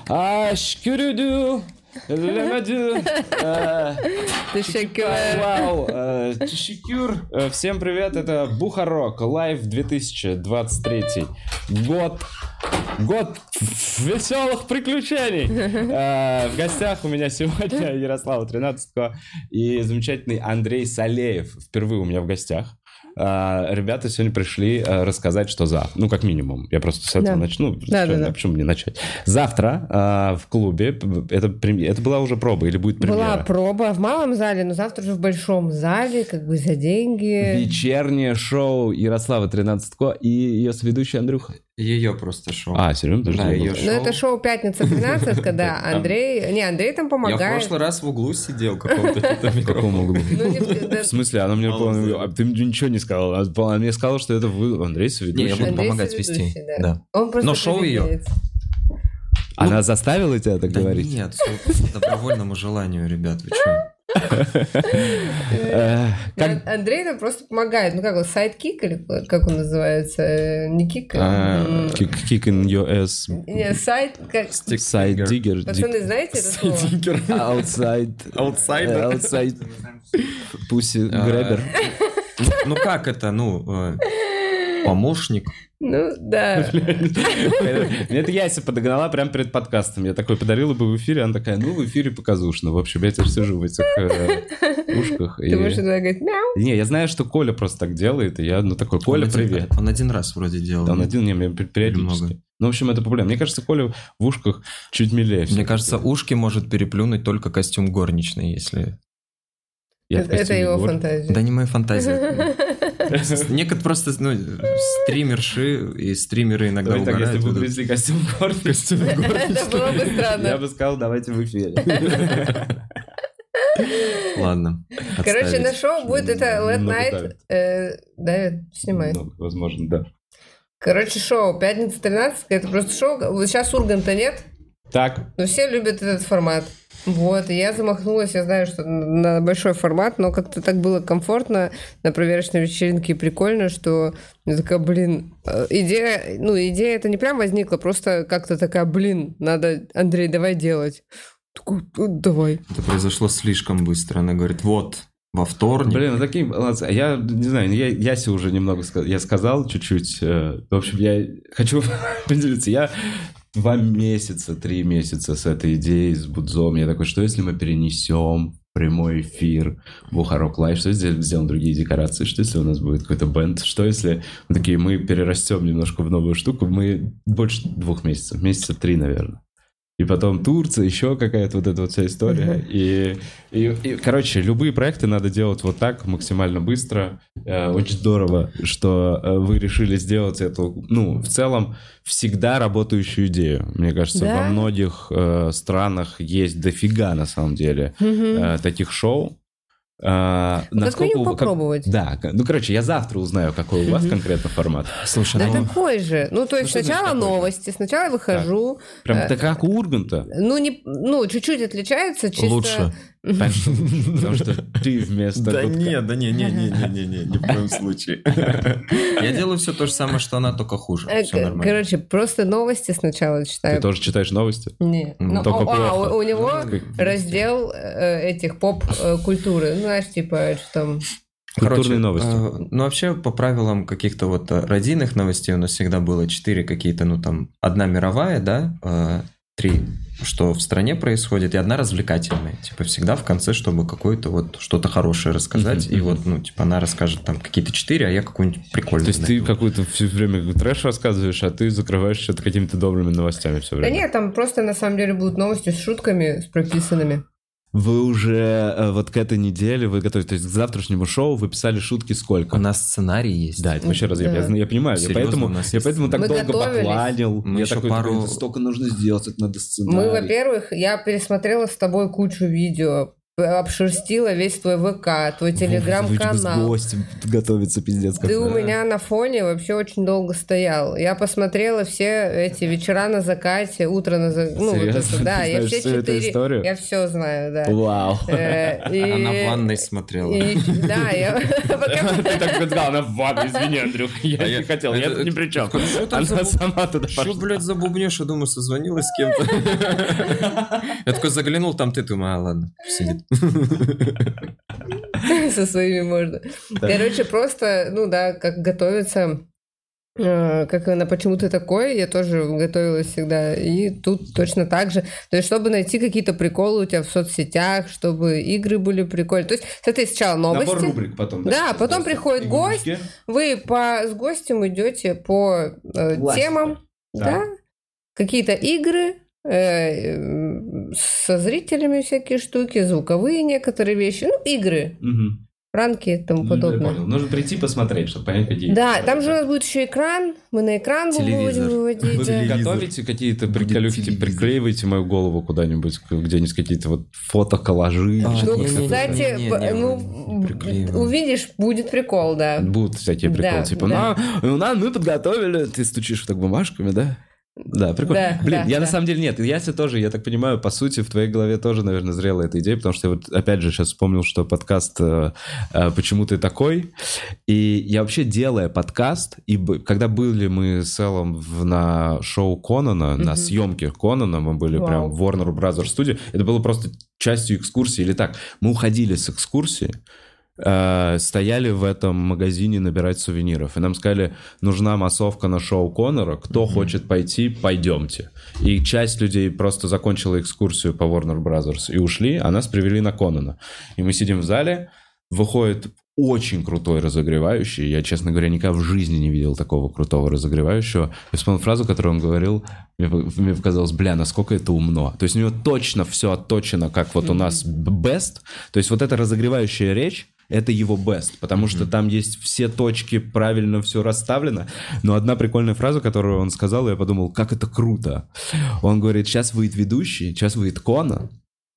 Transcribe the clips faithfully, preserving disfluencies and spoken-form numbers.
Ашкюрюдю. Вау, Чешикюр. Всем привет, это Бухарок, лайв две тысячи двадцать третий год. Год веселых приключений. В гостях у меня сегодня Ярослава Тринадцатого и замечательный Андрей Салеев. Впервые у меня в гостях. Ребята сегодня пришли рассказать, что за... Ну, как минимум. Я просто с этого да. начну. Да, да, да. Почему мне начать? Завтра э, в клубе... Это, это была уже проба или будет премьера? Была проба в малом зале, но завтра уже в большом зале, как бы за деньги. Вечернее шоу Ярослава Тринадцатого и ее соведущий Андрюха. Ее просто шоу. А, серьезно? Да, ее шоу. Ну, это шоу «Пятница тринадцать», когда Андрей... Не, Андрей там помогает. Я в прошлый раз в углу сидел каком-то. В каком углу? В смысле? Она мне... Ты ничего не сказала. Она мне сказала, что это вы, Андрей, соведущий. Не, я буду помогать вести. Но шоу ее... Она заставила тебя так говорить? Нет, по добровольному желанию, ребят, вы что? Андрей нам просто помогает. Ну как он, сайдкик или как он называется? Не кик? Kick in your ass. Не, сайд... Сайд-диггер. Пацаны, знаете это слово? Outside. Outside. Outside. Pussy grabber. Ну как это, ну... Помощник. Ну, да. Мне это Яся подогнала прямо перед подкастом. Я такой подарила бы в эфире, она такая, ну, в эфире показушно. В общем, я теперь сижу в этих э, ушках. Ты и... можешь иногда говорить мяу? Не, я знаю, что Коля просто так делает, и я, ну, такой, Коля, он привет. Один, он один раз вроде делал. Он один, не, мне периодически. Ну, в общем, это проблема. Мне кажется, Коля в ушках чуть милее. Мне кажется, ушки может переплюнуть только костюм горничной, если... Я это это его гор... фантазия. Да не моя фантазия. Некоторые просто, ну, стримерши и стримеры иногда давай угорают. Так, если бы вы привезли костюм горничной, это было бы странно. Я бы сказал, давайте в эфире. Ладно. Короче, на шоу будет это Late Night. Да, снимай. Возможно, да. Короче, шоу «Пятница тринадцать», это просто шоу. Вот сейчас Урганта нет. Так. Но все любят этот формат. Вот, и я замахнулась, я знаю, что на большой формат, но как-то так было комфортно на проверочной вечеринке и прикольно, что я такая, блин, идея, ну, идея это не прям возникла, просто как-то такая, блин, надо, Андрей, давай делать. Такой, давай. Это произошло слишком быстро, она говорит, вот, во вторник. Блин, ну такие, я не знаю, я Ясе уже немного сказал, я сказал чуть-чуть, в общем, я хочу поделиться, я... Два месяца, три месяца с этой идеей, с Будзом. Я такой, что если мы перенесем прямой эфир Бухарок Лайв, что если сделаем другие декорации, что если у нас будет какой-то бенд, что если мы такие, мы перерастем немножко в новую штуку, мы больше двух месяцев, месяца три, наверное. И потом Турция, еще какая-то вот эта вот вся история. Uh-huh. И, и, и, короче, любые проекты надо делать вот так, максимально быстро. Э, очень здорово, что э, вы решили сделать эту, ну, в целом, всегда работающую идею. Мне кажется, да? Во многих э, странах есть дофига, на самом деле, uh-huh. э, таких шоу. А, ну, насколько как минимум попробовать. Как, да, ну, короче, я завтра узнаю, какой у вас конкретно формат. Слушай, да ну... такой же. Ну, то есть ну, сначала новости, сначала я выхожу. Так. Прям это как у Урганта. Ну, не, ну, чуть-чуть отличается. Чисто... Лучше. Потому что ты вместо... Да нет, да не, не, не, не, не, не, ни в коем случае. Я делаю все то же самое, что она, только хуже. Все нормально. Короче, просто новости сначала читаю. Ты тоже читаешь новости? Нет. А, у него раздел этих поп-культуры. Ну, знаешь, типа, что там... Культурные новости. Ну, вообще, по правилам каких-то вот радийных новостей у нас всегда было четыре какие-то, ну, там, одна мировая, да, три, что в стране происходит, и одна развлекательная. Типа всегда в конце, чтобы какое-то вот что-то хорошее рассказать. Mm-hmm. И вот, ну, типа она расскажет там какие-то четыре, а я какую-нибудь прикольную. То есть ты какую-то все время трэш рассказываешь, а ты закрываешь что-то какими-то добрыми новостями все время? Да нет, там просто на самом деле будут новости с шутками, с прописанными. Вы уже вот к этой неделе, вы готовитесь, то есть к завтрашнему шоу, вы писали шутки сколько? У нас сценарий есть. Да, это вообще разъем. Да. Я, я понимаю, я поэтому, я поэтому так мы долго готовились. Бакланил. Мы я еще такой, пару... такой, столько нужно сделать, это надо сценарий. Мы, во-первых, я пересмотрела с тобой кучу видео обшерстила весь твой ВК, твой телеграм-канал. С гостем готовится пиздец. Ты у меня на фоне вообще очень долго стоял. Я посмотрела все эти вечера на закате, утро на закате. Ну, вот это, да, я все четыре. Я все знаю, да. Вау. Она в ванной смотрела. Да, я... Ты так сказал, она в ванной, извини, Андрюх, я не хотел, я тут ни при чем. Она сама туда пошла. Что, блядь, за бубнёшь? Я думаю, созвонилась с кем-то. Я такой заглянул, там ты, думаю, а, ладно, сидит. Со своими можно. Короче, просто, ну да, как готовиться, как она, почему ты такой, я тоже готовилась всегда. И тут точно так же. То есть, чтобы найти какие-то приколы у тебя в соцсетях, чтобы игры были прикольные. То есть, смотри, сначала новости. Набор рубрик потом. Да, да потом приходит гость. Вы по, с гостем идете по э, темам. Да. да. Какие-то игры. Со зрителями всякие штуки, звуковые некоторые вещи, ну, игры, угу. ранки и тому ну, подобное. Нужно прийти посмотреть, чтобы понять, какие. Да, там же у нас будет еще экран, мы на экран телевизор. будем выводить. Вы да. готовите какие-то приколюхи, приклеиваете мою голову куда-нибудь, где-нибудь какие-то вот фото-коллажи. А, ну, не, кстати, не, не, не, ну, не увидишь, будет прикол, да. Будут всякие приколы, да, типа, да. ну, ну, мы подготовили, ты стучишь так бумажками, да? Да, прикольно. Да, Блин, да, я да. на самом деле нет. Яся тоже, я так понимаю, по сути, в твоей голове тоже, наверное, зрела эта идея, потому что я вот опять же сейчас вспомнил, что подкаст «Почему ты такой?». И я вообще, делая подкаст, и когда были мы с Эллом на шоу Конана, mm-hmm. на съемке Конана, мы были wow. прям в Warner Brothers Studio, это было просто частью экскурсии или так. Мы уходили с экскурсии, стояли в этом магазине набирать сувениров. И нам сказали, нужна массовка на шоу Конора. Кто mm-hmm. хочет пойти, пойдемте. И часть людей просто закончила экскурсию по Warner Brothers и ушли, а нас привели на Конана. И мы сидим в зале, выходит очень крутой разогревающий. Я, честно говоря, никогда в жизни не видел такого крутого разогревающего. Я вспомнил фразу, которую он говорил, мне, мне показалось, бля, насколько это умно. То есть у него точно все отточено, как вот mm-hmm. у нас best. То есть вот эта разогревающая речь, это его best, потому mm-hmm. что там есть все точки, правильно все расставлено. Но одна прикольная фраза, которую он сказал, я подумал, как это круто. Он говорит, сейчас выйдет ведущий, сейчас выйдет Конан,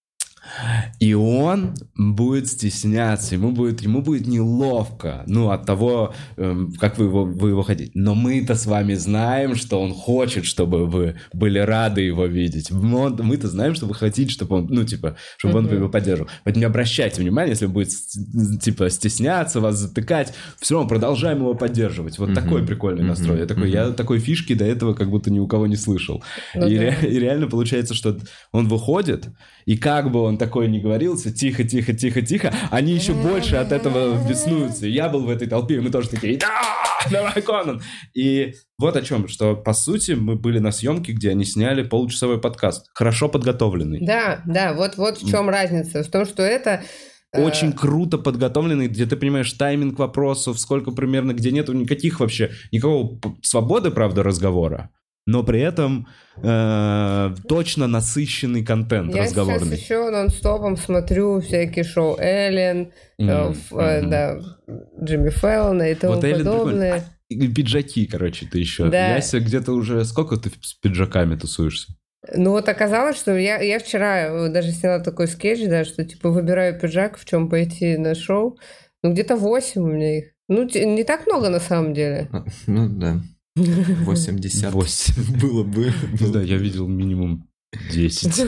и он будет стесняться, ему будет, ему будет неловко, ну, от того, эм, как вы его, вы его хотите. Но мы-то с вами знаем, что он хочет, чтобы вы были рады его видеть. Он, мы-то знаем, что вы хотите, чтобы он, ну, типа, чтобы mm-hmm. он его поддерживал. Поэтому не обращайте внимания, если он будет, типа, стесняться, вас затыкать, все равно продолжаем его поддерживать. Вот mm-hmm. такой прикольный mm-hmm. настрой. Я такой, mm-hmm. я такой фишки до этого как будто ни у кого не слышал. Mm-hmm. И, ре- и реально получается, что он выходит, и как бы он такой не говорился, тихо, тихо, тихо, тихо, они еще больше от этого беснуются. Я был в этой толпе, и мы тоже такие, да, давай, Конан. И вот о чем, что, по сути, мы были на съемке, где они сняли получасовой подкаст, хорошо подготовленный. Да, да, вот, вот в чем разница, в том, что это... Очень круто подготовленный, где ты понимаешь тайминг вопросов, сколько примерно, где нету никаких вообще, никакого свободы, правда, разговора. Но при этом э, точно насыщенный контент я разговорный. Я сейчас еще нон-стопом смотрю всякие шоу Эллен, mm-hmm. э, mm-hmm. да, Джимми Фэллона и тому вот подобное. И пиджаки, короче, ты еще. Да. Яся где-то уже... Сколько ты с пиджаками тусуешься? Ну вот оказалось, что я, я вчера даже сняла такой скетч, да, что типа выбираю пиджак, в чем пойти на шоу. Ну где-то восемь у меня их. Ну не так много на самом деле. Ну да. восемьдесят восемь было бы. Не знаю, я видел минимум десять.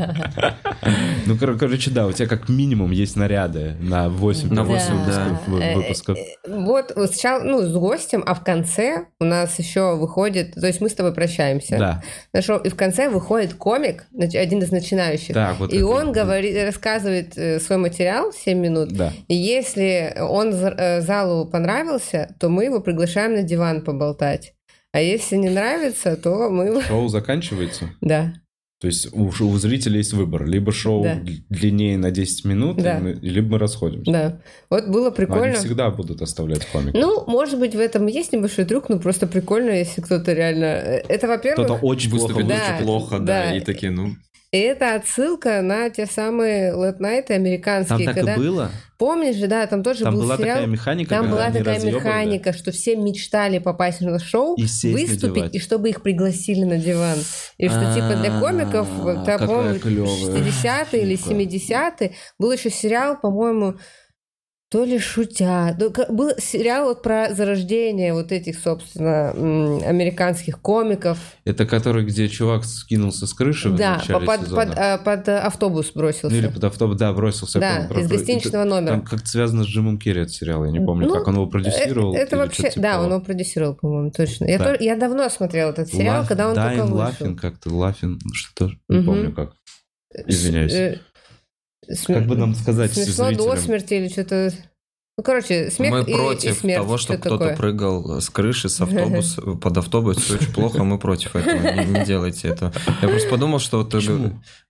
Ну, короче, да, у тебя как минимум есть наряды на восемь выпусков. Вот сначала, ну, с гостем, а в конце у нас еще выходит, то есть мы с тобой прощаемся. Да. И в конце выходит комик, один из начинающих. И он говорит, рассказывает свой материал семь минут. И если он залу понравился, то мы его приглашаем на диван поболтать. А если не нравится, то мы... Шоу заканчивается? Да. То есть у, у зрителей есть выбор. Либо шоу да. длиннее на десять минут, да. мы, либо мы расходимся. Да. Вот было прикольно. Они всегда будут оставлять комика. Ну, может быть, в этом есть небольшой трюк, но просто прикольно, если кто-то реально... Это, во-первых... Кто-то очень выступит плохо. Да, плохо, да, да. И такие, ну... И это отсылка на те самые лэт-найты американские. Там так когда... и было? Помнишь же, да, там тоже там был была сериал. Такая механика, там была они такая разъебывали. механика, что все мечтали попасть на шоу, И выступить, и чтобы их пригласили на диван. И что типа для комиков, там, по-моему, шестидесятые или семидесятые, был еще сериал, по-моему, то ли «Шутя». Был сериал вот про зарождение вот этих, собственно, американских комиков. Это который, где чувак скинулся с крыши да, в начале под, сезона? под, под автобус бросился. Ну, или под автобус, да, бросился. Да, из гостиничного номера. Там как-то связано с Джимом Керри этот сериал, я не помню, ну, как он его продюсировал. Это, это вообще, типа да, того. он его продюсировал, по-моему, точно. Я, да. тоже, я давно смотрела этот сериал, Laugh, когда он Dying только вышел. Laughing, как-то Laughing, что-то, не угу. помню как. Извиняюсь. См... Как бы нам сказать смешно зрителям? до смерти или что-то... Ну, короче, смех мы и, против и смерть, того, чтобы кто-то такое. прыгал с крыши, с автобуса, под автобус, все очень плохо, мы против этого, не, не делайте этого. Я просто подумал, что вот... Почему?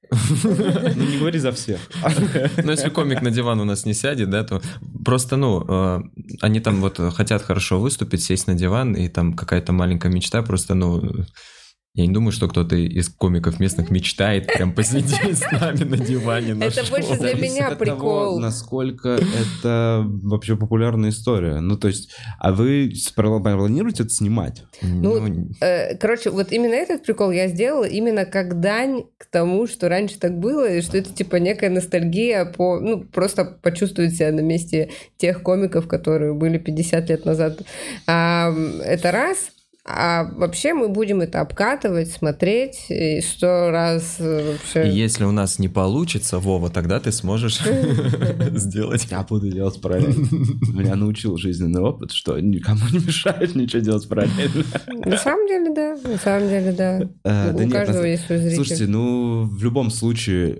Ну, не говори за всех. Ну, если комик на диван у нас не сядет, да, то просто, ну, они там вот хотят хорошо выступить, сесть на диван, и там какая-то маленькая мечта, просто, ну... Я не думаю, что кто-то из комиков местных мечтает прям посидеть с нами на диване. Это больше для меня прикол. Насколько это вообще популярная история. Ну, то есть, а вы планируете это снимать? Ну, короче, вот именно этот прикол я сделала именно как дань к тому, что раньше так было, и что это типа некая ностальгия по, ну, просто почувствовать себя на месте тех комиков, которые были пятьдесят лет назад. А, это раз. А вообще мы будем это обкатывать, смотреть и сто раз вообще... И если у нас не получится, Вова, тогда ты сможешь сделать. Я буду делать параллельно. Меня научил жизненный опыт, что никому не мешает ничего делать параллельно. На самом деле, да. На самом деле, да. У каждого есть свой зритель. Слушайте, ну, в любом случае...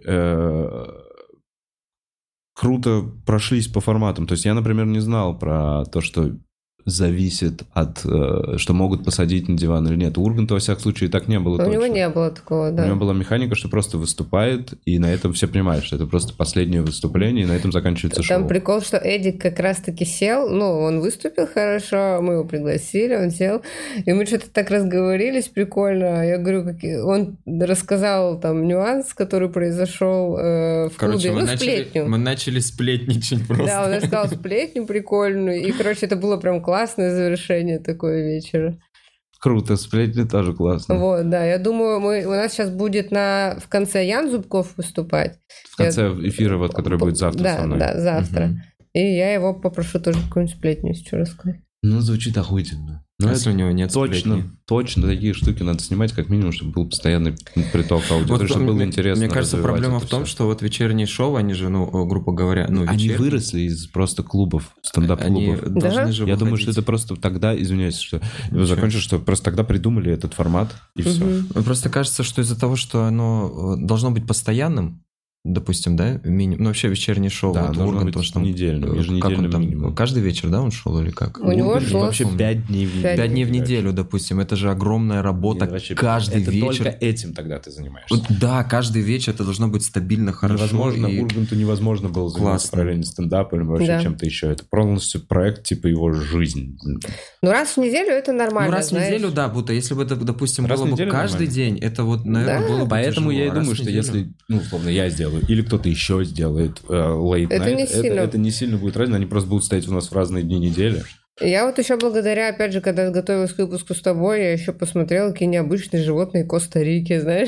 круто прошлись по форматам. То есть я, например, не знал про то, что зависит от, что могут посадить на диван или нет. У Урганта, во всяком случае, так не было. У точно. него не было такого, да. У него была механика, что просто выступает, и на этом все понимают, что это просто последнее выступление, и на этом заканчивается Там шоу. Там прикол, что Эдик как раз-таки сел, ну, он выступил хорошо, мы его пригласили, он сел, и мы что-то так разговорились прикольно. Я говорю, как... он рассказал там нюанс, который произошел э, в короче, клубе, мы ну, начали, сплетню. Мы начали сплетничать просто. Да, он рассказал сплетню прикольную, и, короче, это было прям классное завершение такого вечера. Круто, сплетни тоже классно. Вот, да, я думаю, мы, у нас сейчас будет на, в конце Ян Зубков выступать. В конце я... эфира, вот, который будет завтра да, со мной. Да, завтра. Угу. И я его попрошу тоже какую-нибудь сплетню еще рассказать. Ну, звучит охуительно. Но а если у него нет точно, сплетни? Точно такие штуки надо снимать, как минимум, чтобы был постоянный приток аудитории, вот, чтобы было мне, интересно. Мне кажется, проблема в том, все. что вот вечерние шоу, они же, ну, грубо говоря, ну, они вечерние. выросли из просто клубов, стендап-клубов. Они должны да? же Я выходить. думаю, что это просто тогда, извиняюсь, что я закончу, что просто тогда придумали этот формат, и Угу. все. Просто кажется, что из-за того, что оно должно быть постоянным, допустим, да, минимум, ну, вообще вечернее шоу, Да, вот должно Ургант, быть потому что там, недельным, как еженедельным он там, минимум. каждый вечер, да, он шел или как? У него Ургант шло вообще пять дней в неделю. Пять дней в неделю, допустим, это же огромная работа, Нет, вообще, каждый это вечер. только этим тогда ты занимаешься. Вот, да, каждый вечер это должно быть стабильно, хорошо. Невозможно, и... Урганту невозможно было заниматься Классно. параллельно стендапом или вообще Да. чем-то еще. Это полностью проект, типа его жизнь. Ну, раз в неделю это нормально, Ну, раз знаешь. в неделю, да, будто если бы это, допустим, Раз в было бы неделю каждый нормально. день, это вот, наверное, Да. было бы Поэтому тяжело. я и Раз думаю, в что неделю. если, ну, условно, я сделаю, или кто-то еще сделает э, late Это night, не это, сильно. это не сильно будет разница, они просто будут стоять у нас в разные дни недели. Я вот еще благодаря, опять же, когда готовилась к выпуску с тобой, я еще посмотрела, какие необычные животные Коста-Рики, знаешь.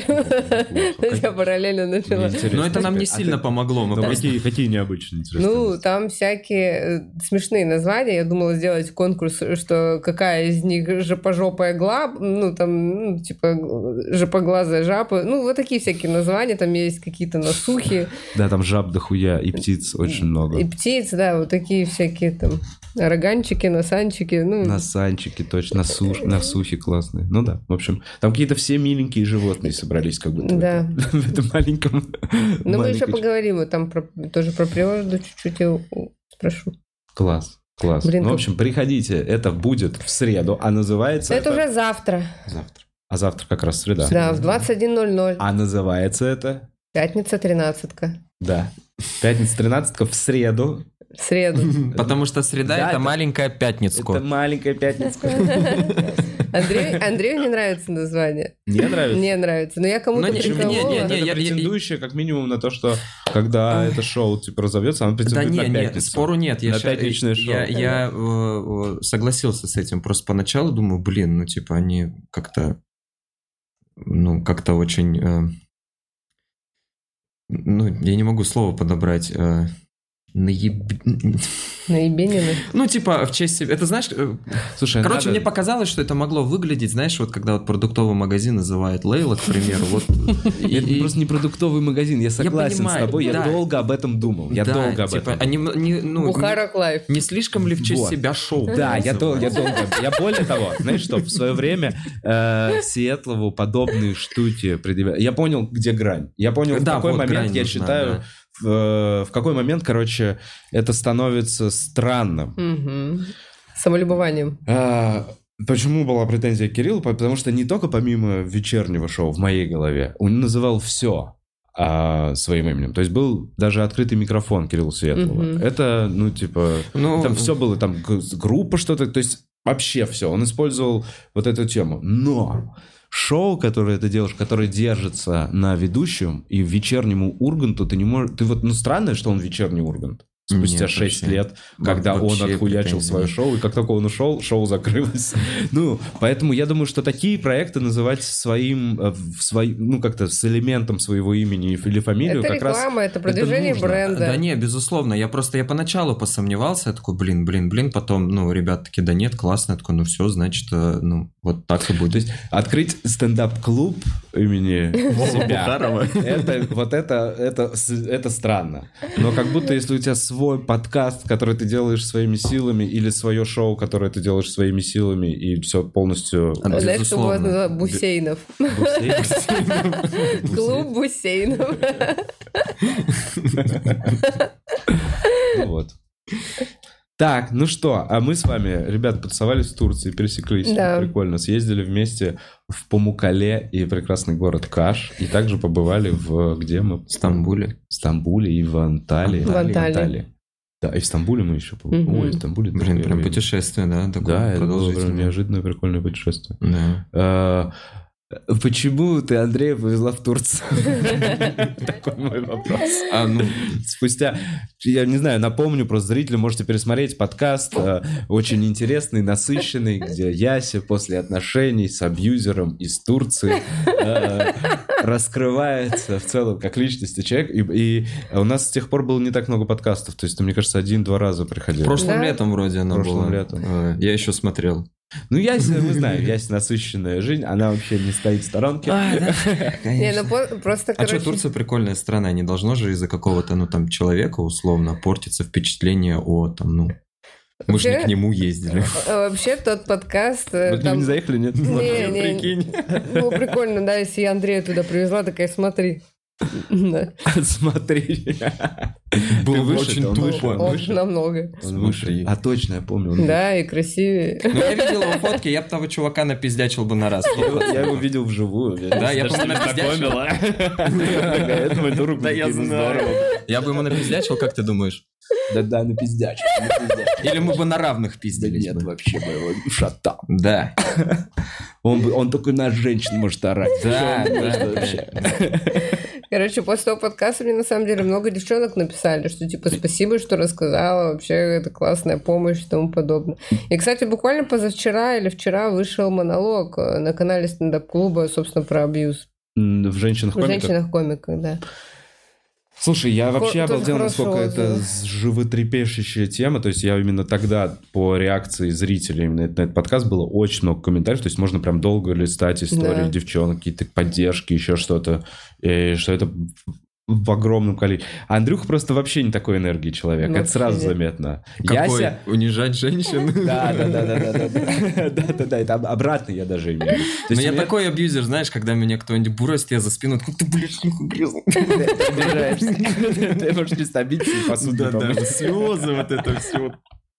Я параллельно начала. Но это нам не А сильно ты- помогло. Мы Ну, просто- какие, какие необычные, интересно? Ну, там всякие э, смешные названия. Я думала сделать конкурс, что какая из них жопожопая гла, ну, там, ну, типа, жопоглазая жаба. Ну, вот такие всякие названия. Там есть какие-то насухи. Да, там жаб дохуя и птиц очень много. И птиц, да, вот такие всякие там роганчики, носанчики. Ну, Насанчики, точно, насуш, насухи классные. Ну да, в общем, там какие-то все миленькие животные собрались как будто в Да. этом- в этом маленьком... ну мы еще маленькой- поговорим, вот там про- тоже про природу чуть-чуть я у- спрошу. Класс, класс. Блин, ну, в как- общем, приходите, это будет в среду, а называется... Это уже завтра. Завтра. А завтра как раз среда. Да, в двадцать один ноль ноль. А называется это... Пятница тринадцатка. Да. Пятница тринадцатка в среду. В среду. Потому что среда Да, это это- маленькая пятницка. Это маленькая пятница. Андрей, Андрею не нравится название. Не нравится? Не нравится. Но я кому-то не, приколола. не, не, Это я- претендующее как минимум на то, что когда это шоу типа разовьется, оно Да претендует не, на не, пятницу. спору нет. Я, На ща- пятничное шоу. я, я, э, э, согласился с этим. Просто поначалу думаю, блин, ну типа они как-то, ну как-то очень, э, ну я не могу слово подобрать. Э, наеб... Наебенины. Ну типа в честь себя. Это знаешь, э, Слушай, короче, надо- мне показалось, что это могло выглядеть, знаешь, вот когда вот продуктовый магазин называет Лейла, к примеру, вот. и- Это и- просто не продуктовый магазин, я согласен понимаю, с тобой, я да. долго об этом думал, я да, долго об типа, этом они, не, ну, не, Бухарок Лайф. не слишком ли в честь Вот. себя шоу? Да, я, дол- я называют? долго... Я более того, знаешь что, в свое время э, Сиэтлову подобные штуки предъявляли. Я понял, где грань. Я понял, в Да, какой вот момент, грань я нужна, считаю, да. в, э, в какой момент, короче, это становится странным. Мгм. Самолюбованием. А, почему была претензия к Кириллу? Потому что не только помимо вечернего шоу в моей голове, он называл все своим именем. То есть был даже открытый микрофон Кирилла Светлого. Мгм. Это, ну, типа, Ну, там все было, там г- группа что-то, то есть вообще все. Он использовал вот эту тему. Но шоу, которое ты делаешь, которое держится на ведущем, и вечернему Урганту ты не можешь... Ты вот, ну, странно, что он вечерний Ургант. Спустя Нет, шесть вообще. лет, когда Во- он вообще отхуячил претензий свое нет. шоу, и как только он ушел, шоу закрылось. Ну, поэтому я думаю, что такие проекты называть своим, э, в свой, ну, как-то с элементом своего имени или фамилию, Это как раз... реклама, это продвижение нужно. бренда. Да не, безусловно. Я просто, я поначалу посомневался, я такой, блин, блин, блин, потом, ну, ребята такие, да нет, классно, я такой, ну все, значит, э, ну, вот так и будет. То есть открыть стендап-клуб имени себя, Бухарова. это, вот это, это, с- это странно. Но как будто если у тебя свой подкаст, который ты делаешь своими силами, или свое шоу, которое ты делаешь своими силами, и все полностью... А, Знаешь, как его безусловно. называют? Бусейнов. Клуб Бусейнов. Ну вот. Так, ну что, а мы с вами, ребят, потусовались в Турции, пересеклись, Да. прикольно, съездили вместе в Памуккале и прекрасный город Каш, и также побывали в, где мы? В Стамбуле. В Стамбуле и в Анталии. В Анталии. Да, и в Стамбуле мы еще побывали. Мгм. Ой, в Стамбуле. Блин, такое прям время. путешествие, да, такое Да, это было прям продолжительное. неожиданное, прикольное путешествие. Да. А, Почему ты Андрея повезла в Турцию? Такой мой вопрос. А, ну, Спустя, я не знаю, напомню, просто зрители можете пересмотреть подкаст, э, очень интересный, насыщенный, где Яся после отношений с абьюзером из Турции э, раскрывается в целом как личность и человек. И, и у нас с тех пор было не так много подкастов, то есть, мне кажется, один-два раза приходил. прошлым Да. летом вроде она Прошлым была. летом. Э, Я еще смотрел. Ну, Яся, мы знаем, Яся насыщенная жизнь, она вообще не стоит в сторонке. Не, ну по- просто, А что, короче... Турция прикольная страна, не должно же из-за какого-то, ну, там, человека, условно, портиться впечатление о, там, ну... Мы же не Вообще- к нему ездили. А Вообще тот подкаст... э, Вы к ним там- не заехали, нет? Не, не, Прикинь. ну, прикольно, да, если я Андрея туда привезла, такая, смотри. Да. Смотри. Было Ты бы выше, очень он тупо. выше. Он выше? намного. Он выше. А точно, я помню. он Да, и красивее. Ну, я видел его фотки, я бы того чувака напиздячил бы на раз. выше. Я его видел вживую. Да, я помню, напиздячил. Это мой друг. Да, я знаю. Я бы ему напиздячил, как ты думаешь? Да-да, на пиздяч. Или мы бы на равных Да пиздились нет, бы? вообще, моего шата. Да. Он, бы- он только на женщин может орать. Да, Что он да, может да. вообще? Короче, после того подкаста мне на самом деле много девчонок написали, что типа спасибо, что рассказала, вообще это классная помощь и тому подобное. И, кстати, буквально позавчера или вчера вышел монолог э, на канале стендап-клуба, собственно, про абьюз. М, В В женщинах-комиках? женщинах-комиках, да. Слушай, я Хо- вообще тоже обалдел, хороший насколько это отзыв. животрепещущая тема. То есть я именно тогда по реакции зрителей именно на этот подкаст было очень много комментариев. То есть можно прям долго листать истории Да. девчонок, какие-то поддержки, еще что-то. И что это в огромном количестве. А Андрюха просто вообще не такой энергии человек. Это Вообще сразу нет. заметно. Какой? Яся... Унижать женщин? Да, да, да, да, да, да, да, да, да, да, это об- обратно я даже имею. То Ну, есть я у меня- такой абьюзер, знаешь, когда меня кто-нибудь бросит, я за спину, такой, ты, блядь, нихуя грязный. Ты обижаешься. Ты можешь не стабиться и посуду не Да-да, помыть. слезы, вот это все.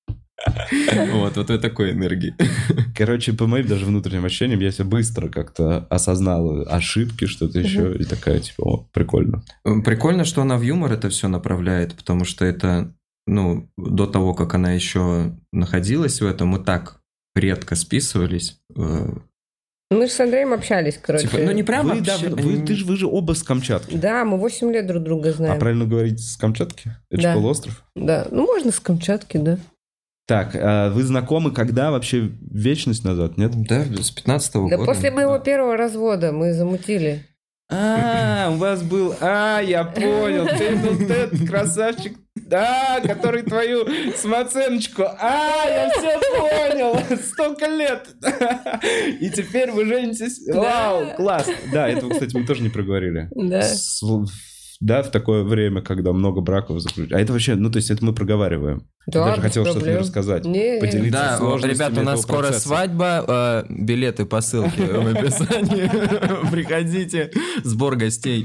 Вот, вот в такой энергии. Короче, по моим даже внутренним ощущениям, я себя быстро как-то осознал ошибки, что-то еще, и такая, типа, о, прикольно. Прикольно, что она в юмор это все направляет, потому что это, ну, до того, как она еще находилась в этом, мы так редко списывались. Мы же с Андреем общались, короче. Типа, ну не прям Вы, общ... да, вы, ты ж, вы же оба с Камчатки. Да, мы восемь лет друг друга знаем. А правильно говорить с Камчатки? Это Да. же полуостров? Да, ну можно с Камчатки, да. Так, а вы знакомы когда? Вообще вечность назад, нет? Да, с пятнадцатого Да года. после моего да. первого развода мы замутили. А, у вас был... А, я понял, ты был этот красавчик, да, который твою самооценочку... А, я все понял, столько лет. И теперь вы женитесь. Вау, класс. Да, этого, кстати, мы тоже не проговорили. Да. С- Да, в такое время, когда много браков заключают. А это вообще, ну, то есть это мы проговариваем. Да, Ты даже без хотел что-то мне проблем. рассказать. Не, не. Поделиться Да, сложностями ребята, у нас этого скоро процесса. свадьба. э, Билеты по ссылке в описании. Приходите. Сбор гостей.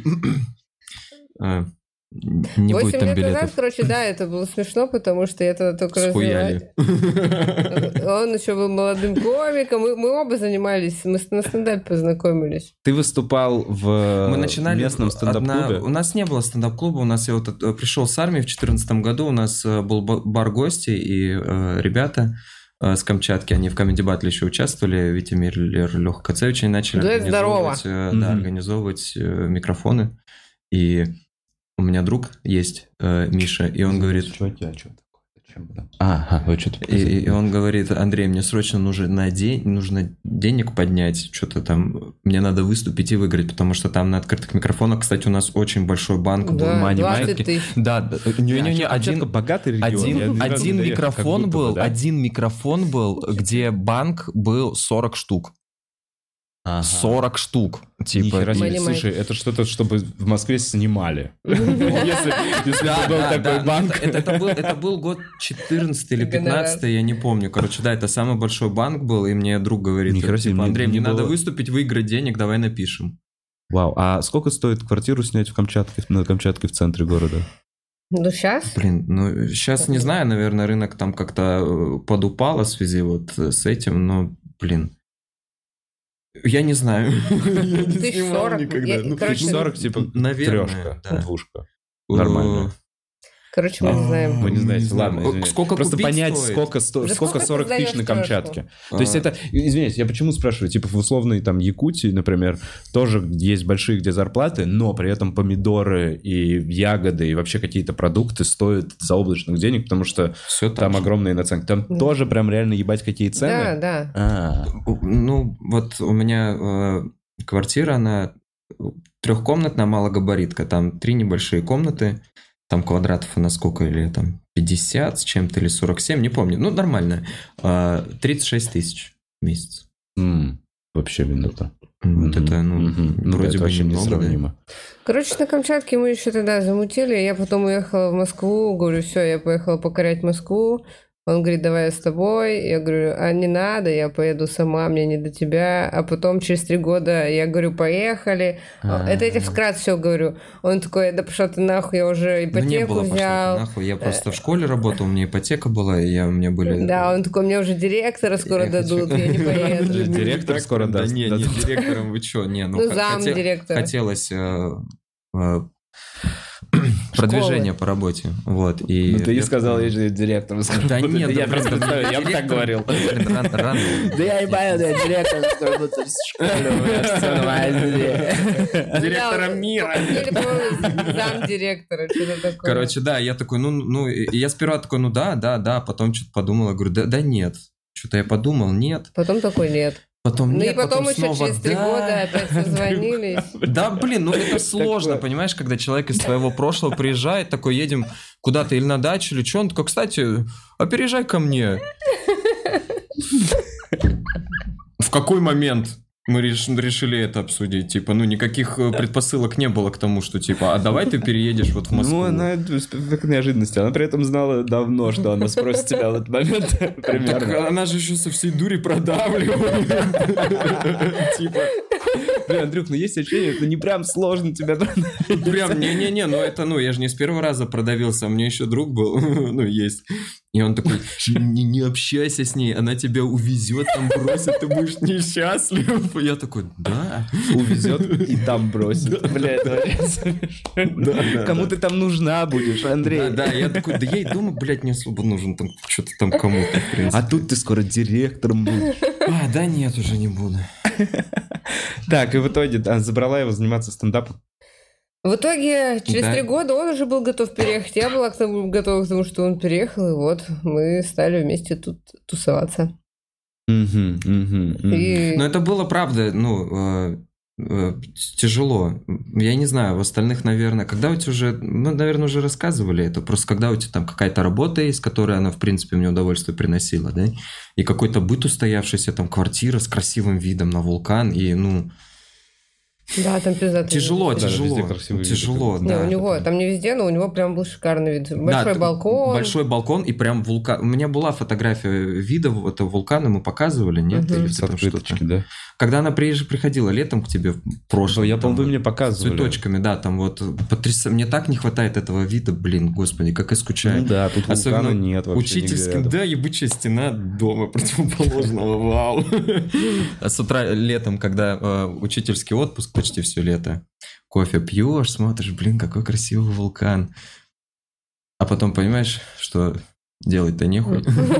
А, не будет Восемь там лет назад, билетов. короче, да, это было смешно, потому что я тогда только Схуяли. развивалась. Он еще был молодым комиком. Мы, мы оба занимались, мы с- на стендапе познакомились. Ты выступал в Мы начинали местном одна- стендап-клубе? У нас не было стендап-клуба. У нас я вот э, пришел с армии в четырнадцатом году. У нас э, был ба- бар гостей и э, ребята э, с Камчатки, они в Comedy Battle еще участвовали. Витя Миллер, Леха Кацевич, они начали Дуэт организовывать, э, да, Мгм. организовывать э, микрофоны. И у меня друг есть, э, Миша, и он говорит... Чуваки, а что такое? Зачем вы там? А, ага, вы что-то И, и он говорит: Андрей, мне срочно нужно, на день, нужно денег поднять, что-то там, мне надо выступить и выиграть, потому что там на открытых микрофонах, кстати, у нас очень большой банк был. Да, Мани двадцать Майки. тысяч. Да, да, не-не-не, один... богатый регион. Я Один, ни разу один не доехал, микрофон как будто бы, был, да? один микрофон был, где банк был сорок штук. Ага. сорок штук. Типа, Нихера себе. Мани Майки. Слушай, это что-то, чтобы в Москве снимали. Если если Да, бы был да, такой да, ну, банк. Это, это был, это был год четырнадцатый или Гонорар. пятнадцатый, я не помню. Короче, да, это самый большой банк был, и мне друг говорит: Нихера себе, типа, мне Андрей, не мне надо было- выступить, выиграть денег, давай напишем. Вау, а сколько стоит квартиру снять в Камчатке, на Камчатке в центре города? Ну, сейчас? Блин, ну сейчас не знаю, наверное, рынок там как-то э, подупал в связи вот с этим, но, блин, я не знаю. Я не Тысяч снимал сорок. никогда. Я- Ну, короче, Тысяч сорок, типа, наверное, трешка, да. двушка. Нормально. Короче, мы не знаем. Вы не знаете, Не знаю. ладно, извиняюсь. Сколько Просто купить понять, стоит? сколько, сто- За сколько сколько сорок ты тысяч на сдаёшь Камчатке. А. То есть это, извиняюсь, я почему спрашиваю, типа в условной там Якутии, например, тоже есть большие где зарплаты, но при этом помидоры и ягоды и вообще какие-то продукты стоят заоблачных денег, потому что Все там огромные наценки. Там Да. тоже прям реально ебать какие Да, цены. да. А, Ну, вот у меня э, квартира, она трехкомнатная, малогабаритка. Там три небольшие комнаты, там квадратов у нас сколько, или там пятьдесят с чем-то, или сорок семь, не помню. Ну, нормально. Э, тридцать шесть тысяч в месяц. м, вообще минута. Вот Мгм, это, ну, мгм. Ну, вроде это бы вообще немного, да. несравнимо. Короче, на Камчатке мы еще тогда замутили. Я потом уехала в Москву. Говорю, все, я поехала покорять Москву. Он говорит, давай я с тобой. Я говорю, а не надо, я поеду сама, мне не до тебя. А потом через три года я говорю, поехали. А. Это я тебе вкратце все говорю. Он такой, да пошел ты нахуй, я уже Ну, не ипотеку было, пошла ты взял. нахуй. Я просто в школе работал, у меня ипотека была, и я, у меня были... Да, он такой, мне уже директора скоро Я дадут, хочу- я не поеду. Ди- Директор Так, скоро да даст. не, не даст. директором, вы что? Не, ну, Ну, х- зам хоте- директора. хотелось э, э, продвижение по работе. Вот, и Ну, ты и я- сказал, я же директор. Да нет, я да, просто блин, представляю, я бы так директор- говорил. Блин, ран- рано. Да я ебаю, да я директор, что работаю в школе, у меня всё нормально. Директором мира. Или, по-моему, зам директора, что-то такое. Короче, да, я такой, ну, ну, и я сперва такой, ну да, да, да, потом что-то подумал, я говорю, да, да нет. Что-то я подумал, нет. Потом такой нет. Потом Ну нет, и потом, еще снова через три да. года опять созвонились. Да, блин, ну это сложно, понимаешь, когда человек из твоего прошлого приезжает, такой, едем куда-то или на дачу, или что, он такой, кстати, а переезжай ко мне. В какой момент мы реш- решили это обсудить? Типа, ну, никаких э, предпосылок не было к тому, что, типа, а давай ты переедешь вот в Москву. Ну, она как неожиданности. Она при этом знала давно, что она спросит тебя в этот момент. Так Примерно. она же еще со всей дури продавливает. Типа, Блин, Андрюх, ну есть ощущение, что не прям сложно тебя... Прям, не-не-не, ну это, ну, я же не с первого раза продавился, у меня еще друг был, ну, есть. И он такой, не, не общайся с ней, она тебя увезет, там бросит, ты будешь несчастлив. Я такой, да. Увезет и там бросит. Бля, это кому ты там нужна будешь, Андрей? Да, да, я такой, да я и дома, блядь, не особо нужен, там, что-то там кому-то, в принципе. А тут ты скоро директором будешь. А, да нет, уже не буду. Так, и в итоге да, забрала его заниматься стендапом. В итоге, через Да. три года он уже был готов переехать. Я была к тому, готова к тому, что он переехал, и вот мы стали вместе тут тусоваться. Мгм, мгм, мгм. И... Но это было, правда, ну, э, э, тяжело. Я не знаю, в остальных, наверное, когда у тебя уже, ну, наверное, уже рассказывали это, просто когда у тебя там какая-то работа есть, которая, она, в принципе, мне удовольствие приносила, да, и какой-то быт устоявшийся, там, квартира с красивым видом на вулкан, и, ну, Да, там пиздато. тяжело, Да, тяжело, везде красивый вид тяжело, Не, да. у него, там не везде, но у него прям был шикарный вид. Большой Да, балкон. Большой балкон и прям вулкан. У меня была фотография вида этого вулкана, мы показывали, нет? Мгм. Или С ты там что-то? открыточки, да. Когда она приезж- приходила летом к тебе в прошлом. Я там помню, вы вот мне с показывали. цветочками, да, там вот потряс... Мне так не хватает этого вида, блин, господи, как я скучаю. Ну да, тут Особенно вулкана нет вообще нигде Учительский, рядом. да, ебучая стена дома противоположного, вау. А с утра летом, когда э, учительский отпуск почти все лето, кофе пьешь, смотришь, блин, какой красивый вулкан. А потом понимаешь, что делать-то нехуй.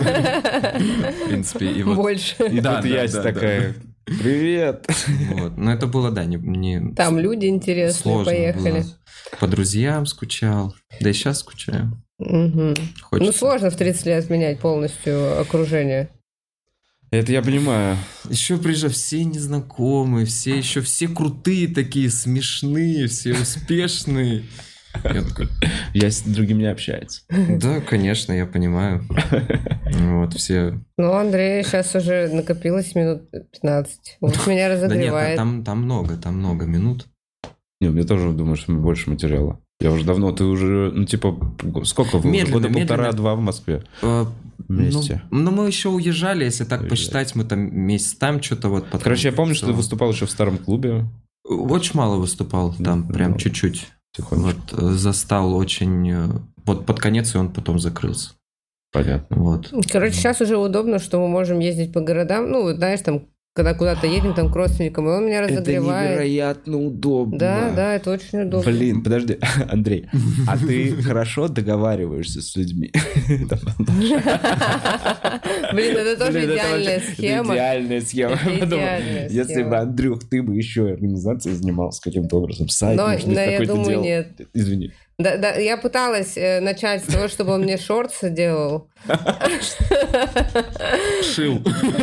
В принципе, и вот... Больше. И Да, тут да, Ясь да, такая, привет. Вот. Но это было, да, не... не Там люди интересные, сложно поехали. было. По друзьям скучал. Да и сейчас скучаю. Мгм. Хочется. Ну, сложно в тридцать лет менять полностью окружение. Это я понимаю. Еще приезжаю, все незнакомые, все еще все крутые такие, смешные, все успешные. Я такой, Ясь с другим не общается. да, конечно, я понимаю. Вот, все... Ну, Андрей, сейчас уже накопилось минут пятнадцать. Вот меня Да нет, разогревает. там, там много, там много минут. Не, я тоже думаю, что больше материала. Я уже давно, ты уже, ну, типа, сколько вы? Медленно, Года медленно. полтора-два в Москве Э, вместе. Ну, ну, мы еще уезжали, если так Уезжали. посчитать, мы там месяц там что-то вот потом. Короче, я помню, что ты всё. выступал еще в старом клубе. Очень мало выступал, там Ну, прям ну, чуть-чуть. Тихонечко. Вот э, застал очень... э, Вот под конец и он потом закрылся. Понятно. Вот. Короче, сейчас уже удобно, что мы можем ездить по городам. Ну, вот знаешь, там, когда куда-то едем, там, к родственникам, и он меня разогревает. Это невероятно удобно. Да, да, это очень удобно. Блин, подожди, Андрей, а ты хорошо договариваешься с людьми? Блин, это тоже Блин, это идеальная вообще- схема. Это идеальная схема. Это Я подумал, идеальная Если схема. бы, Андрюх, ты бы еще и организацией занимался каким-то образом, сайт, Но, может быть, но я какой-то думаю, делал. нет. Извини. Да, да, я пыталась э, начать с того, чтобы он мне шортсы делал. Шил.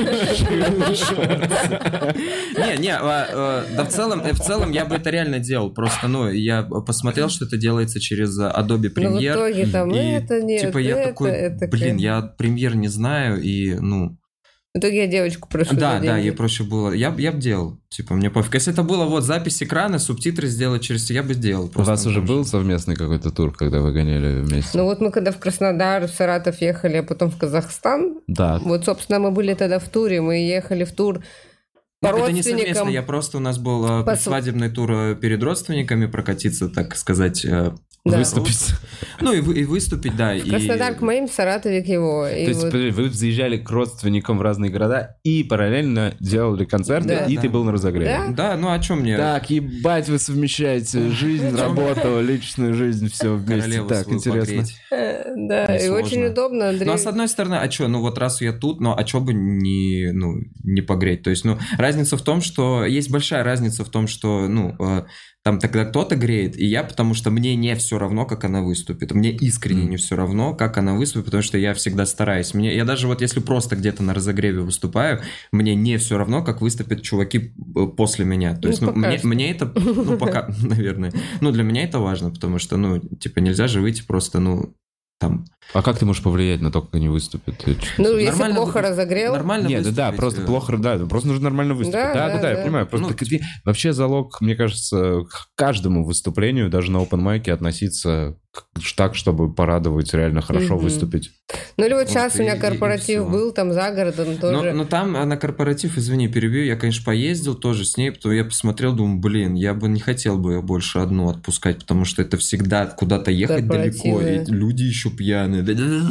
Не, не, а, а, да в целом, э, в целом я бы это реально делал. Просто, ну, я посмотрел, что это делается через Adobe Но в Premiere. итоге там и, это нет, Типа я это, такой, это блин, как- я премьер не знаю, и, ну... В итоге я девочку прошу Да, за да, деньги. ей проще было. Я, б- я бы делал. Типа, мне пофиг. Если это было вот запись экрана, субтитры сделать через... Я бы сделал. У Просто вас уже потому был совместный какой-то тур, когда вы гоняли вместе? Ну вот мы когда в Краснодар, в Саратов ехали, а потом в Казахстан, Да. вот, собственно, мы были тогда в туре, мы ехали в тур по Ну, это не родственникам. совместно, я просто у нас был э, По предсвадебный тур э, перед родственниками прокатиться, так сказать. э, Да. Выступить. Ну и, вы- и выступить, да. В Краснодар и... к моим, в Саратове к его. И То есть, вот- подожди, вы заезжали к родственникам в разные города и параллельно делали концерты, Да. и Да. ты был на разогреве. Да? Да, ну а что мне... Так, ебать, вы совмещаете жизнь, работу, личную жизнь, все вместе. королеву Так, свою интересно. погреть. Э, Да, и Несложно. очень удобно, Андрей. Ну, а с одной стороны, а что, ну вот раз я тут, ну а что бы не, ну, не погреть? То есть, ну, разница в том, что... Есть большая разница в том, что, ну, э, там тогда кто-то греет, и я, потому что мне не все равно, как она выступит. Мне искренне не все равно, как она выступит, потому что я всегда стараюсь. Мне, я даже вот если просто где-то на разогреве выступаю, мне не все равно, как выступят чуваки э, после меня. То Ну, есть, ну, пока мне, что. мне это, ну, пока, наверное. Ну, для меня это важно, потому что, ну, типа, нельзя же выйти просто, ну, там... А как ты можешь повлиять на то, как они выступят? Ты чё- Ну, если Нормально плохо вы- разогрел, Нормально Нет, да, да, выступить, просто э, плохо, да, просто нужно нормально выступить. Да, Да, да, да, да, я да. понимаю. Просто Ну, так и вообще залог, мне кажется, к каждому выступлению, даже на open майке относиться так, чтобы порадовать, реально хорошо Мгм. выступить. Ну или вот Вот сейчас у и- меня и- и корпоратив всё. был, там за городом Но, тоже. но там а на корпоратив, извини, перебью, я, конечно, поездил тоже с ней, то я посмотрел, думаю, блин, я бы не хотел бы ее больше одну отпускать, потому что это всегда куда-то ехать далеко, Корпоративы. и люди еще пьяные.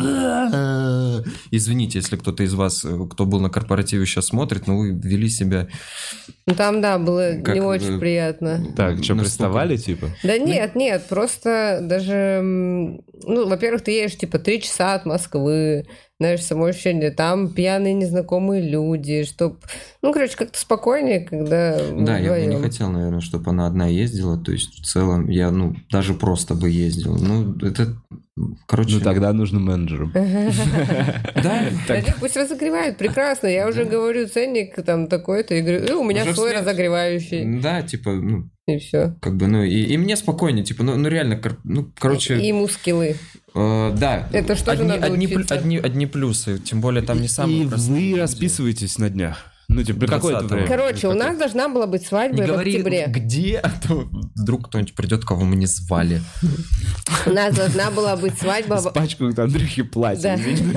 Извините, если кто-то из вас, кто был на корпоративе, сейчас смотрит, но вы вели себя... Ну там, да, было Как не вы- очень приятно. Так, что, настолько- приставали, типа? Да нет, нет, просто даже, м, ну, во-первых, ты едешь, типа, три часа от Москвы, знаешь, само ощущение, там пьяные незнакомые люди, чтоб, ну, короче, как-то спокойнее, когда Да, я бы не вдвоем. хотел, наверное, чтобы она одна ездила, то есть в целом я, ну, даже просто бы ездил. Ну, это, короче... Ну, тогда нужно менеджером. Да, Да нет, пусть разогревают, прекрасно. Я уже говорю ценник там такой-то, и говорю, «Э, у меня Уже свой все- разогревающий. да, типа, ну, И все. как бы, ну, и, и мне спокойнее, типа, ну, ну реально, кор- ну, короче, И ему скиллы. э, да. Это что же одни, надо одни, плю- учиться? одни, одни плюсы, тем более там не самые И простые вы люди. расписываетесь на днях. Ну, типа, какое-то двадцатого. время. Короче, у нас должна была быть свадьба Не в говори, октябре. где, а то вдруг кто-нибудь придет, кого мы не звали. У нас должна была быть свадьба в... Испачкают Андрюхи платье.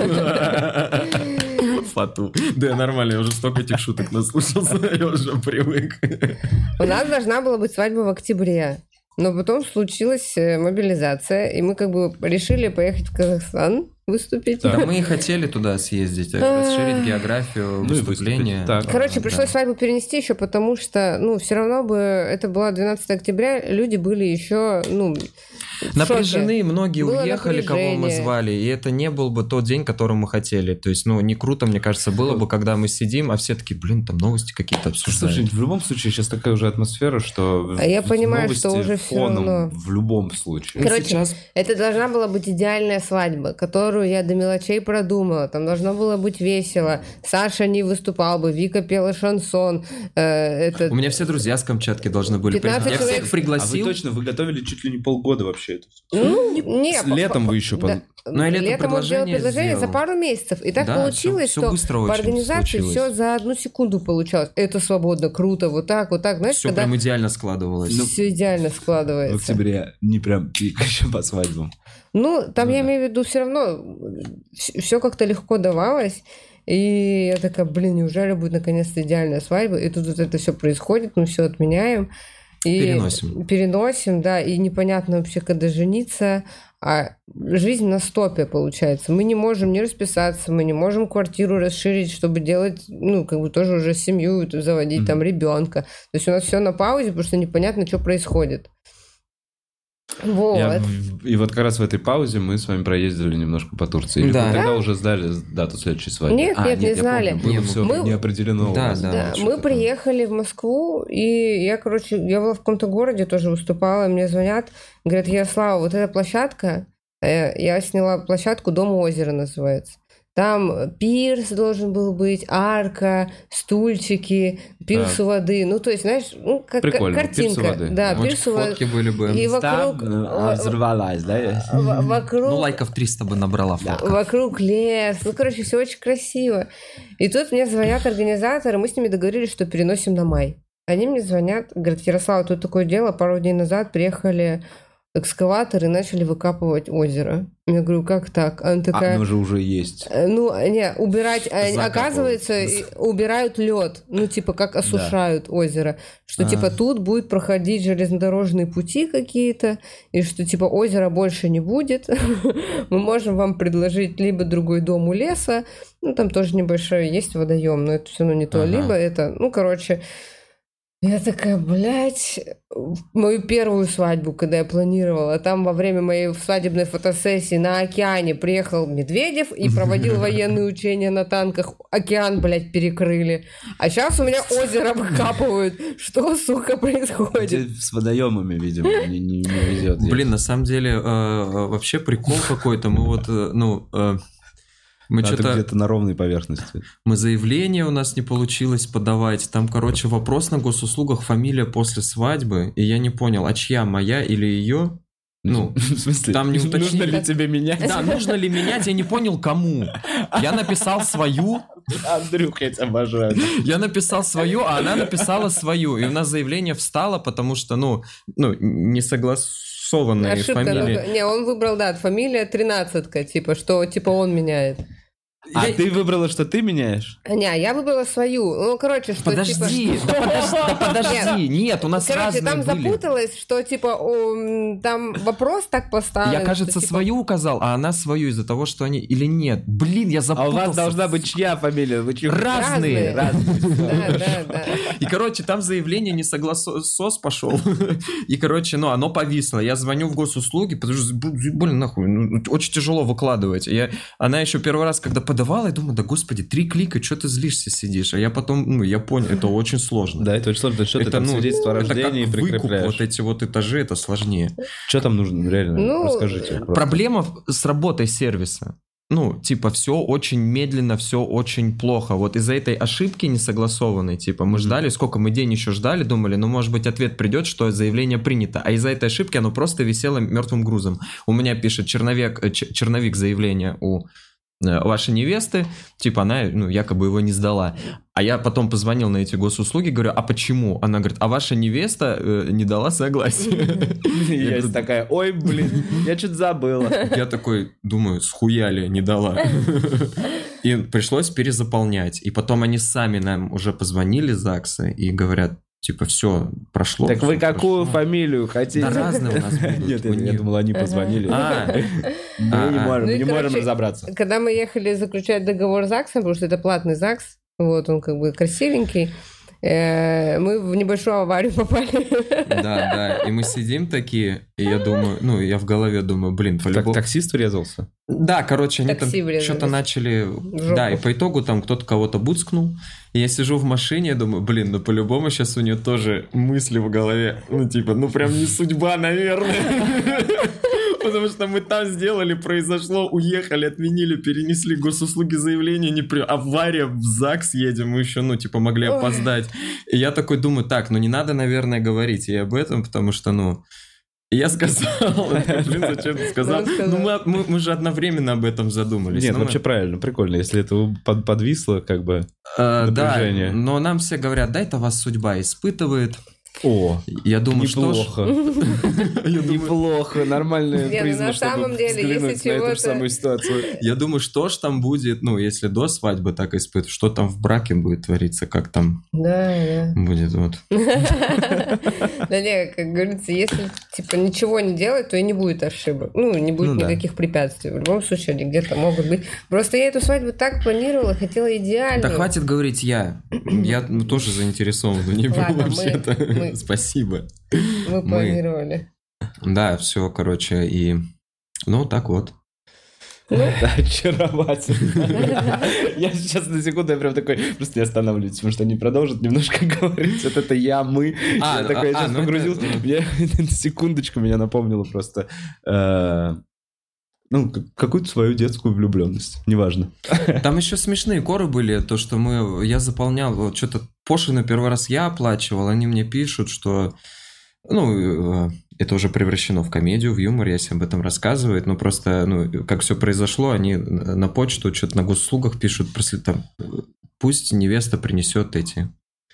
Да. Фату. Да, нормально, я уже столько этих шуток наслушался, я уже привык. У нас должна была быть свадьба в октябре. Но потом случилась э, мобилизация, и мы как бы решили поехать в Казахстан выступить. Да, мы и хотели туда съездить, расширить географию Ну и выступления. выступить, так. Короче, Да. пришлось свадьбу перенести еще, потому что, ну, все равно бы это было двенадцатого октября, люди были еще, ну, в шоке. Напряжены, многие Было уехали, кого мы напряжение. звали, и это не был бы тот день, который мы хотели. То есть, ну, не круто, мне кажется, было бы, когда мы сидим, а все такие, блин, там новости какие-то обсуждают. Слушай, в любом случае сейчас такая уже атмосфера, что А я в- понимаю, новости что уже всё фоном равно. в любом случае. Короче, Сейчас это должна была быть идеальная свадьба, которую я до мелочей продумала. Там должно было быть весело. Саша не выступал бы, Вика пела шансон. э, это... у меня все друзья с Камчатки должны были пятнадцать прийти. Я человек. всех А вы пригласил. точно, вы готовили чуть ли не полгода вообще это всё? Ну, не, С по- летом по- вы еще... да. Ну, я летом Летом он сделал предложение предложение за сделал. пару месяцев. И так Да, получилось, всё- всё что быстро по очень организации случилось. все за одну секунду получалось. Это свободно, круто, вот так, вот так. Знаешь, Все когда прям идеально складывалось. Ну, все идеально В складывается. октябре не прям пик еще по свадьбам. Ну, там Ну я да. имею в виду, все равно все как-то легко давалось. И я такая, блин, неужели будет наконец-то идеальная свадьба? И тут вот это все происходит, мы все отменяем. И Переносим. Переносим, да, и непонятно вообще, когда жениться. А жизнь на стопе, получается. Мы не можем не расписаться, мы не можем квартиру расширить, чтобы делать, ну, как бы тоже уже семью, заводить Мгм. там ребенка. То есть у нас все на паузе, потому что непонятно, что происходит. Вот. Я в- и вот как раз в этой паузе мы с вами проездили немножко по Турции. Или Да. вы тогда уже сдали дату следующей свадьбы? Нет, А, нет, не я знали. помню, было Не, все мы- не определено. у Да, вас. да. Да, вот мы что-то там. приехали в Москву, и я, короче, я была в каком-то городе, тоже выступала, и мне звонят, говорят, Ярослава, вот эта площадка, э, я сняла площадку «Дом у озера» называется. Там пирс должен был быть, арка, стульчики, пирс у воды. Ну, то есть, знаешь, ну, как Прикольно, ка- картинка. пирс у воды. Да, Очень пирс у воды. фотки были бы. И вокруг... Она взорвалась, да? в- Вокруг... Ну, лайков триста бы набрала фотка. Вокруг лес. Ну, короче, все очень красиво. И тут мне звонят организаторы, мы с ними договорились, что переносим на май. Они мне звонят, говорят, Ярослава, тут такое дело, пару дней назад приехали экскаваторы и начали выкапывать озеро. Я говорю, как так? Она А, такая... оно же уже есть. «Э, Ну, не, убирать, а, Закапывают. оказывается, и убирают лед, ну, типа, как осушают озеро, что, А. типа, тут будут проходить железнодорожные пути какие-то, и что, типа, озера больше не будет, мы можем вам предложить либо другой дом у леса, ну, там тоже небольшой есть водоем, но это все равно не то, Ага. либо это, ну, короче, я такая, блядь, мою первую свадьбу, когда я планировала, там во время моей свадебной фотосессии на океане приехал Медведев и проводил военные учения на танках. Океан, блядь, перекрыли. А сейчас у меня озеро выкапывают. Что, сука, происходит? Тебе с водоемами, видимо, не, не- не везет. Блин, на самом деле, э, э, вообще прикол какой-то. Мы вот, э, ну, э, мы Надо что-то... где-то на ровной поверхности. Мы заявление у нас не получилось подавать. Там, короче, вопрос на госуслугах, фамилия после свадьбы. И я не понял, а чья, моя или ее? Ну, в смысле, там не нужно уточнили. ли тебе менять? Да, нужно ли менять, я не понял, кому. Я написал свою, Андрюх, я тебя обожаю. я написал свою, а она написала свою. И у нас заявление встало, потому что, ну, ну не согласованные Ошибка. фамилии. Не, он выбрал, да, фамилия тринадцатка, типа, что, типа, он меняет. А Я- ты выбрала, что ты меняешь? Не, я выбрала свою. Ну, короче, что, Подожди, типа... да подожди, да подожди. Нет, у нас Короче, разные там были. запуталось, что, типа, о, там вопрос так поставлен. Я, что, кажется, типа, свою указал, а она свою из-за того, что они... Или нет? Блин, я А запутался. у вас должна быть чья фамилия? Вы чьи- Разные. Разные. Да, да, да. И, короче, там заявление не согласос пошел. И, короче, ну, оно повисло. Я звоню в госуслуги, потому что, блин, нахуй, ну, очень тяжело выкладывать. Я... Она еще первый раз, когда подавала, я думаю, да господи, три клика, что ты злишься сидишь? А я потом, ну, я понял, это очень сложно. Да, это очень сложно. Что ты там свидетельство о это как рождении выкуп, прикрепляешь? вот эти вот этажи, это сложнее. Что там нужно, реально? Ну, Расскажите. просто. Проблема в- с работой сервиса. Ну, типа, все очень медленно, все очень плохо. Вот из-за этой ошибки несогласованной, типа, мы ждали, сколько мы день еще ждали, думали, ну, может быть, ответ придет, что заявление принято. А из-за этой ошибки оно просто висело мертвым грузом. У меня пишет черновик, э, ч- черновик заявления у э, вашей невесты, типа, она, ну, якобы его не сдала. А я потом позвонил на эти госуслуги, говорю, а почему? Она говорит, а ваша невеста э, не дала согласия. Я такая, ой, блин, я что-то забыла. Я такой думаю, схуяли, не дала. И пришлось перезаполнять. И потом они сами нам уже позвонили, ЗАГСы, и говорят, типа, все, прошло. Так вы всё какую прошло. фамилию хотите? Да разные у нас будут. Нет, Вы я, я не- думал, они позвонили. А, Мы а, не а. можем, Ну и, не можем короче, разобраться. Когда мы ехали заключать договор с ЗАГСом, потому что это платный ЗАГС, вот он как бы красивенький, э, мы в небольшую аварию попали. Да, да. И мы сидим такие, и я думаю, ну, я в голове думаю, блин, Так, по-любому... таксист врезался? Да, короче, они Такси там врезались. что-то начали... жопу. Да, и по итогу там кто-то кого-то буцкнул. И я сижу в машине, я думаю, блин, ну по-любому сейчас у нее тоже мысли в голове. Ну типа, ну прям не судьба, наверное. Потому что мы там сделали, произошло, уехали, отменили, перенесли госуслуги, заявление, не при... авария, в ЗАГС едем, мы еще, ну, типа, могли Ой. опоздать. И я такой думаю, так, ну не надо, наверное, говорить ей об этом, потому что, ну... И я сказал, блин, зачем ты сказал? Он сказал. Ну, мы, мы, мы же одновременно об этом задумались. Нет, Ну, мы- вообще правильно, прикольно. Если это под- подвисло, как бы... Э, да, напряжение. но нам все говорят, да, это вас судьба испытывает. О, Я думаю, что ж... неплохо. Неплохо, нормальная Не, ну, призма, на чтобы самом деле, взглянуть если на эту чего-то- же самую ситуацию. Я думаю, что ж там будет, ну, если до свадьбы так испытывать, что там в браке будет твориться, как там Да, да. будет, вот. Да не, как говорится, если типа ничего не делать, то и не будет ошибок. Ну, не будет Ну да. никаких препятствий. В любом случае, они где-то могут быть. Просто я эту свадьбу так планировала, хотела идеально. Да хватит говорить я. Я ну, тоже заинтересован в ней был Ладно, мы- вообще-то. мы- Спасибо. Мы планировали. Да, все, короче, и... Ну, так вот. Да, очаровательно. Я сейчас на секунду я прям такой, просто не останавливаюсь, потому что они продолжат немножко говорить. Вот это я, мы. А, Я ну, такой, я а, сейчас ну это- погрузился. Меня на секундочку меня напомнило просто... э, Ну, к- какую-то свою детскую влюбленность. Неважно. Там еще смешные коры были, то, что мы... Я заполнял, вот что-то пошлину первый раз я оплачивал, они мне пишут, что... Ну, э, это уже превращено в комедию, в юмор, если об этом рассказывают, но просто, ну, как все произошло, они на почту, что-то на госуслугах пишут, просто там, пусть невеста принесет эти.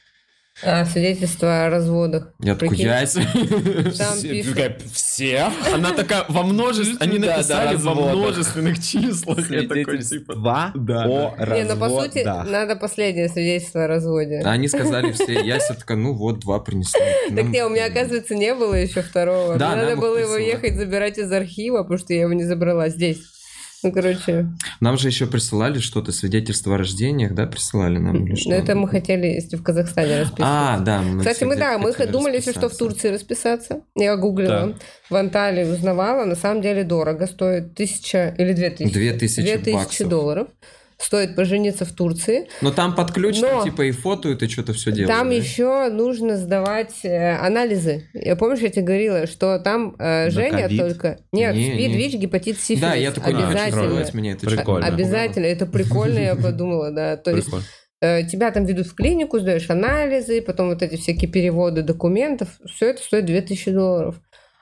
А, свидетельство о разводах. Я такой, Прикинь, яйца. Там Все- пишут. такая, все? Она такая во множестве, они Да, да, написали во разводах. множественных числах. Я такой, типа... Свидетельства Да, о Не, ну по сути, разводах. надо последнее свидетельство о разводе. А они сказали все, Яся такая, ну вот, два принесли. Так Нам- не, у меня, оказывается, не было еще второго. Да, Мне нам надо их было его присылали. ехать забирать из архива, потому что я его не забрала здесь. Ну, короче, Нам же еще присылали что-то, свидетельство о рождениях, да, присылали нам или что? ну это мы хотели, если в Казахстане расписаться. А, да. Мы, Кстати, мы, да, мы хотели думали, если что, в расписаться. Турции расписаться. Я гуглила, в Анталии узнавала. На самом деле дорого, стоит тысяча или две тысячи. Две тысячи Две тысячи баксов. долларов. Стоит пожениться в Турции. Но там под ключ, Но- типа, и фотоют, и что-то все делают. Там да? еще нужно сдавать э, анализы. Я помнишь, я тебе говорила, что там э, Женя ковид? только... Нет, Не, СПИД, не. ВИЧ, гепатит, сифилис. Да, я такой, не хочу обязательно. трогать, мне это Прикольно. что-то Обязательно. Это прикольно, я подумала, да. То есть Прикольно. э, тебя там ведут в клинику, сдаешь анализы, потом вот эти всякие переводы документов. Все это стоит две тысячи долларов.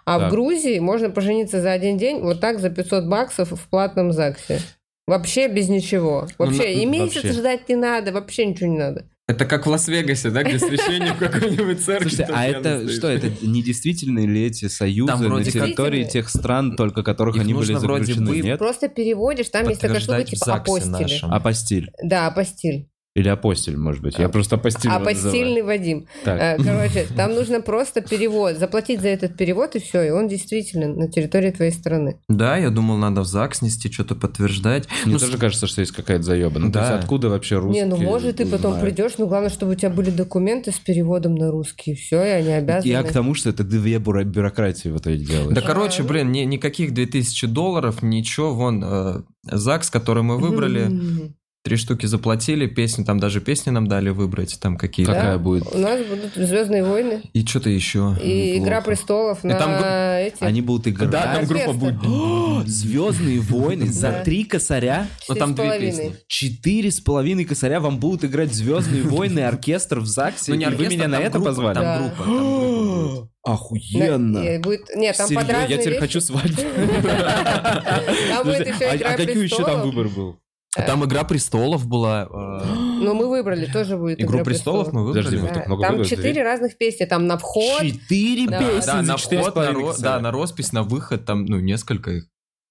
А Так. в Грузии можно пожениться за один день вот так за пятьсот баксов в платном ЗАГСе. Вообще без ничего. Вообще, Ну, и месяц вообще. ждать не надо, вообще ничего не надо. Это как в Лас-Вегасе, да, где священник в какой-нибудь церкви. Слушайте, а это что, это не действительные ли эти союзы Там на вроде как- территории тех стран, только которых Их они были нужно вроде заключены, бы нет? Просто переводишь, там есть такая штука типа апостили. Апостиль. Да, апостиль. Или апостиль, может быть. Я просто апостиль его называю. Апостильный Вадим. Так. Э, Короче, там нужно просто перевод. Заплатить за этот перевод, и все. И он действительно на территории твоей страны. Да, я думал, надо в ЗАГС нести, что-то подтверждать. Мне Ну, тоже кажется, что есть какая-то заеба. Ну, то Да. есть откуда вообще русские Не, ну может ты потом знают? придешь, но главное, чтобы у тебя были документы с переводом на русский. Все, и они обязаны. Я к тому, что это две буро- бюрократии вот эти делаешь. Да, короче, ну. блин, ни- никаких две тысячи долларов, ничего. Вон, э, ЗАГС, который мы выбрали, М. три штуки заплатили, песни, там даже песни нам дали выбрать, там какие-то. Какая Да, будет? У нас будут Звездные войны И что-то еще. и Неплохо. Игра престолов на там гру- эти. Они будут играть. Да, там группа Оркестр. будет. Звездные войны за Да. три косаря. Ну, Четыре там с две половиной. песни. Четыре с половиной косаря вам будут играть Звездные войны, оркестр в ЗАГСе. Ну, не и вы оркестр, меня на там это группа, позвали? Там Да. группа, там группа будет. Охуенно. Да, и будет... Нет, там под Серьезно, разные я теперь вещи. хочу свадьбу. Там будет Подожди, еще а- Игра А какой еще там престолов. выбор был? Там Игра престолов была. э, Ну, мы выбрали, тоже будет Игру Игра престолов мы Подожди, выбрали. вы Да, так много Там выбрали, четыре разных песни, там на вход. Четыре Да. песни Да, за на четыре с вход, на, половиной ро- косаря. да, на роспись, на выход, там, ну, несколько их.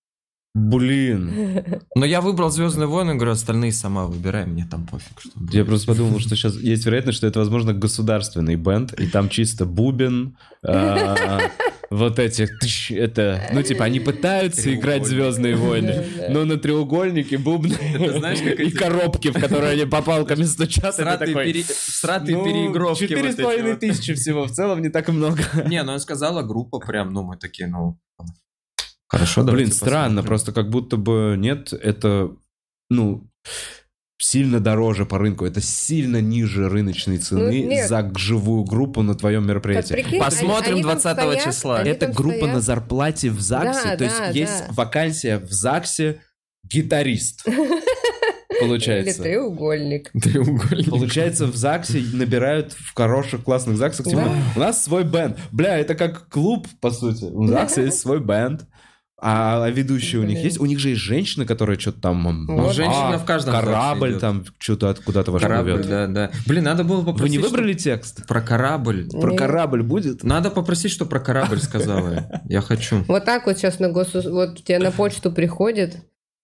Блин. Но я выбрал Звездные войны, говорю, остальные сама выбирай, мне там пофиг, что будет. Я просто подумал, что сейчас есть вероятность, что это, возможно, государственный бенд, и там чисто бубен, а, вот эти, тыщ, это, ну, типа, они пытаются играть в Звездные войны, Да, да. но на треугольнике бубны знаешь, как и эти- коробки, в которые они попалками стучат. это Сратые, такой, пере- сратые ну, переигровки. Четыре вот с эти половиной вот. тысячи всего, в целом не так и много. Не, ну я сказала группа прям, ну мы такие, ну... Хорошо, Блин, давайте странно, посмотрим. просто как будто бы нет, это, ну, сильно дороже по рынку, это сильно ниже рыночной цены Ну, нет. за живую группу на твоем Так, мероприятии. прикинь, Посмотрим они- они там двадцатого стоят, числа. они Это там группа стоят. на зарплате в ЗАГСе, Да, то есть да, есть да. вакансия в ЗАГСе гитарист, Или получается. треугольник. Треугольник. Получается, в ЗАГСе набирают в хороших, классных ЗАГСах. Типа, Да. у нас свой бенд. Бля, это как клуб, по сути. У ЗАГСа есть свой бенд. А ведущие у них Блин. есть? У них же есть женщина, которая что-то там... м, Вот. а, Женщина в каждом корабль ЗАГСе там, что-то от- куда-то ваш Корабль, плывет. да, да. Блин, надо было Вы попросить... не что- выбрали текст? Про корабль. Про Нет. корабль будет? Надо попросить, что про корабль сказала. Я хочу. Вот так вот сейчас на гос... Вот тебе на почту приходит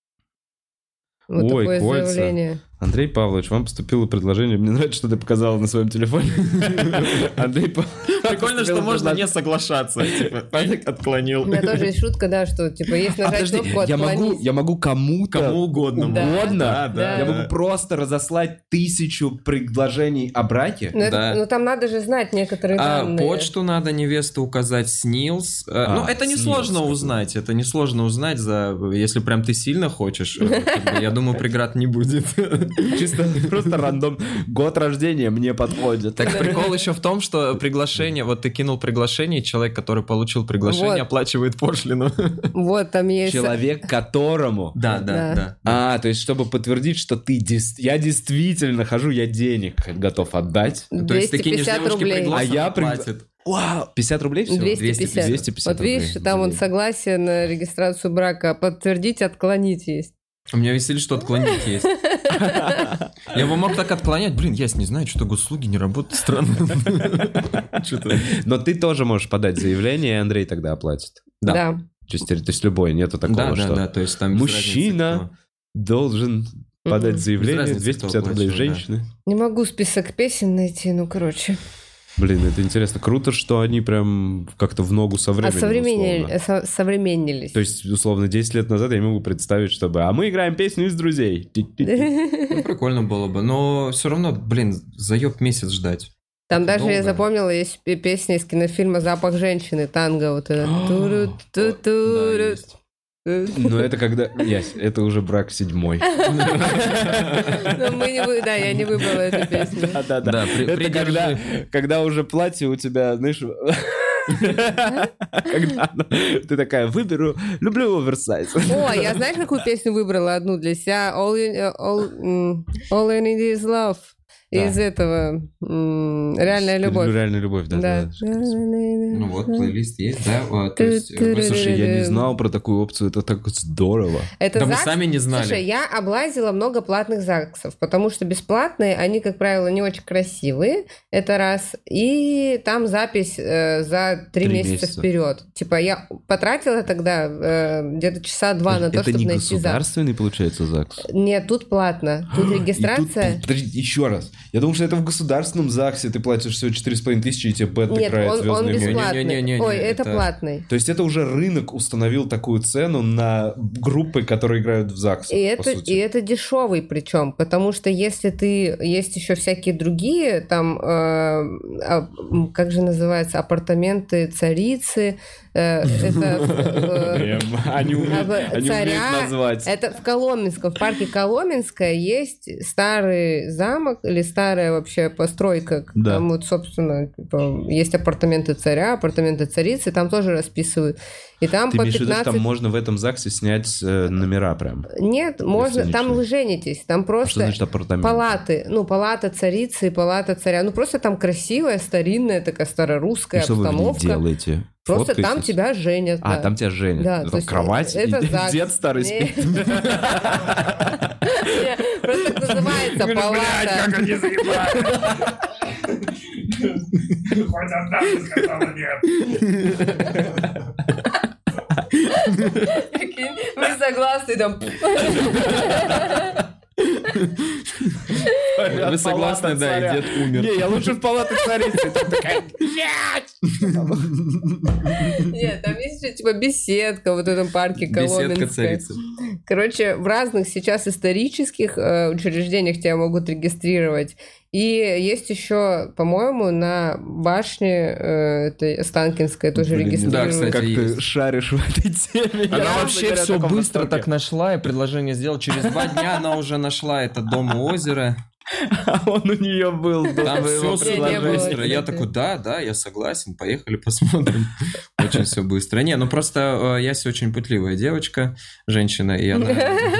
вот Ой, такое кольца. заявление. Андрей Павлович, вам поступило предложение. Мне нравится, что ты показала на своем телефоне. Андрей Павлович. Прикольно, что можно не соглашаться. Типа, так отклонил. У меня тоже есть шутка, да, что типа есть А, нажать подожди, кнопку я могу, «Отклонить». я могу кому-то Кому угодно. Да. угодно, Да, да. я могу просто разослать тысячу предложений о браке. Ну, это- Да. ну, там надо же знать некоторые А данные. почту надо невесту указать, СНИЛС. Э, А, ну, это СНИЛС несложно какой. узнать. Это несложно узнать, за, если прям ты сильно хочешь. э, как бы, я думаю, преград не будет. Чисто просто рандом. Год рождения мне подходит. Так прикол еще в том, что приглашение, вот ты кинул приглашение, и человек, который получил приглашение, Вот. оплачивает пошлину. Вот, там есть... Человек, которому... Да, да, Да. да. А, то есть, чтобы подтвердить, что ты дес- я действительно хожу, я денег готов отдать. То есть ты кинешь двести пятьдесят девушке рублей. приглас, А я она при- платит. Вау, пятьдесят рублей всего? двести пятьдесят. двести пятьдесят Вот видишь, рублей. там он Блин. согласие на регистрацию брака. Подтвердить, отклонить есть. У меня веселит, что отклонить есть. Я бы мог так отклонять. Блин, я не знаю, что госуслуги не работают. Странно. Что-то... Но ты тоже можешь подать заявление, и Андрей тогда оплатит. Да. Да. То есть, то есть любой, нету такого, Да, да, что да, то есть там без мужчина разницы, должен подать Мгм. заявление, Без разницы, двести пятьдесят кто рублей оплачивает, женщины. Не могу список песен найти, ну, короче. Блин, это интересно. Круто, что они прям как-то в ногу со А временем, современнили- условно. со- современнились. То есть, условно, десять лет назад я не могу представить, чтобы... А мы играем песню из друзей. кто. Ну, прикольно было бы. Но все равно, блин, заеб месяц ждать. Там даже я долго. запомнила, есть пе- песня из кинофильма «Запах женщины», танго вот это. Туру, ту, Да, туру. есть. Но это когда... Ясь, это уже брак седьмой. Но мы не вы- Да, я не выбрала эту песню. Да-да-да. Да, при- Это придержи. когда, когда уже платье у тебя, знаешь... Когда оно- ты такая, выберу, люблю оверсайз. О, я знаешь, какую песню выбрала одну для себя? All you, all, м, all you need is love. из этого м, «Реальная любовь». Реальная любовь, да. Да. да. Ну вот, плейлист есть, да? Вот, то есть, Ты- вы- ты- Слушай, я не знал про такую опцию, это так здорово. Это Да мы ЗАГС? сами не знали. Слушай, я облазила много платных ЗАГСов, потому что бесплатные, они, как правило, не очень красивые, это раз, и там запись э, за три Три месяца, месяца. вперед. Типа я потратила тогда э, где-то часа два на то, Это чтобы не найти ЗАГС. государственный, получается, ЗАГС? Нет, тут платно, тут И регистрация. тут- подожди, еще раз. Я думал, что это в государственном ЗАГСе ты платишь всего четыре с половиной тысячи, и тебе бет Нет, играет он, он «Звездные войны». бесплатный. Не-не-не-не-не, Ой, это, это- платный. То есть это уже рынок установил такую цену на группы, которые играют в ЗАГСе, И по это, сути. и это дешевый причем, потому что если ты... Есть еще всякие другие, там, э, а, м, как же называется, апартаменты царицы, э, это... э, Эм, Они умеют а, они царя. умеют назвать. Это в Коломенском, в парке Коломенское есть старый замок или старая вообще постройка. Да. Там вот, собственно, типа, есть апартаменты царя, апартаменты царицы, там тоже расписывают. И там Ты по имеешь в виду, что пятнадцать... там можно в этом ЗАГСе снять э, номера прям? Нет, можно, там Гостиничные. вы женитесь, там А что просто значит апартаменты? палаты, ну, палата царицы и палата царя. Ну, просто там красивая, старинная, такая И старорусская что вы в ней обстановка. делаете? Просто там Фоткаетесь? тебя женят. А, да. там тебя женят. Да, Там то есть кровать, это и ЗАГС. дед старый Не. спит. Просто так называется палата. они заебали. Хоть одна бы сказала нет. Прикинь, вы согласны там. Вы согласны, да, и дед умер. Не, я лучше в палате царицы. Там такая... Нет, там есть же типа беседка вот в этом парке Беседка Коломенская. царицы. Короче, в разных сейчас исторических э, учреждениях тебя могут регистрировать. И есть еще, по-моему, на башне э, этой Останкинской тоже Блин, не знаю, регистрируют. кстати, Как ты есть. шаришь в этой теме. Я, Она честно вообще говоря, в все таком быстро восторге. так нашла и предложение сделала. Через два дня она уже нашла этот дом у озера. А он у нее был до Там твоего все не супер было, быстро. Я кстати. такой, да, да, я согласен, поехали посмотрим. Очень все быстро. Не, ну просто э, Яся очень пытливая девочка, женщина, и она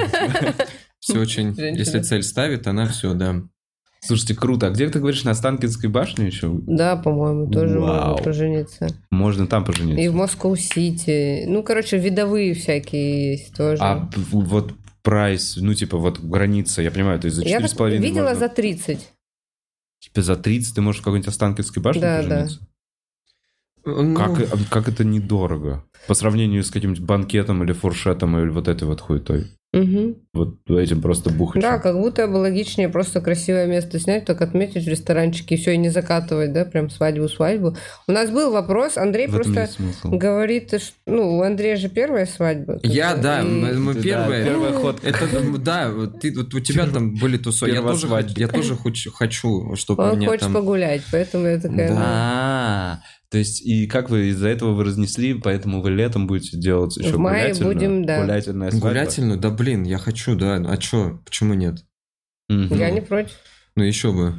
все очень, Женщина. если цель ставит, она все, да. Слушайте, круто. А где ты говоришь, на Останкинской башне еще? Да, по-моему, тоже Вау. можно пожениться. Можно там И пожениться. в Москва-Сити. Ну, короче, видовые всякие есть тоже. А п- вот прайс, ну, типа, вот граница, я понимаю, то есть за Я четыре с так половиной видела можно... за тридцать. Типа за тридцать ты можешь в какой-нибудь Останкинской башне Да, пожениться? Ну, Как, а как это недорого? По сравнению с каким-нибудь банкетом или фуршетом или вот этой вот хуетой. Мгм. Вот этим просто бухать. Да, как будто бы логичнее просто красивое место снять, так отметить в ресторанчике и все, и не закатывать, да, прям свадьбу-свадьбу. У нас был вопрос, Андрей В этом просто есть смысл. говорит, что, ну, у Андрея же первая свадьба. как Я, бы, да, и- мы, мы Да, первые. первая ходка. Это, да, вот ты, вот у тебя там были тусовки. Я первая тоже, свадьба. я тоже хочу, хочу, чтобы Он мне хочет там... погулять, поэтому я такая... ну, А, то есть, и как вы из-за этого вы разнесли, поэтому вы летом будете делать еще В мае гулятельную? будем, да. Гулятельная свадьба? Гулятельную? Да блин, я хочу, да. А чё? Почему нет? Мгм. Я не против. Ну еще бы.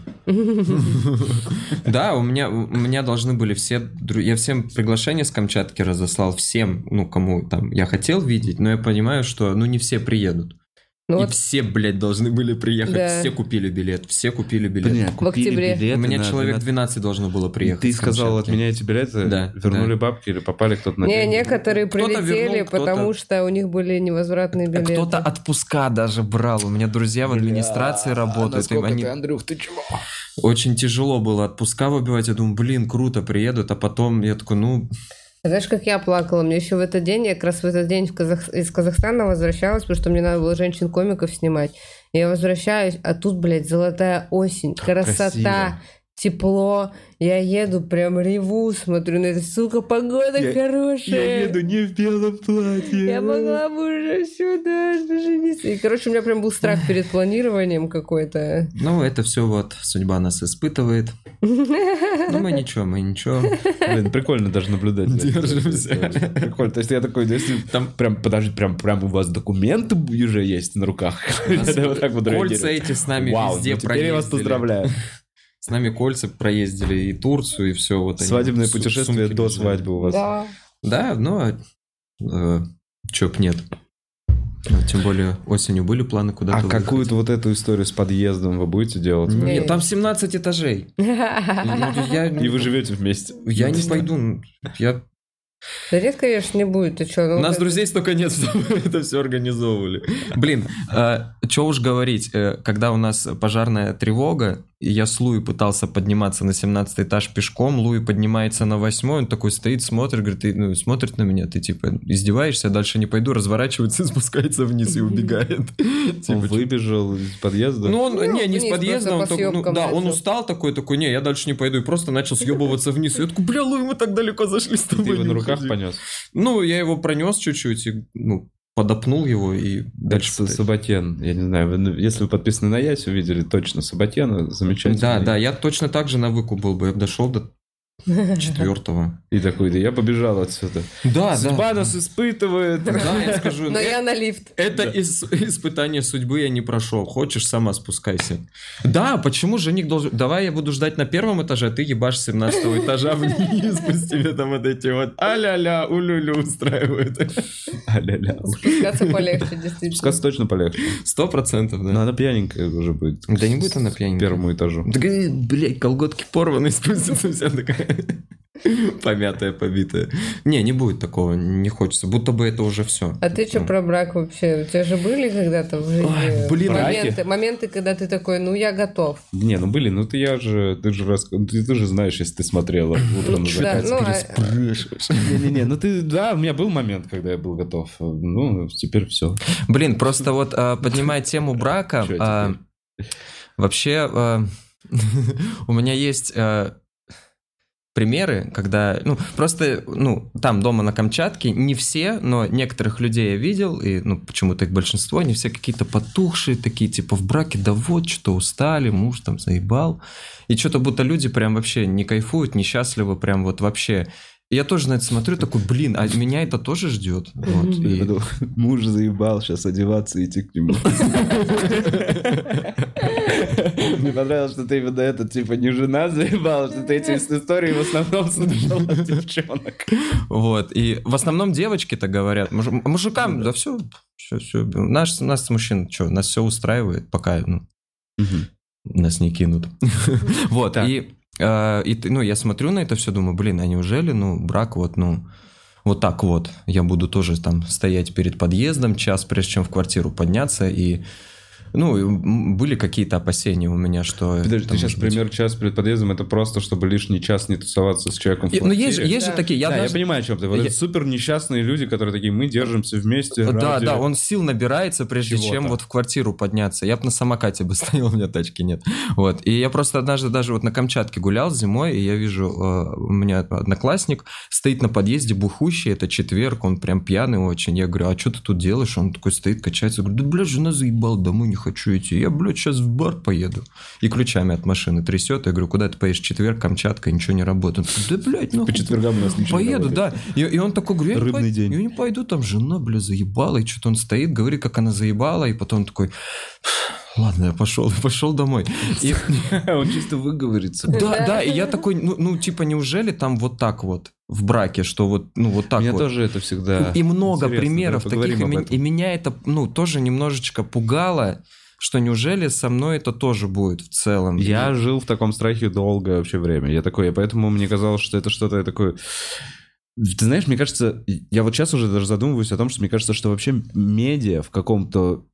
Да, у меня, у меня должны были все... дру- Я всем приглашения с Камчатки разослал, всем, ну, кому там я хотел видеть, но я понимаю, что, ну, не все приедут. Ну, И вот все, блядь, должны были приехать. Да. Все купили билет, все купили билет. Блин, В купили октябре. билеты У меня на человек двенадцать. двенадцать должно было И приехать. ты с сказал, Камчатки. отменяйте билеты, Да, вернули да. бабки или попали кто-то на не, деньги? некоторые Кто-то прилетели, вернул, кто-то- потому что у них были невозвратные билеты. Кто-то отпуска даже брал. У меня друзья в администрации работают. и они... Андрюх, ты чего? Очень тяжело было отпуска выбивать. Я думаю, блин, круто, приедут. А потом я такой, ну, Знаешь, как я плакала? Мне еще в этот день, я как раз в этот день в Казах... из Казахстана возвращалась, потому что мне надо было женщин-комиков снимать. Я возвращаюсь, а тут, блядь, золотая осень, красота, красиво. тепло. Я еду, прям реву, смотрю на это, сука, погода Я- хорошая. Я еду не в белом платье. Я могла бы уже сюда жениться. И, короче, у меня прям был страх перед планированием какой-то. ну, это все вот судьба нас испытывает. Ну, мы ничего, мы ничего. Блин, прикольно даже наблюдать. Держимся. Прикольно. То есть я такой, если там прям, подожди, прям, прям у вас документы уже есть на руках. Вот так вот Кольца реагировать. эти с нами Вау, везде ну теперь я вас проездили. поздравляю. С нами кольца проездили и Турцию, и все. Вот они Свадебное в су- путешествие сумки до держали. свадьбы у вас. Да. Да, ну, а, э, чё б нет. Ну, тем более осенью были планы куда-то А выехать. какую-то вот эту историю с подъездом вы будете делать? Нет, там семнадцать этажей. Ну, я, И вы живете вместе? я не пойду. Я... Да нет, конечно, не будет. Ты что? У нас друзей столько нет, чтобы это все организовывали. Блин, что уж говорить, э, когда у нас пожарная тревога, и я с Луи пытался подниматься на семнадцатый этаж пешком, Луи поднимается на восьмой, он такой стоит, смотрит, говорит, ты, ну, смотрит на меня, ты типа издеваешься, дальше не пойду, разворачивается и спускается вниз и убегает. Он выбежал из подъезда? Ну, он, Ну, не, не с вниз подъезда, он просто по только, ну, съёмкам да, он начал. устал такой, такой, не, я дальше не пойду, и просто начал съебываться вниз. И я такой, бля, Луи, мы так далеко зашли с Ты тобой. его не на руках уходи». понес? Ну, я его пронес чуть-чуть, и, ну, подопнул его, и дальше... Дальше Сабатьян, я не знаю, вы- если вы подписаны на Ясь, увидели точно Сабатьяна, замечательно. Да, да, я точно так же на выкуп был бы, я бы дошел до четвертого. И такой, да я побежал отсюда. Да, Судьба да. нас испытывает. Да, я скажу, Но э- я на лифт. это ис- испытание судьбы я не прошел. Хочешь, сама спускайся. Да, почему жених должен... Давай я буду ждать на первом этаже, а ты ебашь с семнадцатого этажа вниз, пусть тебе там вот эти вот а-ля-ля, улю-лю устраивают. А-ля-ля. Спускаться полегче, действительно. Спускаться точно полегче. Сто процентов, Но да. она пьяненькая уже будет. Да не будет она К пьяненькая. первому этажу. Так, э, блядь, колготки порваны, спустится вся такая помятая, побитая. Не, не будет такого, не хочется. Будто бы это уже все. А ты что про брак вообще? У тебя же были когда-то в жизни Ой, блин, моменты, браки? моменты, когда ты такой, ну я готов. Не, ну были, ну ты я же, ты же раз, ты, ты же знаешь, если ты смотрела «Утро на Да, закате». ну, а- Спрашиваешь. Не-не-не, ну ты, да, у меня был момент, когда я был готов. Ну, теперь все. Блин, просто вот а, поднимая тему брака, Чё а, вообще а, у меня есть а, примеры, когда, ну, просто, ну, там дома на Камчатке не все, но некоторых людей я видел, и, ну, почему-то их большинство, они все какие-то потухшие, такие, типа, в браке, да вот, что устали, муж там заебал, и что-то будто люди прям вообще не кайфуют, несчастливы, прям вот вообще. И я тоже на это смотрю, такой, блин, а меня это тоже ждет. Вот, Я и- подумал, муж заебал, сейчас одеваться и идти к нему. Мне понравилось, что ты именно это, типа, не жена заебала, что ты эти истории в основном слышал от девчонок. Вот, и в основном девочки-то говорят, муж- мужикам, да все, все, все, наш, нас мужчин, что, нас все устраивает, пока, ну, нас не кинут. Вот, Так. и, э, и ты- ну, я смотрю на это все, думаю, блин, а неужели, ну, брак вот, ну, вот так вот, я буду тоже там стоять перед подъездом час, прежде чем в квартиру подняться, и, ну, и м, были какие-то опасения у меня, что... Подожди, там, ты сейчас может быть- пример час перед подъездом, это просто, чтобы лишний час не тусоваться с человеком в И- Ну, есть, же- квартире? есть же Да. такие, я Да, я даже- понимаю, о чем ты. Вот Я- это супер несчастные люди, которые такие, мы держимся вместе Да, ради да, он сил набирается, прежде чего-то. чем вот в квартиру подняться. Я бы на самокате бы стоял, у меня тачки нет. Вот. И я просто однажды даже вот на Камчатке гулял зимой, и я вижу, э, у меня одноклассник стоит на подъезде бухущий, это четверг, он прям пьяный очень. Я говорю, а что ты тут делаешь? Он такой стоит, качается. Я говорю, да, блядь, жена заебала, домой не хочу идти. Я, блядь, сейчас в бар поеду. И ключами от машины трясет. Я говорю, куда ты поедешь? Четверг, Камчатка, ничего не работает. Он такой, да, блядь, нахуй. По четвергам у нас ничего не Поеду, работает. да. И, и он такой, говорю, я не, Рыбный пой- день. я не пойду, там жена, бля, заебала, и что-то он стоит, говорит, как она заебала, и потом такой, ладно, я пошел, и пошел домой. И- Он чисто выговорится. да, да, и я такой, ну, ну, типа, неужели там вот так вот в браке, что вот, ну, вот так Меня вот. тоже это всегда И много интересно, примеров да, таких, поговорим и, об мен- этом. и меня это, ну, тоже немножечко пугало, что неужели со мной это тоже будет в целом. Я жил в таком страхе долгое вообще время. Я такой, и поэтому мне казалось, что это что-то такое... Ты знаешь, мне кажется, я вот сейчас уже даже задумываюсь о том, что мне кажется, что вообще медиа в каком-то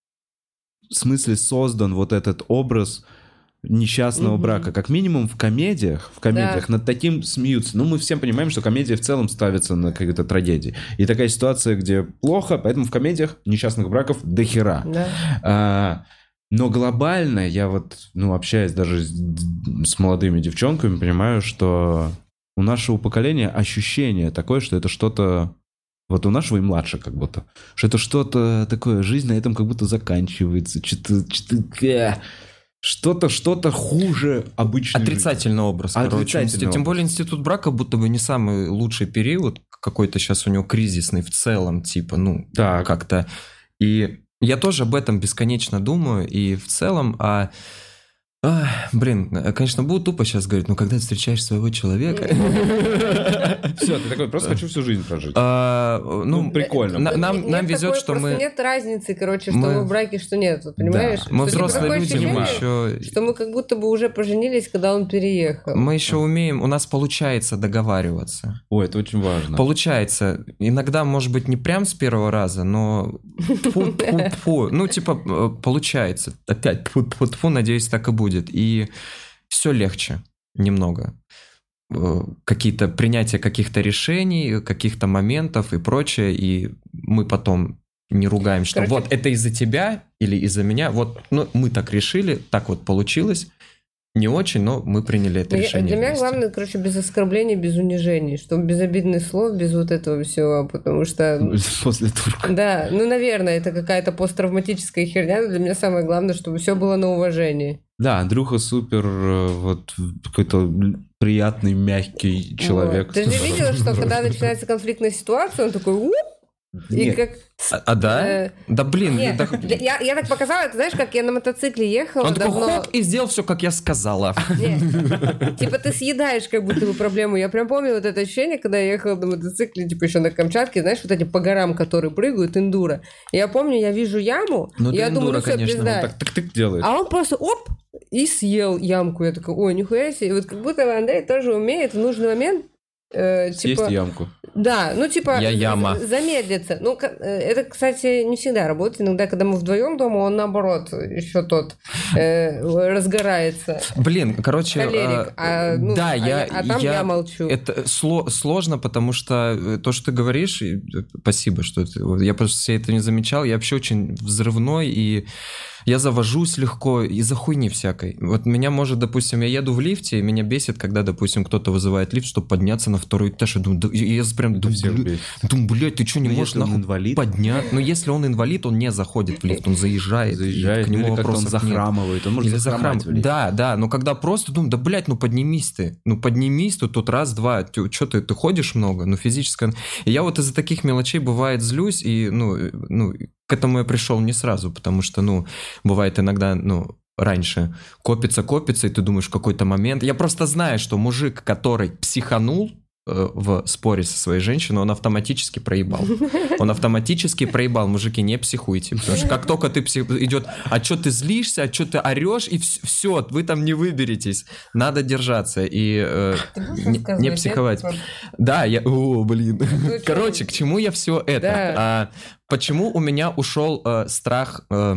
смысле создан вот этот образ несчастного Мгм. брака. Как минимум в комедиях, в комедиях Да. над таким смеются. Ну, мы всем понимаем, что комедия в целом ставится на какой-то трагедии. И такая ситуация, где плохо, поэтому в комедиях несчастных браков до хера. Да. А, но глобально я вот, ну, общаясь даже с, с молодыми девчонками, понимаю, что у нашего поколения ощущение такое, что это что-то... Вот у нашего и младше как будто. Что это что-то такое, жизнь на этом как будто заканчивается. Что-то... Что-то, э, что-то, что-то хуже обычной жизни. Отрицательный образ, короче. Отрицательный Тем образ. более институт брака будто бы не самый лучший период, какой-то сейчас у него кризисный в целом, типа, ну, Так. как-то. И я тоже об этом бесконечно думаю, и в целом, а Ах, блин, конечно, буду тупо сейчас говорить, но когда ты встречаешь своего человека... Все, ты такой, просто хочу всю жизнь прожить. а, Ну, Ну, прикольно. на- нам, Нет нам везет, такой, что просто мы... нет разницы, короче, что мы- мы в браке, что нет, вот, понимаешь? Да, мы Что, типа, взрослые такое люди, мы ощущение, еще... что мы как будто бы уже поженились, когда он переехал. Мы еще умеем, у нас получается договариваться. Ой, это очень важно. Получается. Иногда, может быть, не прям с первого раза, но тьфу-тьфу-тьфу. Ну, типа, э, получается. Опять тьфу-тьфу-тьфу, надеюсь, так и будет. И все легче немного. Э, Какие-то принятие каких-то решений, каких-то моментов и прочее. И мы потом не ругаем, что Короче- вот это из-за тебя или из-за меня. Вот, ну, мы так решили, так вот получилось. Не очень, но мы приняли это Но я- решение. Для меня вместе. главное, короче, без оскорблений, без унижений, чтобы без обидных слов, без вот этого всего, потому что... После турка. Да, ну, наверное, это какая-то посттравматическая херня, но для меня самое главное, чтобы все было на уважении. Да, Андрюха супер, э, вот какой-то приятный, мягкий человек. Вот. Ты же видела, что когда начинается конфликтная ситуация, он такой уп, и Нет. как... А, а да? Э, Да блин, Нет, да- для- я, я так показала, это знаешь, как я на мотоцикле ехала он такой давно. хоп и сделал все, как я сказала. Нет. Типа ты съедаешь как будто бы проблему. Я прям помню вот это ощущение, когда я ехала на мотоцикле, типа еще на Камчатке, знаешь, вот эти по горам, которые прыгают, эндуро. И я помню, я вижу яму, Ну, и ты я думаю, эндуро, ну все, конечно, пизда. Так тык-тык делает. А он просто оп, и съел ямку. Я такая, ой, нихуя себе. И вот как будто Андрей тоже умеет в нужный момент э, Съесть типа, ямку. да, ну типа Я яма. з- замедлиться. Ну, ка- э, это, кстати, не всегда работает. Иногда, когда мы вдвоем дома, он наоборот еще тот э, разгорается. Блин, короче... Холерик. э, А, ну, да, а я, я- а там я молчу. Это сло- сложно, потому что э, то, что ты говоришь, и, э, спасибо, что ты... вот я просто все это не замечал, я вообще очень взрывной, и я завожусь легко из-за хуйни всякой. Вот меня может, допустим, я еду в лифте, и меня бесит, когда, допустим, кто-то вызывает лифт, чтобы подняться на второй этаж. Я думаю, да, и я прям думаю, всех бля- бесит. думаю, блядь, ты что, не Ну, можешь если он нахуй инвалид. поднять? Ну, если он инвалид, он не заходит в лифт, он заезжает. и Заезжает, к нему или как-то он вопросов нет. захрамывает. Он может Или захромать захрам... в лифте. Да, да, но когда просто думаю, да, блядь, ну поднимись ты, ну поднимись ты тут раз-два, что ты, ты ходишь много, ну физическое... И я вот из-за таких мелочей бывает злюсь, и, ну, э, ну, к этому я пришел не сразу, потому что, ну, бывает иногда, ну, раньше копится, копится, и ты думаешь в какой-то момент... Я просто знаю, что мужик, который психанул, в споре со своей женщиной, он автоматически проебал. Он автоматически проебал. Мужики, не психуйте. Потому что как только ты псих... идет, а что ты злишься, а что ты орешь, и все, вы там не выберетесь. Надо держаться и э, не, не психовать. Да, я... О, блин. Короче, к чему я все это? Да. А, почему у меня ушел э, страх э,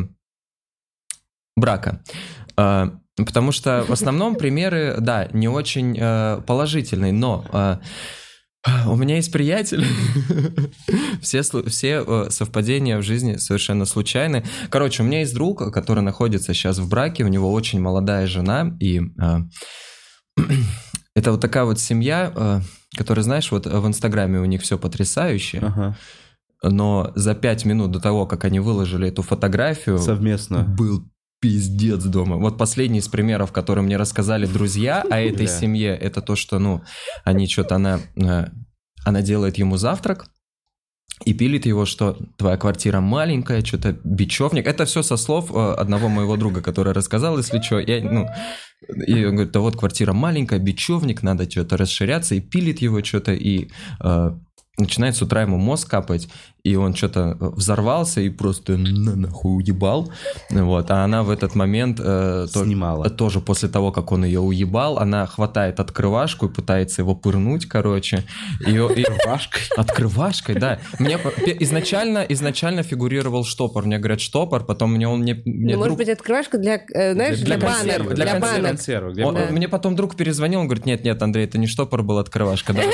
брака? А, Потому что в основном примеры, да, не очень э, положительные, но э, у меня есть приятель, все, слу- все э, совпадения в жизни совершенно случайны. Короче, у меня есть друг, который находится сейчас в браке, у него очень молодая жена, и э, это вот такая вот семья, э, которая, знаешь, вот в Инстаграме у них все потрясающе, Ага. но за пять минут до того, как они выложили эту фотографию, Совместно. был пиздец дома. Вот последний из примеров, которые мне рассказали друзья о этой Бля. семье, это то, что, ну, они что-то, она, э, она делает ему завтрак и пилит его, что твоя квартира маленькая, что-то бечевник. Это все со слов э, одного моего друга, который рассказал, если что. Я, ну, и он говорит, да вот квартира маленькая, бечевник, надо что-то расширяться, и пилит его что-то, и... э, начинает с утра ему мозг капать, и он что-то взорвался и просто на нахуй уебал. Вот. А она в этот момент э, то- Снимала. тоже после того, как он ее уебал, она хватает открывашку и пытается его пырнуть, короче. Ее, и... Открывашкой? Открывашкой, да. Мне по- пе- изначально, изначально фигурировал штопор. Мне говорят штопор, потом мне он... Мне, мне Ну, может друг- быть, открывашка для, э, знаешь, Для для, консервы, банок. для Для, консервы. банок. Консервы, где Он- Да. Мне потом друг перезвонил, он говорит, нет, нет, Андрей, это не штопор был, открывашка, давай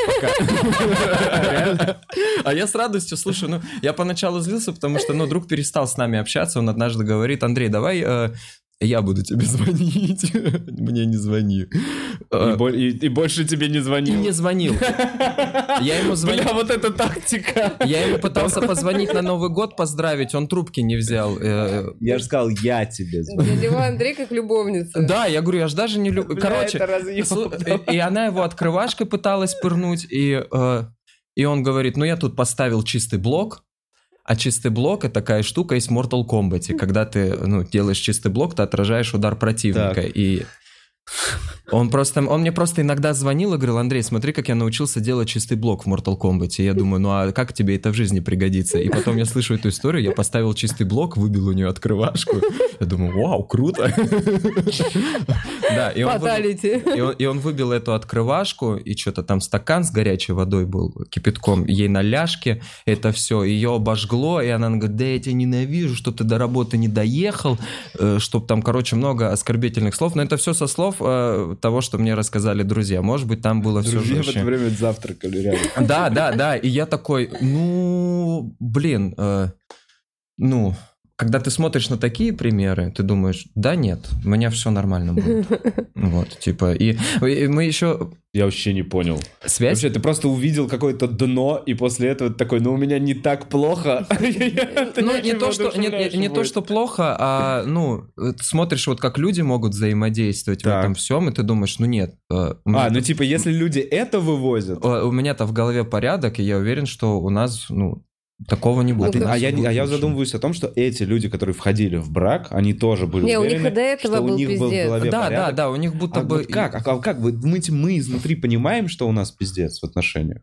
пока. А я с радостью, слушай, ну, я поначалу злился, потому что, ну, друг перестал с нами общаться, он однажды говорит, Андрей, давай э, я буду тебе звонить, мне не звони. И, Э, бо- и- и больше тебе не И звонил. не звонил. Я ему звонил. Бля, вот это тактика. Я ему пытался позвонить на Новый год, поздравить, он трубки не взял. Э, Я же сказал, я тебе звоню. Для него Андрей как любовница. Да, я говорю, я же даже не люблю. Бля, Короче, это разъёб. слу- и, и она его открывашкой пыталась пырнуть, и, э, и он говорит, ну я тут поставил чистый блок, А чистый блок — это такая штука есть в Mortal Kombat. Когда ты, ну, делаешь чистый блок, ты отражаешь удар противника. Так. И он просто, он мне просто иногда звонил и говорил: Андрей, смотри, как я научился делать чистый блок в Mortal Kombat. И я думаю, ну а как тебе это в жизни пригодится? И потом я слышу эту историю, я поставил чистый блок, выбил у нее открывашку. Я думаю, вау, круто. Да, и он, выбил, и, он, и он выбил эту открывашку, и что-то там стакан с горячей водой был, кипятком, ей на ляжке, это все, ее обожгло, и она говорит: да я тебя ненавижу, что ты до работы не доехал, чтобы там, короче, много оскорбительных слов, но это все со слов э, того, что мне рассказали друзья, может быть, там было все Друзья жестче. в это время завтракали рядом. Да, да, да, и я такой, ну, блин, э, ну... Когда ты смотришь на такие примеры, ты думаешь, да нет, у меня все нормально будет. Вот, типа, и, и мы еще... Я вообще не понял. Связь? Вообще, ты просто увидел какое-то дно, и после этого ты такой, ну, у меня не так плохо. Ну, не то, что, не, не то, что плохо, а, ну, ты смотришь, вот как люди могут взаимодействовать в этом всем, и ты думаешь, ну, нет. А, ну, типа, если люди это вывозят... У меня-то в голове порядок, и я уверен, что у нас, ну, такого не будет. А, ты, а, я, а я задумываюсь о том, что эти люди, которые входили в брак, они тоже были не, уверены, у них и до этого что был у них пиздец. был в голове да, порядок. Да, да, у них будто а бы... Вот как? А, а как? Вы, мы, мы изнутри понимаем, что у нас пиздец в отношениях?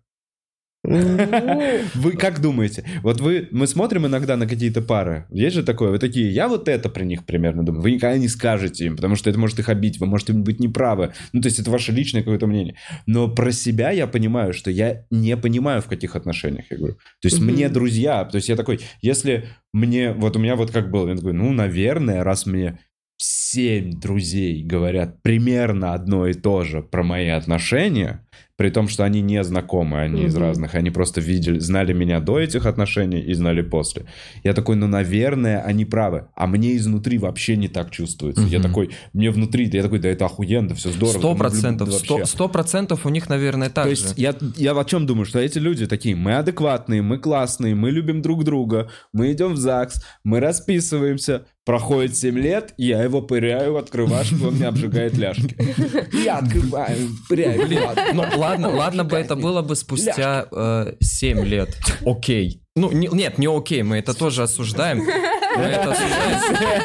Вы как думаете? Вот вы, мы смотрим иногда на какие-то пары, есть же такое, вы такие, я вот это при них примерно думаю, вы никогда не скажете им, потому что это может их обидеть, вы можете быть неправы, ну то есть это ваше личное какое-то мнение, но про себя я понимаю, что я не понимаю, в каких отношениях я говорю, то есть мне друзья, то есть я такой, если мне, вот у меня вот как было, я такой, ну наверное, раз мне семь друзей говорят примерно одно и то же про мои отношения, при том, что они не знакомы, они mm-hmm. из разных, они просто видели, знали меня до этих отношений и знали после. Я такой, ну, наверное, они правы, а мне изнутри вообще не так чувствуется. Mm-hmm. Я такой, мне внутри, я такой, да это охуенно, да все здорово. Сто процентов, сто процентов у них, наверное, так То же. есть я, я о чем думаю, что эти люди такие, мы адекватные, мы классные, мы любим друг друга, мы идем в ЗАГС, мы расписываемся, проходит семь лет, я его пыряю, открывашку, он мне обжигает ляжки. Я открываю, пыряю. Блин, ну ладно, ладно бы это было бы спустя э, семь лет. Окей. Ну, не, нет, не окей, мы это тоже осуждаем. Мы это осуждаем.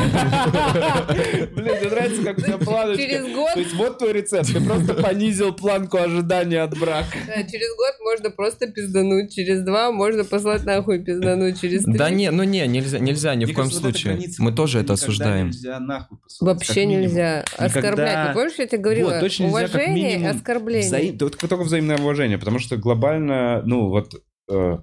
Блин, мне нравится, как у тебя планочка. Через год... То есть вот твой рецепт, ты просто понизил планку ожидания от брака. Да, через год можно просто пиздануть, через два можно послать нахуй пиздануть, через три... Да не, ну не, нельзя, нельзя ни Мне в коем кажется, вот случае. Мы тоже это осуждаем. Нельзя нахуй посылать, Вообще нельзя. Никогда... Оскорблять. Ты помнишь, я тебе говорила? Вот, точно нельзя, как Уважение, минимум, оскорбление. Взаим... Только взаимное уважение, потому что глобально, ну вот... Э...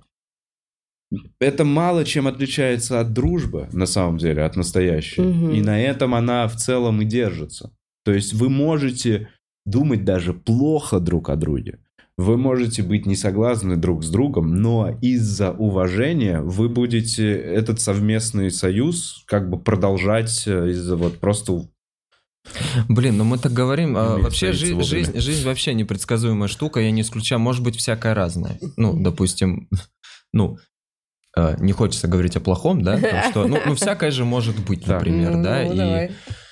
Это мало чем отличается от дружбы, на самом деле, от настоящей. Угу. И на этом она в целом и держится. То есть вы можете думать даже плохо друг о друге. Вы можете быть не согласны друг с другом, но из-за уважения вы будете этот совместный союз как бы продолжать из-за вот просто... Блин, ну мы так говорим, а вообще жизнь, жизнь, жизнь, жизнь вообще непредсказуемая штука, я не исключаю, может быть всякое разное. Ну, допустим, ну... Не хочется говорить о плохом, да, потому что, ну, ну всякое же может быть, например, ну, да, ну, и... давай.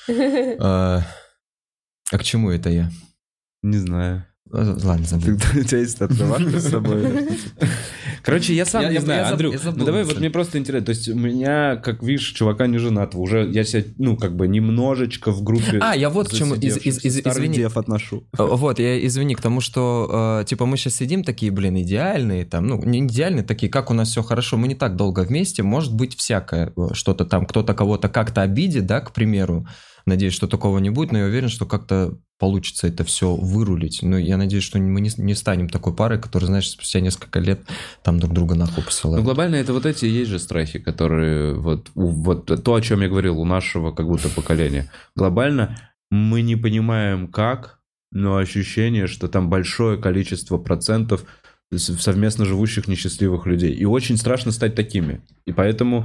А, а к чему это я? Не знаю. Ладно, забыл. У тебя есть открывашка с собой? Короче, я сам я, не я, знаю, я Андрюх, я забыл, ну давай, мысль. вот мне просто интересно, то есть у меня, как видишь, чувака не женатого, уже я себя, ну, как бы немножечко в группе... А, я вот к чему, из, из, из, старый извини. дев отношу. Вот, я извини, к тому, что, э, типа, мы сейчас сидим такие, блин, идеальные, там, ну, не идеальные, такие, как у нас все хорошо, мы не так долго вместе, может быть всякое, что-то там, кто-то кого-то как-то обидит, да, к примеру. Надеюсь, что такого не будет, но я уверен, что как-то получится это все вырулить. Но я надеюсь, что мы не, не станем такой парой, которая, знаешь, спустя несколько лет там друг друга нахуй посылают. Ну, глобально это вот эти и есть же страхи, которые... Вот, вот то, о чем я говорил, у нашего как будто поколения. Глобально мы не понимаем как, но ощущение, что там большое количество процентов совместно живущих несчастливых людей. И очень страшно стать такими. И поэтому...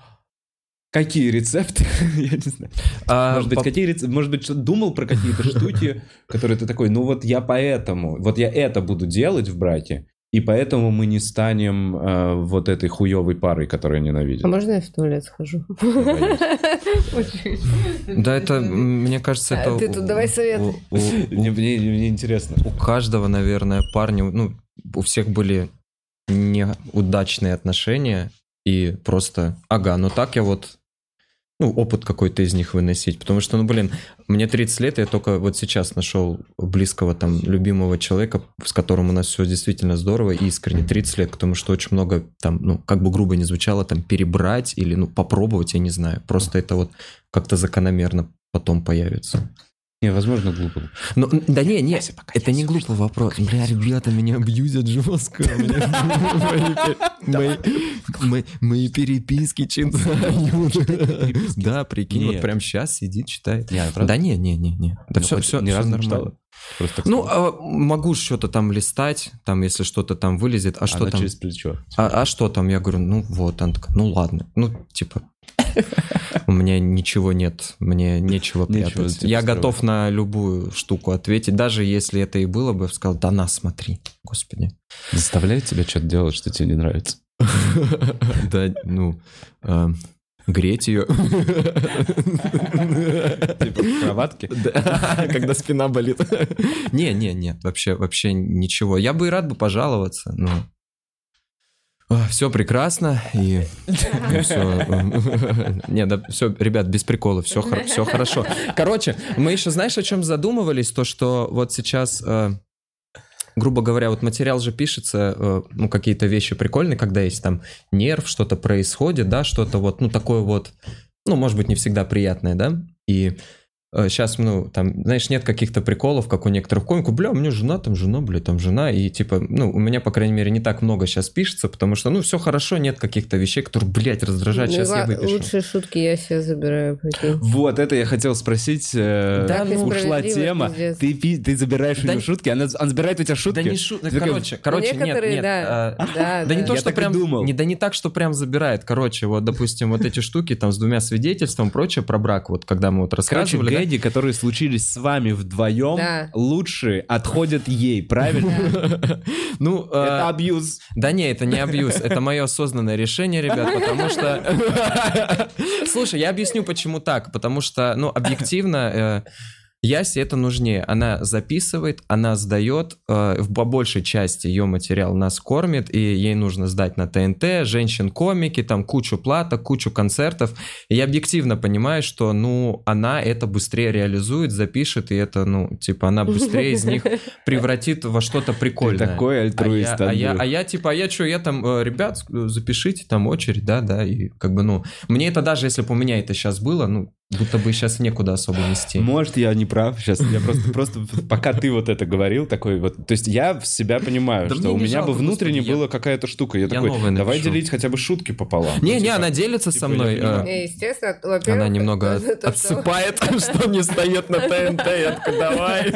Какие рецепты? Я не знаю. А, может быть, по... какие рецепты? Может быть, что-то думал про какие-то штуки, которые ты такой, ну вот я поэтому, вот я это буду делать в браке, и поэтому мы не станем э, вот этой хуевой парой, которую ненавидим. А можно я в туалет схожу? Да, это, мне кажется, это... Ты тут давай совет. Мне интересно. У каждого, наверное, парня, ну, у всех были неудачные отношения, и просто, ага, ну так я вот, ну, опыт какой-то из них выносить. Потому что, ну, блин, мне тридцать лет, я только вот сейчас нашел близкого там любимого человека, с которым у нас все действительно здорово и искренне. тридцать лет, потому что очень много там, ну, как бы грубо не звучало, там перебрать или, ну, попробовать, я не знаю. Просто это вот как-то закономерно потом появится. Не, возможно, глупо. Ну, да не, не, это не глупый вопрос. Бля, ребята меня абьюзят жестко. Мои переписки читают. Да, прикинь, вот прям сейчас сидит, читает. Да не, не, не, не. Да все, все, ни разу не нормально. Просто Ну, а, могу что-то там листать, там, если что-то там вылезет, а что Она там? через плечо. А, а что там? Я говорю, ну вот, она такая, ну ладно, ну типа, у меня ничего нет, мне нечего Нечего, прятать. типа, Я скрывать. готов на любую штуку ответить, даже если это и было бы, я бы сказал, да на, смотри, господи. Заставляет тебя что-то делать, что тебе не нравится? Да, ну, а, греть ее. Типа в кроватке? Да, когда спина болит. Не, не, не, вообще, вообще ничего. Я бы и рад бы пожаловаться, но все прекрасно и все. Не, да, все, ребят, без приколов, все, все хорошо. Короче, мы еще, знаешь, о чем задумывались, то что вот сейчас, э, грубо говоря, вот материал же пишется, э, ну какие-то вещи прикольные, когда есть там нерв, что-то происходит, да, что-то вот, ну такое вот, ну может быть не всегда приятное, да, и сейчас, ну, там, знаешь, нет каких-то приколов, как у некоторых комиков, бля, у меня жена, там жена, бля, там жена, и типа, ну, у меня, по крайней мере, не так много сейчас пишется, потому что, ну, все хорошо, нет каких-то вещей, которые, блядь, раздражают, сейчас я выпишу. Лучшие шутки я себе забираю, прикинь. Вот, это я хотел спросить. э, Да, ну, ушла справедливо, тема. пиздец. Ты, пи- ты забираешь у Да нее не- шутки, она, она забирает у тебя шутки. Да не шутки, Ты такой, короче, короче, нет, Некоторые, нет. да, а, да, Да не да. то, Я что так и прям, думал. не, да не так, что прям забирает. Короче, вот, допустим, вот эти штуки там с двумя свидетельствами, прочее про брак, вот когда мы вот Короче, рассказывали, да, гэги, которые случились с вами вдвоем, Да. лучшие отходят ей, правильно? ну, Это а, абьюз. да не, это не абьюз, это мое осознанное решение, ребят, потому что... Слушай, я объясню, почему так, потому что, ну, объективно... э, Ясе это нужнее. Она записывает, она сдает, э, в по большей части ее материал нас кормит, и ей нужно сдать на ТНТ, женщин-комики, там кучу платок, кучу концертов. И я объективно понимаю, что, ну, она это быстрее реализует, запишет, и это, ну, типа, она быстрее из них превратит во что-то прикольное. Ты такой альтруист, а я, а я, Андрюх. а я, типа, а я что, я там, э, ребят, запишите, там очередь, да, да, и как бы, ну, мне это даже, если бы у меня это сейчас было, ну, будто бы сейчас некуда особо нести. Может, я не прав сейчас. Я просто, просто пока ты вот это говорил, такой вот... То есть я в себя понимаю, Да что мне у не меня жалко, бы внутренне господи, я- была какая-то штука. Я, я такой, новое давай напишу. делить хотя бы шутки пополам. Не, Ну, не, типа, она делится со типа, я мной. понимаю. э, Не, естественно, во-первых... Она немного то, что- отсыпает, что не встает на ТНТ. Я такой, давай.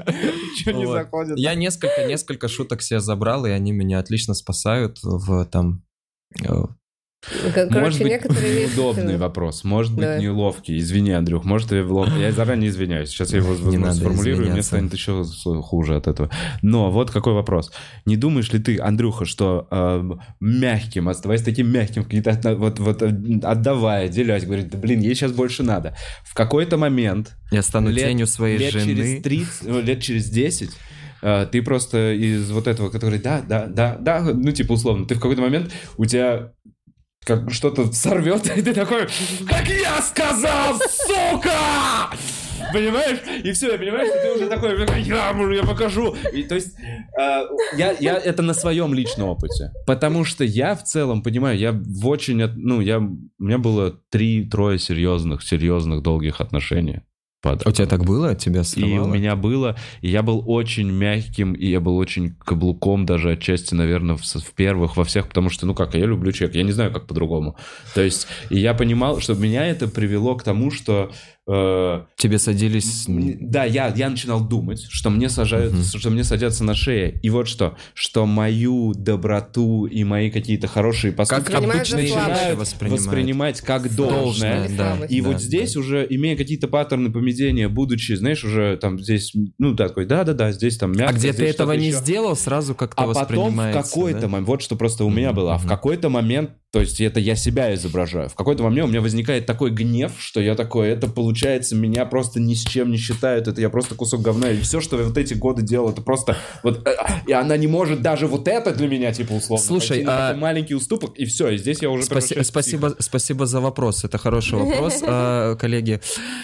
Чё не Вот. заходит? Я несколько, несколько шуток себе забрал, и они меня отлично спасают в там... э, Короче, Может быть, некоторые вещи... неудобный вопрос, может быть, Да. неловкий. Извини, Андрюх, может, я, лов- я заранее извиняюсь. Сейчас я его Не надо сформулирую, и мне извиняться. станет еще с- хуже от этого. Но вот какой вопрос. Не думаешь ли ты, Андрюха, что э, мягким, оставаясь таким мягким, какие-то отна- вот, вот э, отдавая, делясь, говорит, да блин, ей сейчас больше надо. В какой-то момент, Я стану лет, тенью своей лет через жены. тридцать, ну, лет через десять, э, ты просто из вот этого, который, да, да, да, да, ну, типа, условно, ты в какой-то момент, у тебя как что-то сорвет, и ты такой, как я сказал, сука! Понимаешь? И все, я понимаю, что ты уже такой, я, я покажу. И, то есть, э, я, я это на своем личном опыте. Потому что я в целом понимаю, я в очень, от- ну, я, у меня было три-трое серьезных, серьезных долгих отношений. подряд. У тебя так было? Тебя И срывало? у меня было, и я был очень мягким, и я был очень каблуком даже отчасти, наверное, в, в первых, во всех, потому что, ну как, я люблю человека, я не знаю, как по-другому. То есть, и я понимал, что меня это привело к тому, что... э, Тебе садились... да, я, я начинал думать, что мне, сажают, Мгм. что мне садятся на шее. И вот что, что мою доброту и мои какие-то хорошие поступки Как Воспринимают за начинают слабость. воспринимают. воспринимать как должное. Должное, да. И Да, вот здесь уже, имея какие-то паттерны, поме- поведение, будучи, знаешь, уже там здесь, ну, такой, да-да-да, здесь там мягко. А где ты здесь этого что-то не еще. сделал, сразу как-то А потом в воспринимается, какой-то да? момент, вот что просто у меня было, а в какой-то момент, то есть это я себя изображаю, в какой-то момент у меня возникает такой гнев, что я такой, это получается, меня просто ни с чем не считают, это я просто кусок говна, и все, что я вот эти годы делал, это просто вот, и она не может даже вот это для меня, типа, условно, Слушай, пойти на а... такой маленький уступок, и все, и здесь я уже Спаси... превращаюсь в Спасибо, психа. спасибо за вопрос, это хороший вопрос, а, коллеги.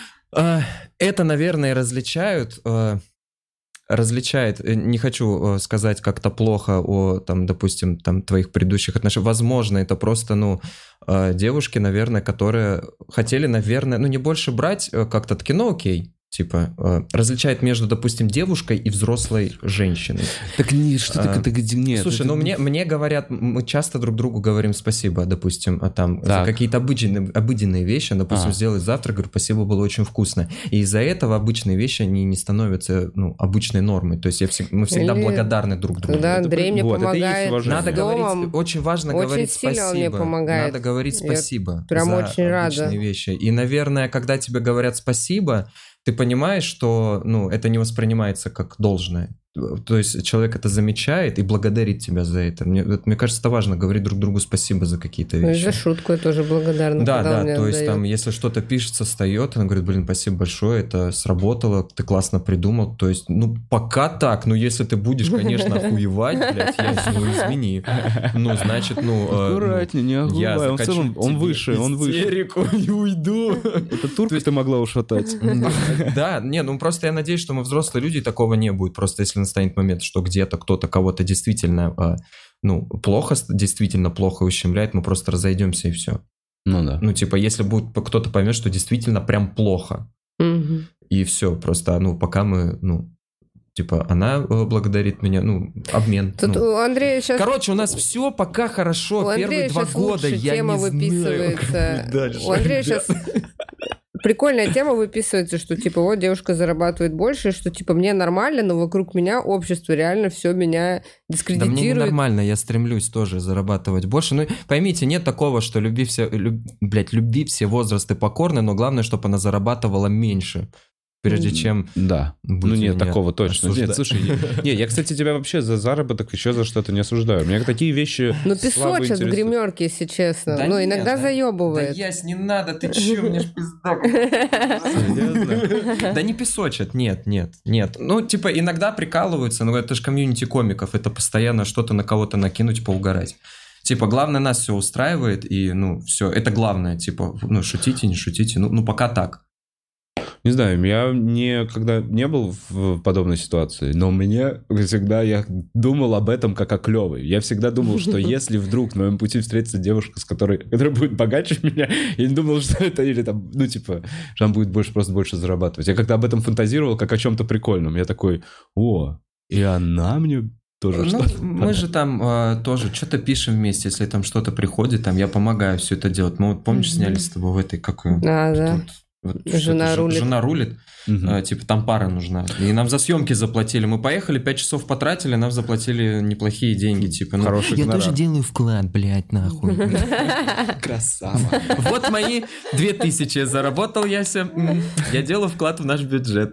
А, это, наверное, различают... а, различает, не хочу сказать как-то плохо о, там, допустим, там, твоих предыдущих отношениях. Возможно, это просто, ну, девушки, наверное, которые хотели, наверное, ну, не больше брать как-то таки, ну, окей. Типа, различает между, допустим, девушкой и взрослой женщиной. Так не, что А, ты, ты, нет. Слушай, это... ну мне, мне говорят, мы часто друг другу говорим спасибо, допустим, а там Так. за какие-то обыденные, обыденные вещи, допустим, А. сделать завтрак, говорю, спасибо, было очень вкусно. И из-за этого обычные вещи, они не становятся, ну, обычной нормой. То есть я всег- мы всегда Или благодарны друг другу. Когда Это Андрей при- мне вот, это и есть помогает уважение. Надо с говорить, домом, очень важно очень говорить сильно спасибо. он мне помогает. Надо говорить Я спасибо прям за очень рада. обычные вещи. И, наверное, когда тебе говорят спасибо, ты понимаешь, что, ну, это не воспринимается как должное. То есть человек это замечает и благодарит тебя за это. Мне, это, мне кажется, это важно, говорить друг другу спасибо за какие-то Ну, и вещи. за шутку я тоже благодарна. Да, когда он да, мне то есть отдает. там, если что-то пишется, встает, он говорит, блин, спасибо большое, это сработало, ты классно придумал. То есть, ну, пока так, ну, если ты будешь, конечно, охуевать, блядь, я, ну, извини. Ну, значит, ну... э, Аккуратнее, не ну, охуевай, я он в закачу целом, он тебе выше, он выше. истерику и уйду. Это турка ты могла ушатать. Да, не, ну просто я надеюсь, что мы взрослые люди, и такого не будет. Просто если настанет момент, что где-то кто-то кого-то действительно, а, ну, плохо, действительно плохо ущемляет, мы просто разойдемся и все. Ну да. Ну, типа, если будет кто-то поймет, что действительно прям плохо, Мгм. и все, просто, ну, пока мы, ну, типа, она э, благодарит меня, ну, обмен. Тут ну. у Андрея сейчас... Короче, у нас все пока хорошо, У первые Андрея два сейчас года лучше я тема не знаю, выписывается. как будет дальше. У Андрея сейчас прикольная тема выписывается, что типа вот девушка зарабатывает больше, что типа мне нормально, но вокруг меня общество реально все меня Да мне дискредитирует. нормально, я стремлюсь тоже зарабатывать больше. Ну, поймите, нет такого, что люби все, люб- блядь, любви все возрасты покорны, но главное, чтобы она зарабатывала меньше, прежде чем... Да. Будете Ну нет, меня такого точно. Нет, осуждать. слушай, я- не, я, кстати, тебя вообще за заработок еще за что-то не осуждаю. Меня такие вещи Ну слабо песочек в интересуют. гримерке, если честно. Да ну нет, иногда да- заебывает. Да ясь, не надо, ты че, мне ж пизда. Серьезно? Да не песочат, нет, нет, нет. Ну, типа, иногда прикалываются, но это же комьюнити комиков, это постоянно что-то на кого-то накинуть, поугарать. Типа, главное, нас все устраивает, и, ну, все, это главное, типа, ну, шутите, не шутите, ну, ну пока так. Не знаю, я никогда не был в подобной ситуации, но мне всегда, я думал об этом как о клевой. Я всегда думал, что если вдруг на моем пути встретится девушка, с которой, которая будет богаче меня, я не думал, что это или там, ну, типа, что она будет больше, просто больше зарабатывать. Я как-то об этом фантазировал, как о чем-то прикольном. Я такой, о, и она мне тоже Ну, что-то... мы же там э, тоже что-то пишем вместе, если там что-то приходит, там я помогаю все это делать. Мы вот, помнишь, сняли с тобой в этой, какой... А, да. Вот Жена что-то, рулит. Жена рулит. Мгм. А, типа там пара нужна. И нам за съемки заплатили. Мы поехали, пять часов потратили, нам заплатили неплохие деньги. Типа, ну, Хороший я гонорар. тоже делаю вклад, блядь, нахуй. Красава. Вот мои две тысячи заработал Яся. М, Я делаю вклад в наш бюджет.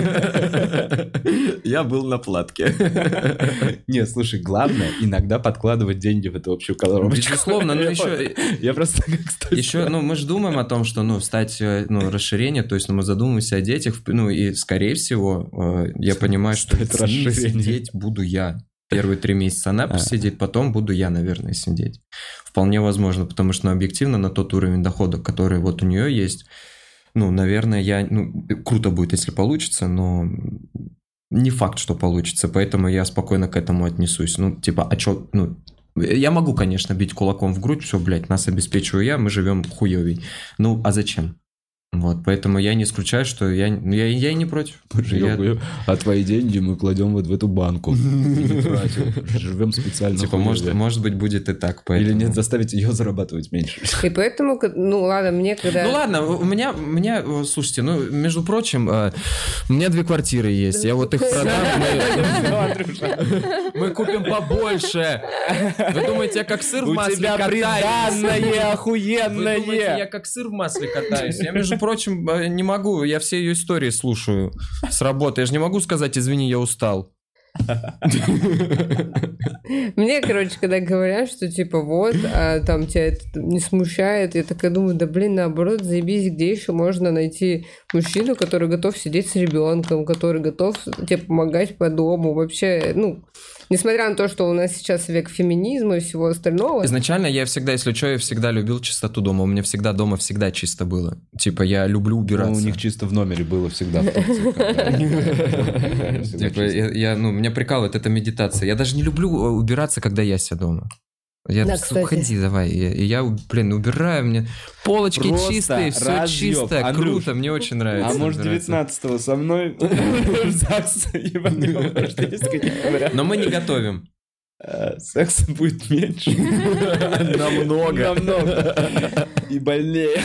Я был на платке. Не, слушай, главное иногда подкладывать деньги в эту общую коробочку. Безусловно, но еще... Я просто, кстати... Еще, ну, мы же думаем о том, что, ну, стать, э, ну, расширение, то есть, ну, мы задумываемся о детях, ну, и, скорее всего, э, я понимаю, что Стать с ними расширением. сидеть буду я. Первые три месяца она А. посидит, потом буду я, наверное, сидеть. Вполне возможно, потому что, ну, объективно, на тот уровень дохода, который вот у нее есть, ну, наверное, я, ну, круто будет, если получится, но не факт, что получится, поэтому я спокойно к этому отнесусь. Ну, типа, а чё, ну, я могу, конечно, бить кулаком в грудь, все, блядь, нас обеспечиваю я, мы живем хуёвей. Ну, а зачем? Вот, поэтому я не исключаю, что я, ну, я, я и не против. Я- Ёбаю. А твои деньги мы кладем вот в эту банку. Не тратим. Живем специально. Типа, хуёвее. может, может быть, будет и так. Поэтому... Или нет, заставить ее зарабатывать меньше. И поэтому, к- ну ладно, мне когда... Ну ладно, у меня, у меня, э, слушайте, ну, между прочим, э, у меня две квартиры есть, я вот их продам, мы, мы купим побольше. Вы думаете, я как сыр в масле катаюсь? Вы думаете, я как сыр в масле катаюсь? Я, между прочим, э, не могу, я все ее истории слушаю с работы. Я же не могу сказать, извини, я устал. Мне, короче, когда говорят, что типа вот, а там тебя это не смущает, я такая думаю, да блин, наоборот, заебись, где еще можно найти мужчину, который готов сидеть с ребенком, который готов тебе помогать по дому, вообще, ну, несмотря на то, что у нас сейчас век феминизма и всего остального. Изначально я всегда, если что, я всегда любил чистоту дома. У меня всегда дома всегда чисто было. Типа, я люблю убираться. Ну, у них чисто в номере было всегда. Типа, я, ну, меня прикалывает эта медитация. Я даже не люблю убираться, когда я себя дома. Я Да, просто, уходи, давай. И я, блин, убираю, мне полочки Просто чистые, все разъёб. чисто, Андрюш, круто, мне очень нравится. А может, убираться. девятнадцатого со мной в ЗАГС ебаный, потому что есть какие-то варианты. Но мы не готовим. Э, Секса будет меньше. Намного. Намного. И больнее.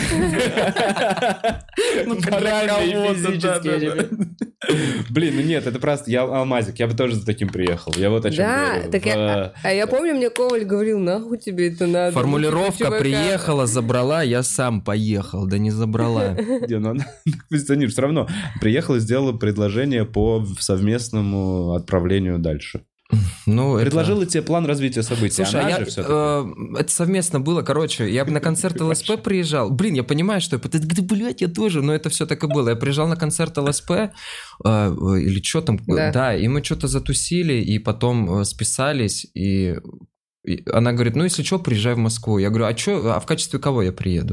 Ну, Морально и кого-то, физически, да, я не да, понимаю. Блин, ну нет, это просто, я алмазик, я бы тоже за таким приехал. Я вот о чем Да, говорю. так я, а я помню, мне Коваль говорил, нахуй тебе это надо. Формулировка Чувака. приехала, забрала, я сам поехал. Да не забрала. Где, ну она позиционирует. Все равно приехала и сделала предложение по совместному отправлению дальше. Ну, это- Предложила тебе план развития событий. Слушай, Она я, же всё-таки. э, это совместно было, короче, я на концерт ЛСП приезжал. Блин, я понимаю, что... Ты, ты, блядь, я тоже, но это все так и было. Я приезжал на концерт ЛСП, э, или что там, Да. да. и мы что-то затусили, и потом э, списались, и, и она говорит, ну, если что, приезжай в Москву. Я говорю, а что, а в качестве кого я приеду?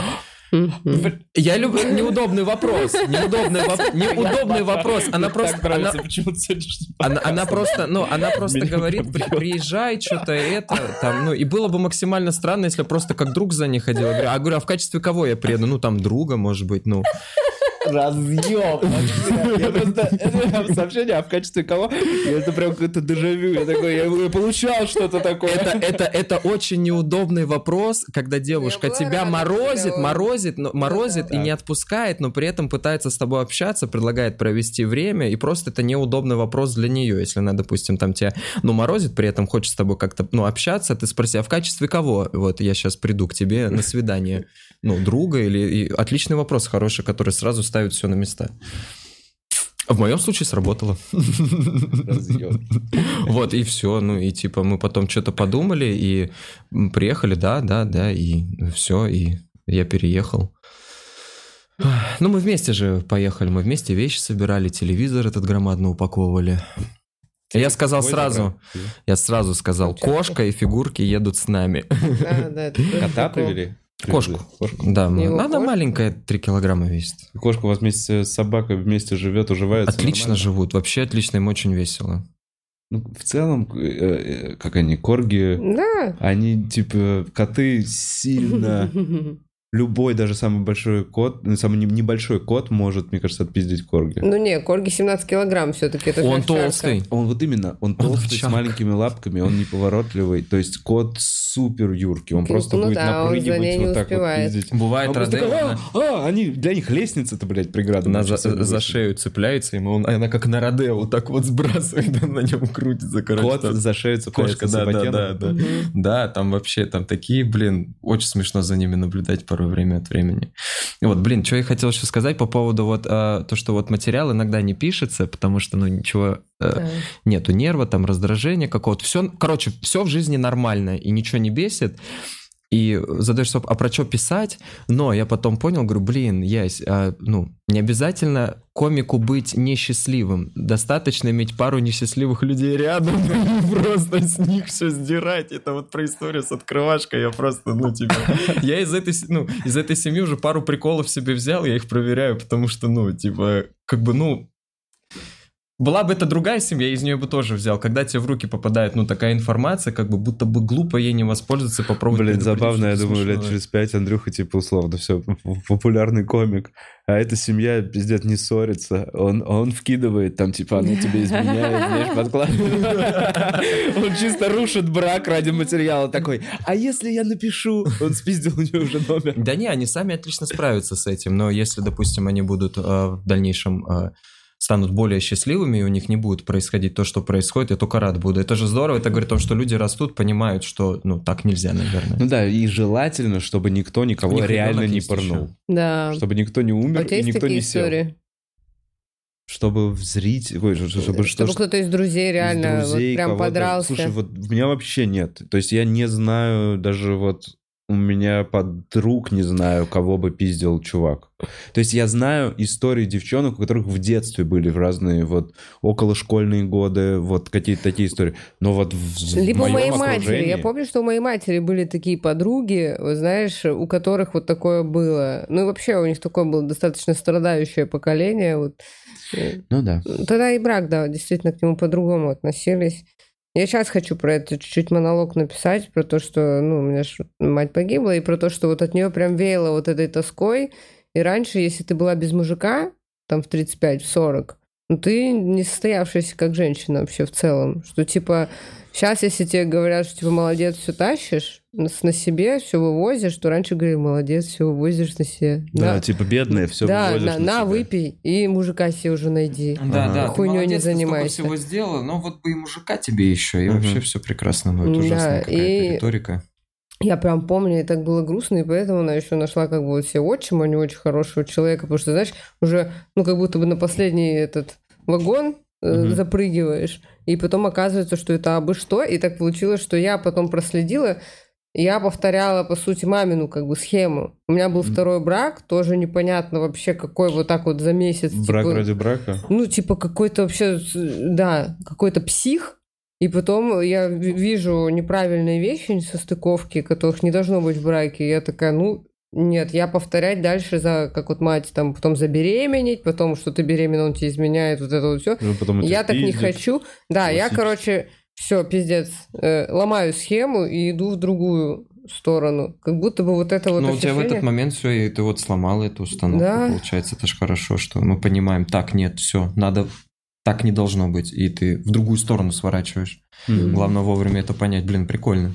Мгм. Я люблю неудобный вопрос. Неудобный, воп- неудобный вопрос. Она просто... Так нравится, она- почему ты сегодняшний Она, она просто, ну, она просто Меня говорит, при- пробьёт. приезжай, что-то это, там, ну, и было бы максимально странно, если я просто как друг за ней ходил. Я говорю, а говорю, а в качестве кого я приеду? Ну, там, друга, может быть, ну. Разъем. Я просто... Это сообщение, а в качестве кого? Это прям какое-то дежавю. Я такой, я я получал что-то такое. Это, это, это очень неудобный вопрос, когда девушка была тебя рада, морозит, когда он- морозит, но, морозит да. и не отпускает, но при этом пытается с тобой общаться, предлагает провести время, и просто это неудобный вопрос для нее, если она, допустим, там тебя, ну, морозит, при этом хочет с тобой как-то, ну, общаться, ты спроси, а в качестве кого? Вот я сейчас приду к тебе на свидание, ну, друга или... и отличный вопрос, хороший, который сразу ставит все на места. В моем случае сработало. Разъем. Вот, и все. Ну, и типа мы потом что-то подумали, и м, приехали, да, да, да, и все, и я переехал. Ну, мы вместе же поехали, мы вместе вещи собирали, телевизор этот громадно упаковывали. Я сказал Твой сразу, забрал? я сразу сказал, кошка и фигурки едут с нами. Да, да, это тоже Кота прикол. привели? Кошку. Кошку. Да, мы- Его она кошку? маленькая, три килограмма весит. Кошка у вас вместе с собакой вместе живет, уживается. Отлично нормально? живут, вообще отлично, им очень весело. Ну, в целом, э, э, как они, корги, Да. они, типа, коты сильно... Любой, даже самый большой кот, ну, самый не- небольшой кот может, мне кажется, отпиздить корги. Ну не, корги семнадцать килограмм все-таки. Это же Он овчарка. толстый. Он вот именно, он толстый, с овчарка. маленькими лапками, он неповоротливый. То есть кот супер юркий, он Ну просто будет да, он за напрыгивать ней не вот так вот успевает. пиздить. Бывает, Он просто Родео, такой, она- а, а, они, для них лестница-то, блядь, преграда. Она ночью за, сегодня за вышла. шею цепляется ему, он- она как на Родео вот так вот сбрасывает, он на нем крутится, короче. Кот там за шею цепляется кошка, с да, да, Сабатьяном. да, да. Мгм. Да, там вообще, там такие, блин, очень смешно за ними наблюдать порой время от времени. И вот, блин, что я хотел еще сказать по поводу вот а, то, что вот материал иногда не пишется, потому что, ну, ничего, э, Да. нету нерва, там, раздражения какого-то. Все, короче, все в жизни нормально и ничего не бесит. И задаешь, а про что писать? Но я потом понял, говорю, блин, ясь, а, ну, не обязательно комику быть несчастливым. Достаточно иметь пару несчастливых людей рядом и просто с них все сдирать. Это вот про историю с открывашкой. Я просто, ну, типа... Я из этой, с- ну, из этой семьи уже пару приколов себе взял, я их проверяю, потому что, ну, типа, как бы, ну... Была бы это другая семья, я из нее бы тоже взял. Когда тебе в руки попадает, ну, такая информация, как бы будто бы глупо ей не воспользоваться, попробовать... Блин, предупредить, забавно, я что-то думаю, лет смешное. через пять Андрюха, типа, условно, все, популярный комик, а эта семья, пиздец, не ссорится, он, он вкидывает, там, типа, она тебе изменяет, знаешь, подкладывает. Он чисто рушит брак ради материала, такой, а если я напишу? Он спиздил у нее уже номер. Да не, они сами отлично справятся с этим, но если, допустим, они будут э, в дальнейшем э, станут более счастливыми, и у них не будет происходить то, что происходит, я только рад буду. Это же здорово, это говорит о том, что люди растут, понимают, что, ну, так нельзя, наверное. Ну да, и желательно, чтобы никто никого У них реально ребенок не есть пырнул. еще. Да. Чтобы никто не А у умер тебя и есть никто такие не сел. истории? Чтобы взрить, ой, чтобы, Чтобы что, кто-то из друзей реально из друзей вот прям кого-то. подрался. Слушай, вот у меня вообще нет. То есть я не знаю даже вот у меня подруг не знаю, кого бы пиздил чувак. То есть я знаю истории девчонок, у которых в детстве были в разные вот околошкольные годы, вот какие-то такие истории. Но вот в, Либо в у моей моем матери. окружении... Я помню, что у моей матери были такие подруги, вот знаешь, у которых вот такое было. Ну и вообще у них такое было достаточно страдающее поколение. Вот. Ну да. Тогда и брак, да, действительно к нему по-другому относились. Я сейчас хочу про это чуть-чуть монолог написать, про то, что, ну, у меня ж мать погибла, и про то, что вот от нее прям веяло вот этой тоской. И раньше, если ты была без мужика, там в тридцать пять, в сорок, ну, ты не состоявшаяся как женщина вообще в целом. Что, типа, сейчас, если тебе говорят, что, типа, молодец, все тащишь на себе, все вывозишь, то раньше говорили, молодец, все вывозишь на себе. Да, На- типа бедные, все да, вывозишь на, на на, себя. выпей, и мужика себе уже найди. Да, Ага. да, ты Хуйнёй не молодец, ты столько занимайся. всего сделала, но вот бы и мужика тебе еще, и Мгм. вообще все прекрасно будет. Да, Ужасная какая-то и- риторика. Я прям помню, и так было грустно, и поэтому она еще нашла как бы вот себе отчима, не очень хорошего человека, потому что, знаешь, уже, ну, как будто бы на последний этот вагон э, Мгм. запрыгиваешь, и потом оказывается, что это абы что, и так получилось, что я потом проследила, я повторяла, по сути, мамину как бы схему. У меня был второй брак, тоже непонятно вообще, какой вот так вот за месяц. Брак типа, ради брака? ну, типа какой-то вообще, да, какой-то псих. И потом я ви- вижу неправильные вещи, несостыковки, которых не должно быть в браке. И я такая, ну, нет, я повторять дальше за, как вот мать, там, потом забеременеть, потом, что ты беременна, он тебе изменяет, вот это вот все. Ну, потом Я это так не пиздит. хочу. Да, я, Классически. короче, все, пиздец, э, ломаю схему и иду в другую сторону. Как будто бы вот это вот Ну, у тебя в ощущение- этот момент все, и ты вот сломала эту установку, Да. получается. Это же хорошо, что мы понимаем, так, нет, все, надо, так не должно быть, и ты в другую сторону сворачиваешь. Мгм. Главное вовремя это понять, блин, прикольно.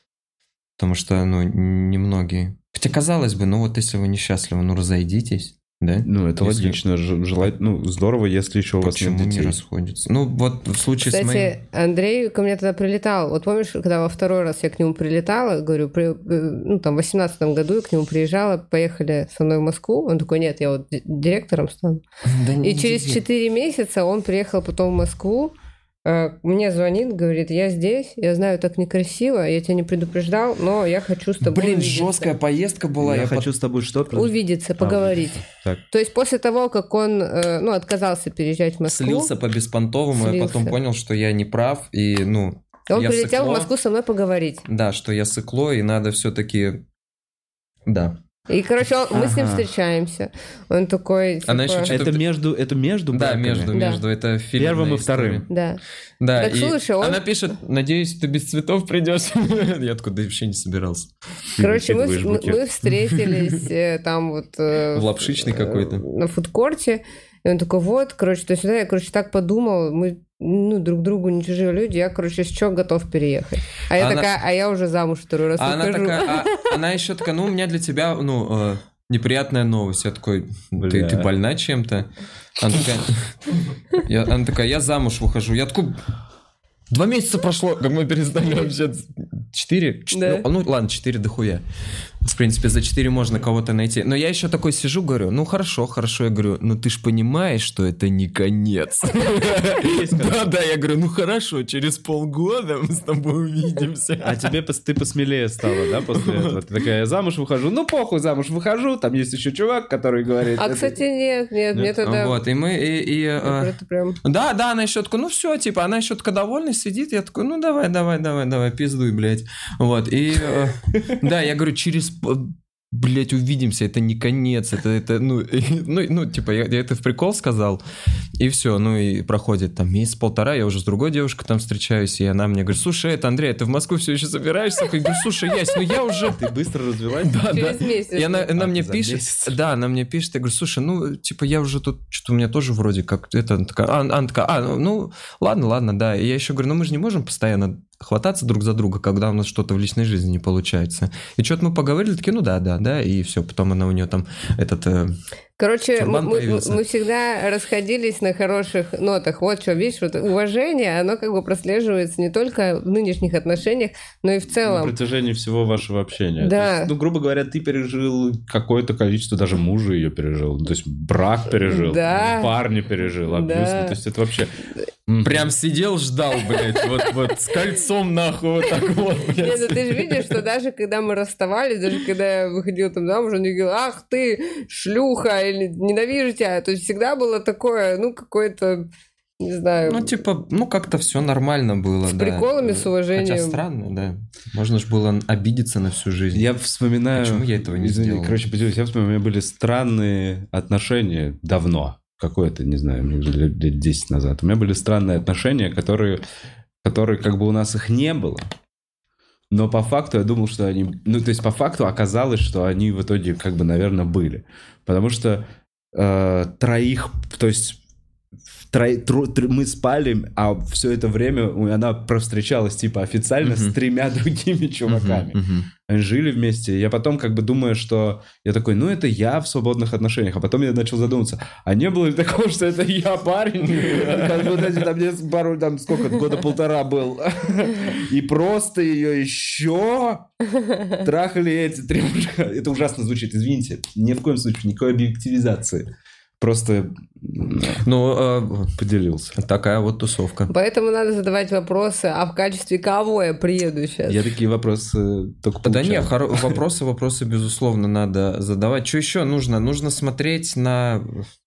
Потому что, ну, немногие... Хотя, казалось бы, ну вот если вы несчастливы, ну разойдитесь, да? Ну, это Если- логично. Ж- Желать... Ну, здорово, если еще у вас Почему нет не детей. расходятся? Ну, вот в случае с моим... Кстати, Андрей ко мне тогда прилетал. Вот помнишь, когда во второй раз я к нему прилетала, говорю, при- э, ну, там, в восемнадцатом году я к нему приезжала, поехали со мной в Москву. Он такой, нет, я вот ди- директором стану. Да не И через иди. четыре месяца он приехал потом в Москву, э, мне звонит, говорит, я здесь, я знаю, так некрасиво, я тебя не предупреждал, но я хочу с тобой Блин, увидеться. жесткая поездка была. Я, я хочу с тобой что? Увидеться, поговорить. Так. То есть после того, как он э, ну, отказался переезжать в Москву, слился по беспонтовому, я потом Слился. понял, что я не прав, и, ну... он я прилетел сыкло. в Москву со мной поговорить. Да, что я сыкло, и надо все-таки... Да. И, короче, он- мы с ним Ага. встречаемся. Он такой, типа, Она еще что-то- Это между, это между Да, браками? между, Да. между. Это фильм. Первым и вторым. да. Да, Так, и слушай, он- она пишет, надеюсь, ты без цветов придешь. Я такой, да вообще не собирался. Короче, мы, Выкидываешь мы- букет. мы встретились э, там вот... э, В лапшичной э, какой-то. На фудкорте. И он такой, вот, короче, то есть, да, я, короче, так подумал, мы, ну, друг другу не чужие люди, я, короче, с чего готов переехать. А я Она- такая, а я уже замуж второй раз А она выхожу. такая, а- она еще такая, ну, у меня для тебя, ну, э, неприятная новость. Я такой, ты, Бля. ты больна чем-то? Она такая, я, она такая, я замуж выхожу. Я такой, два месяца прошло, как мы перестали общаться. Четыре? Чет- Да. Ну, ну, ладно, четыре дохуя. В принципе, за четыре можно кого-то найти. Но я еще такой сижу, говорю, ну хорошо, хорошо. Я говорю, ну ты ж понимаешь, что это не конец. Да, да, я говорю, ну хорошо, через полгода мы с тобой увидимся. А тебе пос- ты посмелее стала, да, после этого? Ты такая, я замуж выхожу. Ну, похуй, замуж выхожу. Там есть еще чувак, который говорит... А, это- кстати, нет, нет, мне тогда... Вот, и мы, и... и, я э, про это прям... Да, да, она еще такая, ну все, типа, она еще такая довольна сидит, я такой, ну давай, давай, давай, давай, пиздуй, блядь. Вот, и, э, да, я говорю, через, п- блядь, увидимся, это не конец, это, это, ну, и- ну, ну, типа, я, я это в прикол сказал, и все, ну, и проходит там месяц-полтора, я уже с другой девушкой там встречаюсь, и она мне говорит, слушай, это, Андрей, ты в Москву все еще собираешься? Я говорю, слушай, Ясь, ну я уже... Ты быстро развелась? Да, Через да. месяц. И она, она А, мне за пишет, месяц. да, она мне пишет, я говорю, слушай, ну, типа, я уже тут, что-то у меня тоже вроде как, это, она такая, а, она такая, а, ну, ну, ладно, ладно, да. И я еще говорю, ну, мы же не можем постоянно хвататься друг за друга, когда у нас что-то в личной жизни не получается. И что-то мы поговорили, такие, ну, да, да, да, и все, потом она у нее там, этот... э, Короче, мы, Чурбан мы- появился. мы всегда расходились на хороших нотах. Вот что, видишь, вот уважение, оно как бы прослеживается не только в нынешних отношениях, но и в На целом. протяжении всего вашего общения. Да. То есть, ну, грубо говоря, ты пережил какое-то количество, даже мужа ее пережил. То есть брак пережил, Да. парня пережил, абьюз. Да. Ну, то есть это вообще... Прям сидел, ждал, блядь, вот, вот с кольцом нахуй, вот так вот, Нет, блядь. ну ты же видишь, что даже когда мы расставались, даже когда я выходила там замуж, он мне говорил, ах ты, шлюха, или ненавижу тебя. То есть всегда было такое, ну, какое-то, не знаю... Ну, типа, ну, как-то все нормально было, С да. приколами, с уважением. Хотя странно, да. Можно же было обидеться на всю жизнь. Я вспоминаю... Почему я этого не Извини, сделал? Короче, поделюсь. Я вспоминаю, у меня были странные отношения давно. Какое-то, не знаю, мне уже лет лет десять назад. У меня были странные отношения, которые, которые как бы у нас их не было. Но по факту я думал, что они... Ну, то есть по факту оказалось, что они в итоге как бы, наверное, были. Потому что э, троих... То есть... Тро... тро- тр- мы спали, а все это время у- она провстречалась типа официально Мгм. с тремя другими чуваками. Мгм, мгм. Они жили вместе. Я потом как бы думаю, что... Я такой, ну, это я в свободных отношениях. А потом я начал задумываться, а не было ли такого, что это я парень? Как бы, знаете, там мне пару, там, сколько, года полтора был. И просто ее еще трахали эти три мужика. Это ужасно звучит, извините. Ни в коем случае, никакой объективизации. Просто Ну, э, поделился. такая вот тусовка. Поэтому надо задавать вопросы, а в качестве кого я приеду сейчас? Я такие вопросы только Да получал. не, хоро- вопросы, вопросы, безусловно, надо задавать. Что еще нужно? Нужно смотреть на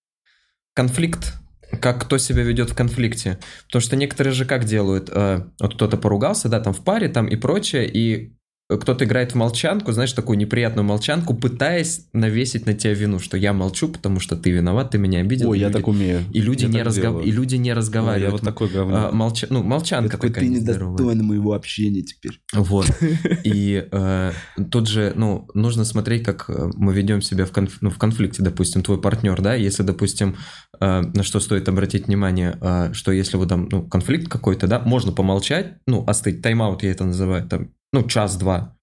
конфликт, как кто себя ведет в конфликте. Потому что некоторые же как делают? Э, Вот кто-то поругался, да, там в паре, там и прочее, и кто-то играет в молчанку, знаешь, такую неприятную молчанку, пытаясь навесить на тебя вину, что я молчу, потому что ты виноват, ты меня обидел. Ой, И я люди- так умею. И люди, Я не так разгов- делаю. и люди не Ой, разговаривают. я вот такой говно. А, молча- Ну, молчанка Я такой, такая ты нездоровая. недостоин моего общения теперь. Вот. И э, тут же, ну, нужно смотреть, как э, мы ведем себя в, конф- ну, в конфликте, допустим, твой партнер, да, если, допустим, э, на что стоит обратить внимание, э, что если вот там, ну, конфликт какой-то, да, можно помолчать, ну, остыть, тайм-аут я это называю, там, ну, час-два,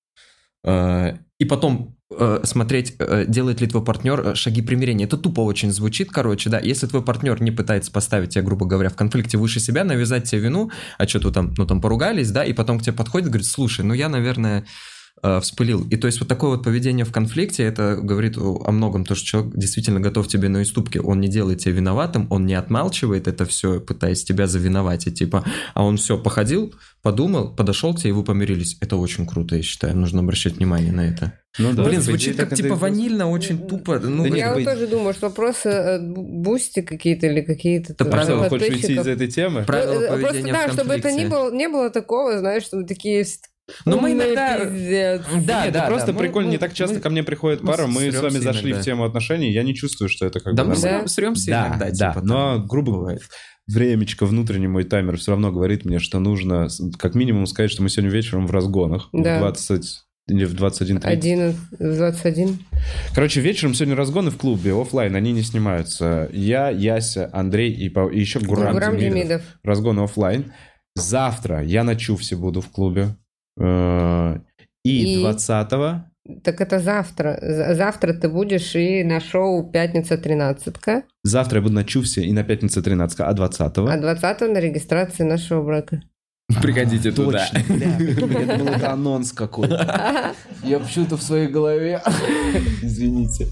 э, и потом э, смотреть, э, делает ли твой партнер э, шаги примирения. Это тупо очень звучит, короче, да, если твой партнер не пытается поставить тебя, грубо говоря, в конфликте выше себя, навязать тебе вину, а что ты там, ну, там поругались, да, и потом к тебе подходит и говорит, слушай, ну, я, наверное, э, вспылил. И то есть вот такое вот поведение в конфликте, это говорит о о многом, то, что человек действительно готов тебе на уступки, он не делает тебя виноватым, он не отмалчивает это все, пытаясь тебя завиновать, и типа, а он все, походил, подумал, подошел к тебе, и вы помирились. Это очень круто, я считаю, нужно обращать внимание на это. Ну да. Блин, по звучит идее, как так это типа и ванильно, очень тупо. Ну, Да блин, нет, Я по вот идее- тоже думаю, что вопросы э, бусти какие-то или какие-то... Да там А что, правила ты хочешь уйти подписчиков. из этой темы? Правила Ну, э, поведения Просто, в да, чтобы это конфликте. не было, не было такого, знаешь, что мы такие... Ну, мы умные, иногда- пиздец. Да, Нет, да, просто да, мы- прикольно, мы- не так часто мы- ко мне приходит мы пара, мы с срёмся вами зашли иногда. в тему отношений, я не чувствую, что это как Да, бы мы нормально. срёмся Да, иногда, да, типа, но, там, грубо говоря, бывает. времечко, внутренний мой таймер все равно говорит мне, что нужно с- как минимум сказать, что мы сегодня вечером в разгонах Да. в двадцать или в двадцать один тридцать. Один, двадцать один. Короче, вечером сегодня разгоны в клубе, оффлайн, они не снимаются. Я, Яся, Андрей и, по- и еще Гурам, Гурам Демидов. Демидов. Разгоны оффлайн. Завтра я на Чувсе буду в клубе. Э, И И- двадцатого... Так это завтра. З- Завтра ты будешь и на шоу «Пятница тринадцатка», Завтра я буду на Чувсе и на пятнице тринадцатого, а двадцатого... а двадцатого на регистрации нашего брака. Приходите туда. Точно, бля, это был это анонс какой-то. Я почему-то в своей голове... Извините.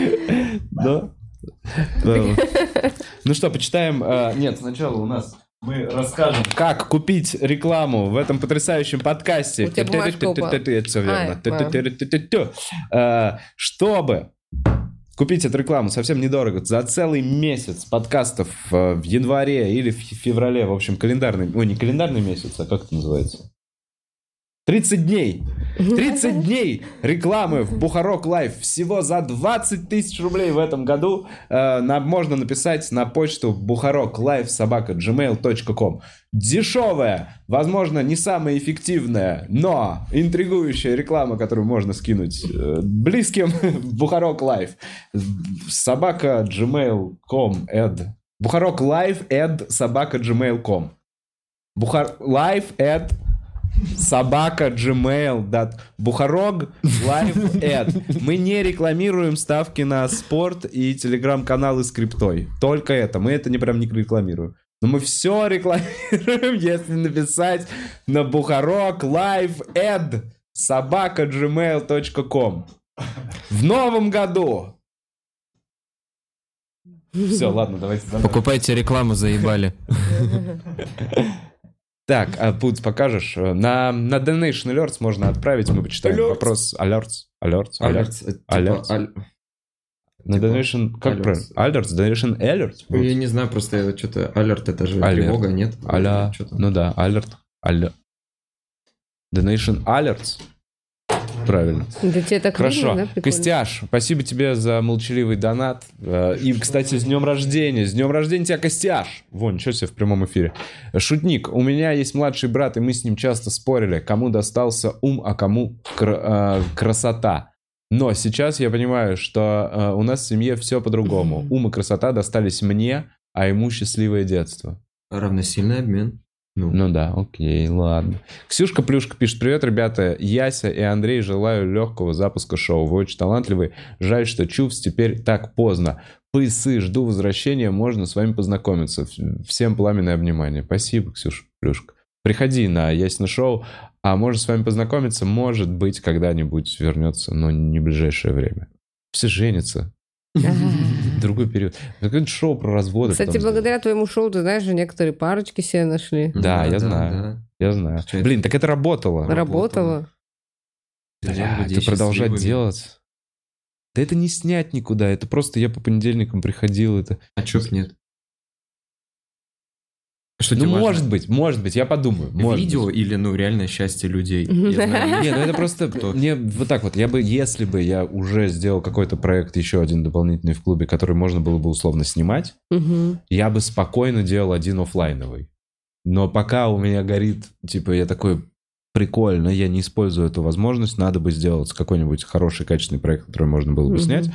Да? Да. Ну что, почитаем... э, Нет, сначала у нас... Мы расскажем, как купить рекламу в этом потрясающем подкасте. У тебя бумажка упала. Это все верно. Ай, ладно. Ту-ту-ту-ту-ту. Э, Чтобы купить эту рекламу совсем недорого, за целый месяц подкастов э, в январе или в феврале, в общем, календарный... Ой, не календарный месяц, а как это называется? тридцать дней. тридцать дней рекламы в Бухарок Лайв. Всего за двадцать тысяч рублей в этом году. Э, нам можно написать на почту бухароклайв собака джимейл точка ком. Дешевая, возможно, не самая эффективная, но интригующая реклама, которую можно скинуть э, близким в Бухарок Лайв. Собака джимейл точка ком. Эд. Бухарок Лайв эд собака джимейл точка ком. Бухар Лайв эд собака gmail. Бухарог Live Ad. Мы не рекламируем ставки на спорт и телеграм-каналы с криптой. Только это. Мы это не прям не рекламируем. Но мы все рекламируем, если написать на Бухарог Live Ad собака gmail точка ком. В новом году. Все, ладно, давайте. Покупайте рекламу, заебали. Так, а Пуц, покажешь? На, на Donation Alerts можно отправить, мы почитаем Alerts. вопрос. Alerts. Alerts. Alerts, Alerts. типа, Alerts. аль- На типа, Donation... Как alerts. правильно? Alerts? Donation Alerts? Ну, я не знаю, просто это что-то... Алерт, это же Алерт. тревога, нет? Аля... Что-то. Ну да, Alert. Alert. Donation Alerts. Правильно. Да тебе так Хорошо. видно, да? Прикольно. Костяш, спасибо тебе за молчаливый донат. Э, И, кстати, с днем рождения. С днем рождения тебя, Костяш. Вон, ничего себе в прямом эфире. Шутник. У меня есть младший брат, и мы с ним часто спорили, кому достался ум, а кому кр- э, красота. Но сейчас я понимаю, что э, у нас в семье все по-другому. Ум и красота достались мне, а ему счастливое детство. Равносильный обмен. Ну, Ну да, окей, ладно. Ксюшка Плюшка пишет: привет, ребята, Яся и Андрей, желаю легкого запуска шоу. Вы очень талантливые. Жаль, что Чувс теперь так поздно. Пысы, жду возвращения, можно с вами познакомиться. Всем пламенное обнимание. Спасибо, Ксюша Плюшка. Приходи на Ясина шоу, а можно с вами познакомиться, может быть, когда-нибудь вернется, но не в ближайшее время. Все женятся. Другой период. Какое-то шоу про разводы. Кстати, потом благодаря твоему шоу, ты знаешь, же некоторые парочки себе нашли. Да, я да, знаю. да. Я знаю. Что это? Блин, так это работало. Работала. Бля, Людей это продолжать счастливыми. делать. Да это не снять никуда. Это просто я по понедельникам приходил. Это... А чё б нет? Что Ну, тебе важно? может быть, может быть, я подумаю. может Видео быть. или, ну, реальное счастье людей? Я знаю, Не, ну это просто... Кто? Мне вот так вот, я бы, если бы я уже сделал какой-то проект, еще один дополнительный в клубе, который можно было бы условно снимать, Мгм. я бы спокойно делал один оффлайновый. Но пока у меня горит, типа, я такой, прикольно, я не использую эту возможность, надо бы сделать какой-нибудь хороший, качественный проект, который можно было бы Мгм. снять.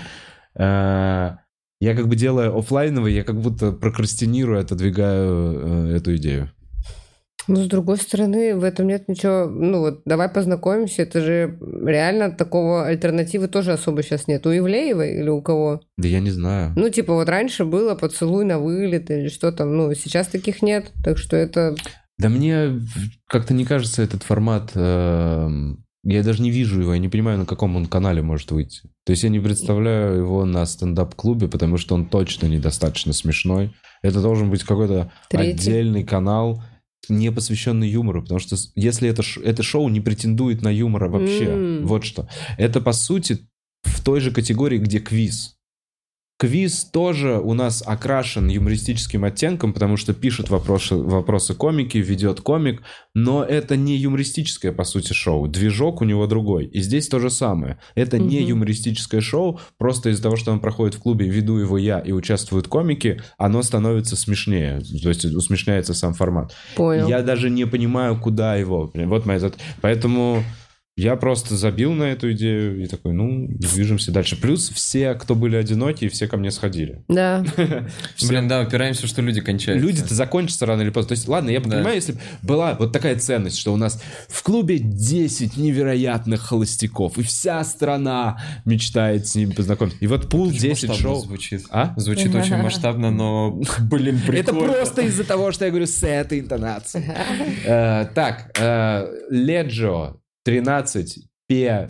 Э, Я как бы делая оффлайновый, я как будто прокрастинирую, отодвигаю э, эту идею. Ну, с другой стороны, в этом нет ничего... Ну, вот, давай познакомимся. Это же реально такого альтернативы тоже особо сейчас нет. У Ивлеевой или у кого? Да я не знаю. Ну, типа, вот раньше было поцелуй на вылет или что там. Ну, сейчас таких нет. Так что это... Да мне как-то не кажется этот формат... э, Я даже не вижу его, я не понимаю, на каком он канале может выйти. То есть я не представляю его на стендап-клубе, потому что он точно недостаточно смешной. Это должен быть какой-то Третий. отдельный канал, не посвященный юмору, потому что если это, ш- это шоу не претендует на юмор вообще, М. вот что. Это, по сути, в той же категории, где квиз. Квиз тоже у нас окрашен юмористическим оттенком, потому что пишут вопросы, вопросы комики, ведет комик, но это не юмористическое, по сути, шоу. Движок у него другой. И здесь то же самое. Это не Мгм. юмористическое шоу, просто из-за того, что он проходит в клубе, веду его я и участвуют комики, оно становится смешнее. То есть усмешняется сам формат. Понял. Я даже не понимаю, куда его. Блин, вот моя зад- Поэтому я просто забил на эту идею и такой, ну, движемся дальше. Плюс все, кто были одиноки, все ко мне сходили. Да. Блин, да, упираемся, что люди кончаются. Люди-то закончатся рано или поздно. То есть, ладно, я бы Да. понимаю, если бы была вот такая ценность, что у нас в клубе десять невероятных холостяков, и вся страна мечтает с ними познакомиться. И вот пул десять Масштабно шоу. звучит. А? Звучит очень масштабно, но, блин, Это прикольно. просто из-за того, что я говорю с этой интонацией. Э, Так, э, Леджо тринадцать П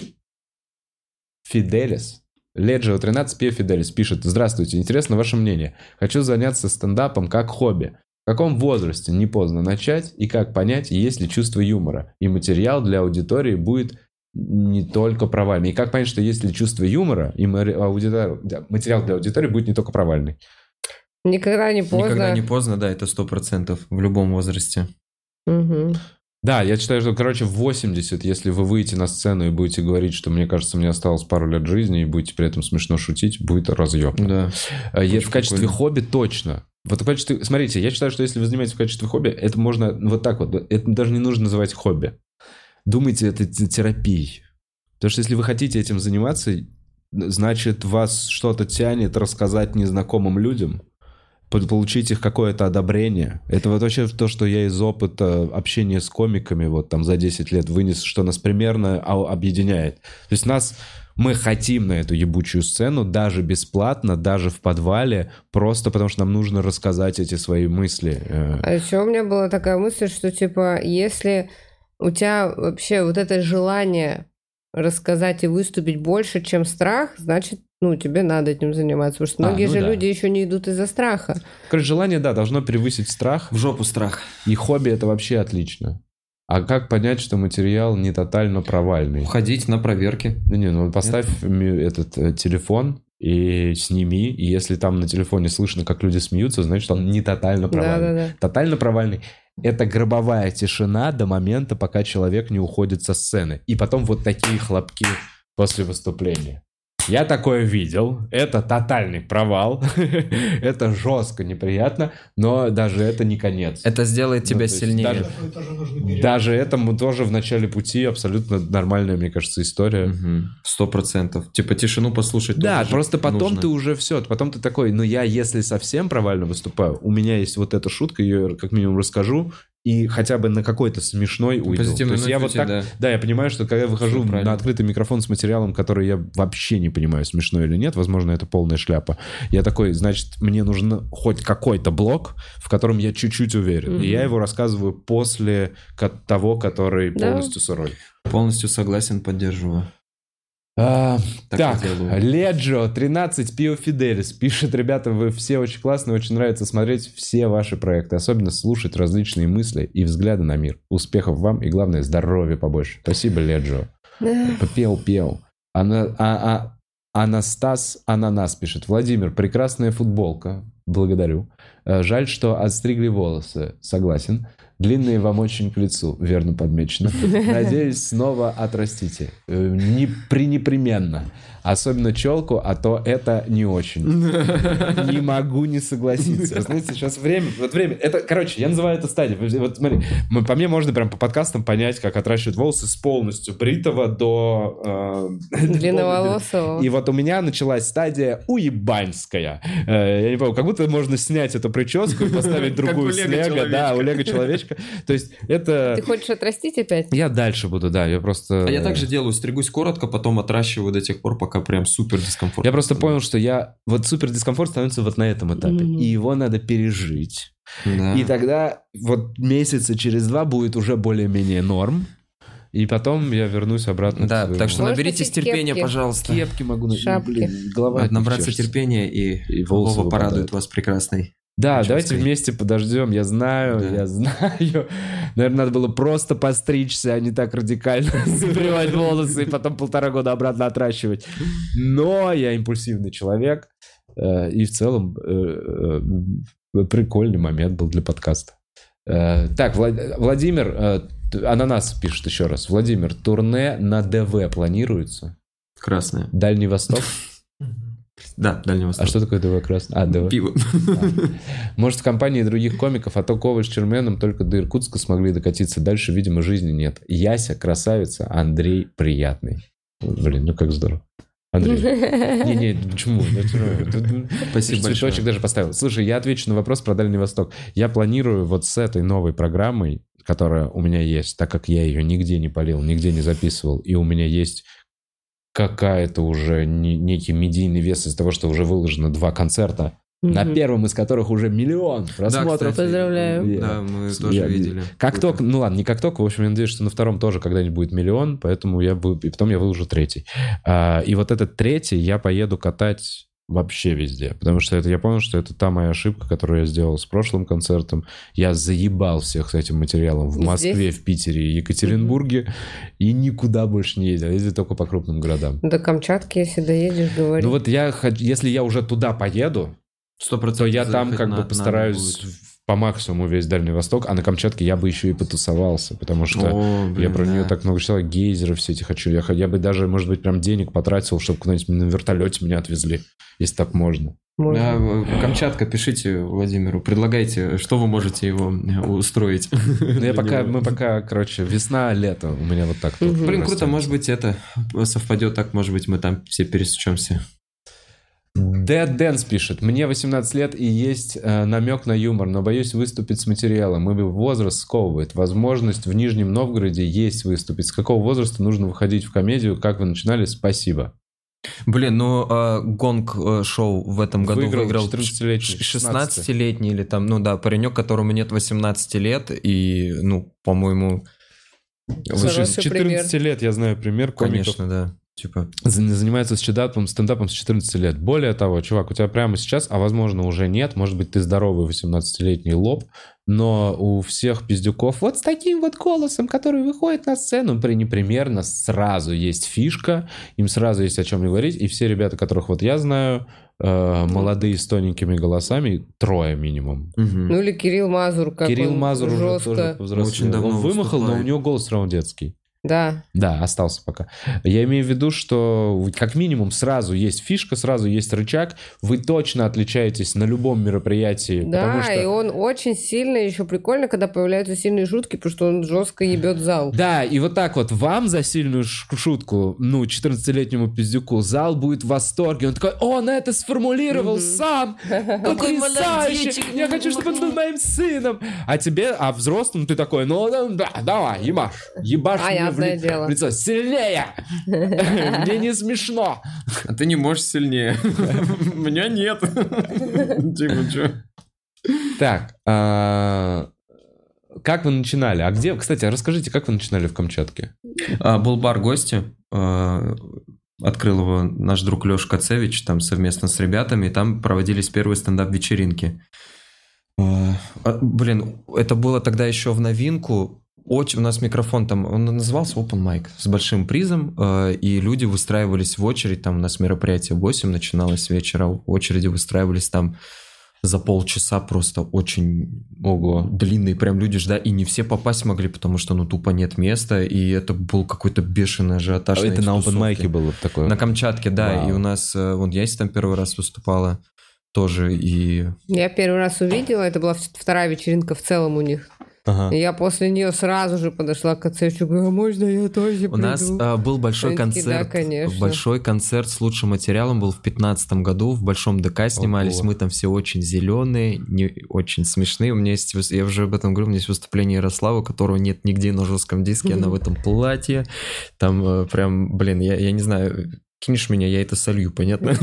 Фиделис. Леджо тринадцать П Фиделис пишет: здравствуйте, интересно ваше мнение. Хочу заняться стендапом как хобби. В каком возрасте не поздно начать и как понять, есть ли чувство юмора? И материал для аудитории будет не только провальный. И как понять, что есть ли чувство юмора, и мари- аудитор- да, материал для аудитории будет не только провальный? Никогда не поздно. Никогда не поздно, да, это сто процентов в любом возрасте. Мгм. Да, я считаю, что, короче, в восемьдесят, если вы выйдете на сцену и будете говорить, что, мне кажется, мне осталось пару лет жизни, и будете при этом смешно шутить, будет разъебно. Да. А я- Очень в качестве прикольно. хобби точно. Вот в качестве... Смотрите, я считаю, что если вы занимаетесь в качестве хобби, это можно вот так вот. Это даже не нужно называть хобби. Думайте, это т- терапией. Потому что если вы хотите этим заниматься, значит, вас что-то тянет рассказать незнакомым людям. под- получить их какое-то одобрение. Это вот вообще то, что я из опыта общения с комиками вот там за десять лет вынес, что нас примерно а- объединяет. То есть нас... Мы хотим на эту ебучую сцену даже бесплатно, даже в подвале, просто потому что нам нужно рассказать эти свои мысли. А еще у меня была такая мысль, что, типа, если у тебя вообще вот это желание рассказать и выступить больше, чем страх, значит, ну, тебе надо этим заниматься. Потому что А, многие ну же да. люди еще не идут из-за страха. Короче, желание, да, должно превысить страх, В жопу страх. и хобби — это вообще отлично. А как понять, что материал не тотально провальный? Ходить на проверки. Ну, не, ну поставь ми- этот э, телефон и сними, и если там на телефоне слышно, как люди смеются, значит, он не тотально провальный. Да-да-да. Тотально провальный — это гробовая тишина до момента, пока человек не уходит со сцены. И потом вот такие хлопки после выступления. Я такое видел. Это тотальный провал. Это жестко неприятно, но даже это не конец. Это сделает Ну, тебя то есть сильнее. Даже, даже этому тоже в начале пути абсолютно нормальная, мне кажется, история. Мгм. Сто процентов. Типа тишину послушать. Да, тоже же просто потом нужно. ты уже все, потом ты такой, ну я если совсем провально выступаю, у меня есть вот эта шутка, ее как минимум расскажу, и хотя бы на какой-то смешной уйду. То Позитивной есть я вот ноте, так, да. да, я понимаю, что когда я выхожу Всё правильно. на открытый микрофон с материалом, который я вообще не понимаю, смешной или нет, возможно, это полная шляпа, я такой, значит, мне нужен хоть какой-то блок, в котором я чуть-чуть уверен. Мгм. И я его рассказываю после ко- того, который Да. полностью сырой. Полностью согласен, поддерживаю. А, Так так, и делаю. Леджо, тринадцать Пио Фиделис пишет: ребята, вы все очень классные, очень нравится смотреть все ваши проекты, особенно слушать различные мысли и взгляды на мир. Успехов вам и, главное, здоровья побольше. Спасибо, Леджо. Пел-пел. Ана- а- а- Анастас Ананас пишет: Владимир, прекрасная футболка. Благодарю. Э, Жаль, что отстригли волосы. Согласен. Длинные вам очень к лицу. Верно подмечено. Надеюсь, снова отрастите. Э, Не пренепременно. Особенно челку, а то это не очень. Не могу не согласиться. Вы знаете, сейчас время... Вот время... Это, короче, я называю это стадией. Вы- Вот смотри, мы- по мне можно прям по подкастам понять, как отращивать волосы с полностью бритого до... э, Длинноволосого. И вот у меня началась стадия уебанская. Э, Я не помню, как будто можно снять эту прическу и поставить другую у с Лего Лего. Да, человечка. у Лего человечка. То есть это... Ты хочешь отрастить опять? Я дальше буду, да, я просто... А я также делаю, стригусь коротко, потом отращиваю до тех пор, пока прям супер дискомфортно. Я просто понял, что я... Вот супер дискомфорт становится вот на этом этапе. Мгм. И его надо пережить. Да. И тогда вот месяца через два будет уже более-менее норм. И потом я вернусь обратно Да, к своему. так что Можешь наберитесь носить терпения, кепки? пожалуйста. Кепки могу... на- Шапки. Блин, голова Надо набраться чешется. терпения, и, И волосы Вова порадует выпадают. вас прекрасной. Да, Прической. давайте вместе подождем. Я знаю, Да. я знаю. Наверное, надо было просто постричься, а не так радикально забривать волосы и потом полтора года обратно отращивать. Но я импульсивный человек. э, И в целом э, э, прикольный момент был для подкаста. Э, Так, Влад- Владимир, э, т- Ананас пишет еще раз. Владимир, турне на ДВ планируется? Красная. Дальний Восток? Да, Дальний Восток. А что такое ДВ красный? А, ДВ. Пиво. Может, в компании других комиков, а то Коваль с Черменом только до Иркутска смогли докатиться. Дальше, видимо, жизни нет. Яся красавица, Андрей приятный. Блин, ну как здорово. Андрей. Не-не, почему? Ну, почему? Тут Спасибо цветочек большое. даже поставил. Слушай, я отвечу на вопрос про Дальний Восток. Я планирую вот с этой новой программой, которая у меня есть, так как я ее нигде не полил, нигде не записывал, и у меня есть какая-то уже не- некий медийный вес из того, что уже выложено два концерта, на Мгм. первом из которых уже миллион просмотров. кстати. Поздравляю. Я- Да, мы я- тоже видели. Как Круто. только, ну ладно, не как только, в общем, я надеюсь, что на втором тоже когда-нибудь будет миллион, поэтому я буду, и потом я выложу третий. А, и вот этот третий я поеду катать вообще везде, потому что это я понял, что это та моя ошибка, которую я сделал с прошлым концертом. Я заебал всех с этим материалом в Здесь? Москве, в Питере и Екатеринбурге, и никуда больше не ездил, ездил только по крупным городам. До Камчатки, если доедешь, говори. Ну вот я, хочу- если я уже туда поеду, Сто то процентов я там заехать как на- бы надо постараюсь будет. по максимуму весь Дальний Восток, а на Камчатке я бы еще и потусовался, потому что О, я блин, про нее да. так много читал, гейзеры все эти хочу. Я, х- я бы даже, может быть, прям денег потратил, чтобы куда-нибудь на вертолете меня отвезли, если так можно. Можно. Да, э, Камчатка, пишите Владимиру, предлагайте, что вы можете его э, устроить. Ну, я пока, мы пока, короче, весна, лето, у меня вот так. тут Мгм. Блин, растет. круто, может быть, это совпадет так, может быть, мы там все пересечемся. Dead Dance пишет. Мне восемнадцать лет и есть э, намек на юмор, но боюсь выступить с материалом. Ибо возраст сковывает. Возможность в Нижнем Новгороде есть выступить. С какого возраста нужно выходить в комедию? Как вы начинали? Спасибо. Блин, ну э, Гонг э, шоу в этом году Выиграл выиграл четырнадцатилетний, шестнадцатилетний или там, ну да, паренек, которому нет восемнадцати лет, и, ну, по-моему... Слушай, с Хороший четырнадцати лет я знаю пример комиков. Конечно, да. Типа... Занимается стендапом, стендапом с четырнадцати лет. Более того, чувак, у тебя прямо сейчас, а возможно уже нет, может быть, ты здоровый восемнадцатилетний лоб, но у всех пиздюков вот с таким вот голосом, который выходит на сцену, при непримерно сразу есть фишка, им сразу есть о чем говорить, и все ребята, которых вот я знаю, э, молодые с тоненькими голосами, трое минимум. Угу. Ну или Кирилл Мазур, как Кирилл он Мазур уже жестко. тоже повзрослел. Очень давно Он вымахал, но у выступает. него голос все равно детский. Да. Да, остался пока. Я имею в виду, что как минимум сразу есть фишка, сразу есть рычаг. Вы точно отличаетесь на любом мероприятии. Да, потому что... и он очень сильно, еще прикольно, когда появляются сильные шутки, потому что он жестко ебет зал. Да, и вот так вот вам за сильную ш- шутку, ну, четырнадцатилетнему пиздюку, зал будет в восторге. Он такой, он это сформулировал сам! Потрясающе! Я хочу, чтобы он был моим сыном! А тебе, а взрослым ты такой, ну, да, да, давай, ебашь, ебашь мне в, Понятное ли- дело. в лицо. Сильнее! Мне не смешно! А ты не можешь сильнее. У меня нет. Типа, чё? Так, а, как вы начинали? А где, кстати, расскажите, как вы начинали в Камчатке? А, Был бар «Гости». а, Открыл его наш друг Леша Кацевич там совместно с ребятами. И там проводились первые стендап-вечеринки. А, Блин, это было тогда еще в новинку. Очень, у нас микрофон там, он назывался Open Mic, с большим призом, э, и люди выстраивались в очередь, там у нас мероприятие в восемь начиналось с вечера, в очереди выстраивались там за полчаса, просто очень Ого. длинные прям люди ждали, и не все попасть могли, потому что ну тупо нет места, и это был какой-то бешеный ажиотаж. А это эти на тусовки. опенмайке было такое? На Камчатке, да, Вау. и у нас, э, вот Яся там первый раз выступала тоже, и... Я первый раз увидела, это была вторая вечеринка в целом у них. Ага. И я после нее сразу же подошла к Ацевичу, говорю, а можно я тоже У нас приду?» а, был большой Они такие, концерт, «Да, конечно». большой концерт с лучшим материалом был в пятнадцатом году, в Большом ДК снимались, Ого. мы там все очень зеленые, не очень смешные. У меня есть, выс- я уже об этом говорю, у меня есть выступление Ярослава, которого нет нигде на жестком диске, она в этом платье, там э, прям, блин, я, я не знаю, кинешь меня, я это солью, понятно?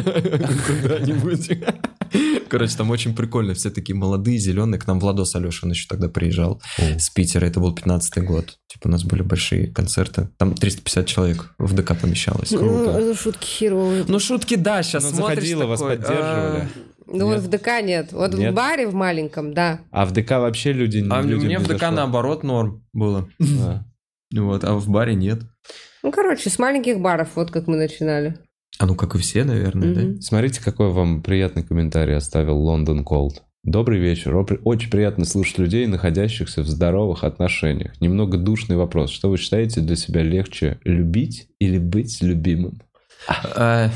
Куда-нибудь. Короче, там очень прикольно, все такие молодые, зеленые, к нам Владос Алешин еще тогда приезжал с Питера, это был пятнадцатый год. Типа у нас были большие концерты. Там триста пятьдесят человек в ДК помещалось. Круто. Ну, шутки херовые. Ну, шутки, да, сейчас Ну, смотришь заходила, вас такой, поддерживали. Ну, вот в ДК нет. Вот Нет? в баре в маленьком, да. А в ДК вообще люди... А людям мне не в ДК зашло? наоборот норм было. Да. Вот, а в баре нет. Ну, короче, с маленьких баров, вот как мы начинали. А ну, как и все, наверное, да? Мгм. Смотрите, какой вам приятный комментарий оставил Лондон Колд. Добрый вечер. Опри- Очень приятно слушать людей, находящихся в здоровых отношениях. Немного душный вопрос. Что вы считаете для себя легче, любить или быть любимым? А,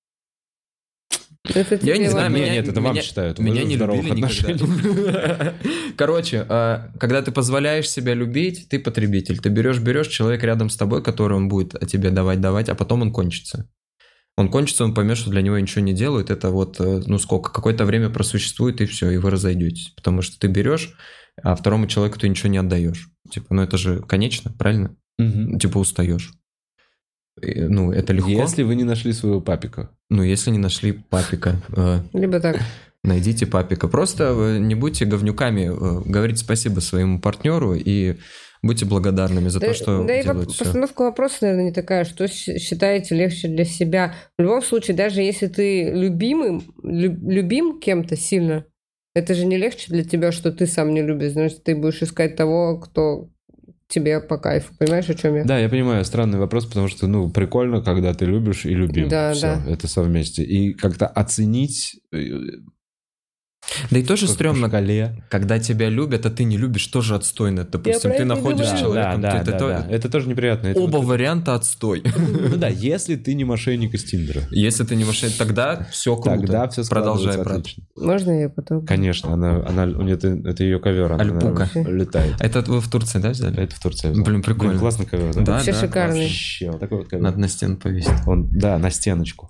Это Я тебе не знаю, вопрос. Нет, меня, нет, это вам меня- считают. Меня Вы в не здоровых любили отношениях. никогда. Короче, а, когда ты позволяешь себя любить, ты потребитель. Ты берешь-берешь, человек рядом с тобой, который он будет о тебе давать-давать, а потом он кончится. Он кончится, он поймет, что для него ничего не делают. Это вот, э, ну сколько, какое-то время просуществует, и все, и вы разойдетесь. Потому что ты берешь, а второму человеку ты ничего не отдаешь. Типа, ну это же конечно, правильно? Мгм. Типа устаешь. И, ну, это легко. Если вы не нашли своего папика. Ну, если не нашли папика, э, Либо так. найдите папика. Просто э, не будьте говнюками, э, говорите спасибо своему партнеру и будьте благодарными за Да, то, что да и делают воп- все. постановка вопроса, наверное, не такая, что щ- считаете легче для себя. В любом случае, даже если ты любимым, лю- любим кем-то сильно, это же не легче для тебя, что ты сам не любишь. Значит, ты будешь искать того, кто тебе по кайфу. Понимаешь, о чем я? Да, я понимаю, странный вопрос, потому что, ну, прикольно, когда ты любишь и любим. Да, Все, да. это совместе. И как-то оценить... э, Да и тоже По- стрёмно, по шкале. когда тебя любят, а ты не любишь, тоже отстойно. Допустим, про ты это и находишь говорю. человека, Да, да, это, да, то- да. Это тоже неприятно. Это оба вот- варианта отстой. Ну да, если ты не мошенник из Тиндера. Если ты не мошенник, тогда все круто. Тогда все Продолжай, брат. отлично. Можно я потом? Конечно, она, она, у нее это, это ее ковер, она, Альпука. она летает. Это вы в Турции, да, взяли? Это в Турции. взял. Блин, прикольно. Блин, классный ковер, да? Да, Вообще да, шикарный. Вообще, вот такой вот ковер. Надо на стену повесить. Он, да, на стеночку.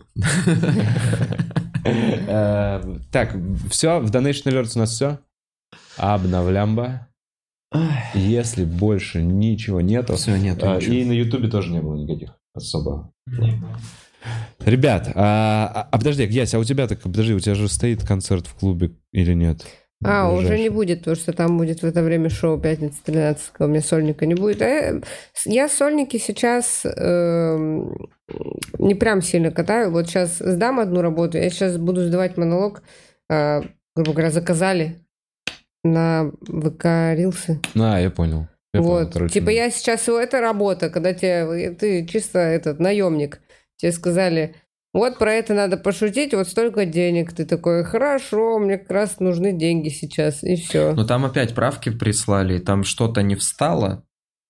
Э, Так, все, в Donation Alerts у нас все. Обновлямба. Если больше ничего нету. Все, нету а, ничего. И на Ютубе тоже не было никаких особо. Ребят, а, а а подожди, Ясь, а у тебя так, подожди, у тебя же стоит концерт в клубе или нет? А, уже Ближайший. не будет, потому что там будет в это время шоу «Пятница тринадцатого», у меня сольника не будет. А я, я сольники сейчас эм, не прям сильно катаю. Вот сейчас сдам одну работу, я сейчас буду сдавать монолог, э, грубо говоря, заказали на ВК Рилсы. А, я понял. Я понял, Вот, короче, типа ну. я сейчас, это работа, когда тебе, ты чисто этот наемник, тебе сказали, вот про это надо пошутить, вот столько денег, ты такой, хорошо, мне как раз нужны деньги сейчас, и все. Но там опять правки прислали, там что-то не встало,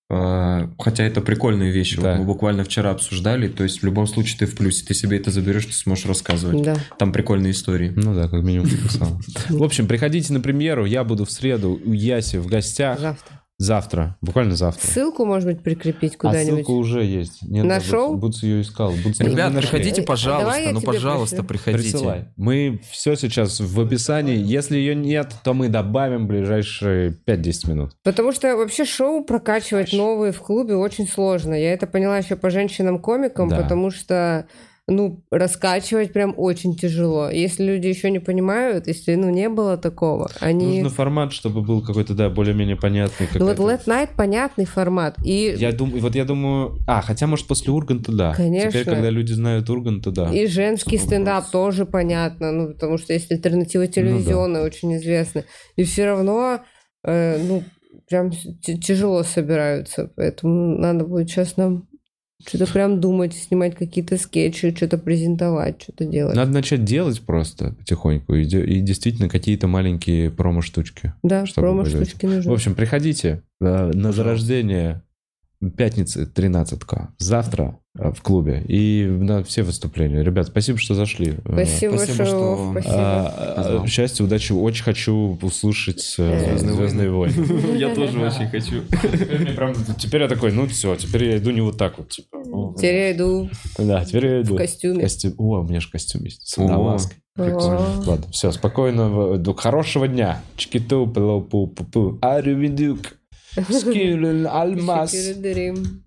э, хотя это прикольные вещи, Да. вот мы буквально вчера обсуждали, то есть в любом случае ты в плюсе, ты себе это заберешь, ты сможешь рассказывать. Да. Там прикольные истории. Ну да, как минимум написал. В общем, приходите на премьеру, я буду в среду у Яси в гостях. Завтра. Завтра, буквально завтра. Ссылку, может быть, прикрепить А куда-нибудь? ссылка уже есть. Нет, На да, Буц- шоу? Буц ее искал. Буц не- Ребят, не нашли. приходите, Э, пожалуйста, давай я ну, тебе пожалуйста, пришлю. приходите. Присылай. Мы все сейчас в описании. Если ее нет, то мы добавим в ближайшие пять-десять минут. Потому что вообще шоу прокачивать новые в клубе очень сложно. Я это поняла еще по женщинам-комикам, Да. потому что, ну, раскачивать прям очень тяжело. Если люди еще не понимают, если, ну, не было такого, они... Нужно формат, чтобы был какой-то, да, более-менее понятный. Ну вот какой-то- Late Night понятный формат. И, Я думаю, вот я думаю... А, хотя, может, после Урганта, да. Конечно. Теперь, когда люди знают Урганта, да. и женский Вопрос. стендап тоже понятно, ну, потому что есть альтернатива телевизионная, очень известная. И все равно, э, ну, прям т- тяжело собираются. Поэтому надо будет сейчас нам что-то прям думать, снимать какие-то скетчи, что-то презентовать, что-то делать. Надо начать делать просто потихоньку. И, де- и действительно какие-то маленькие промо-штучки. Да, чтобы промо-штучки нужны. В общем, приходите э, на зарождение пятницы тринадцатого завтра э, в клубе и на все выступления. Ребят, спасибо, что зашли. Э, Спасибо, Спасибо, большое, что- Вов, спасибо. а, а, Позвал. Счастья, удачи. Очень хочу услышать Э, «Звездные, «Звездные войны». Я тоже очень хочу. Теперь мне прям- Теперь я такой, ну все, теперь я иду не вот так вот. Типа. Ну, Теперь я иду Да, теперь я иду. в костюме. Костюм. О, у меня же костюм есть. С водолазкой. Прикольно. Ладно, все, спокойного, ду- хорошего дня. Чикиту, пылу, пу, пу, пу. Аривидук. Скилл, алмаз. Шикеридерим.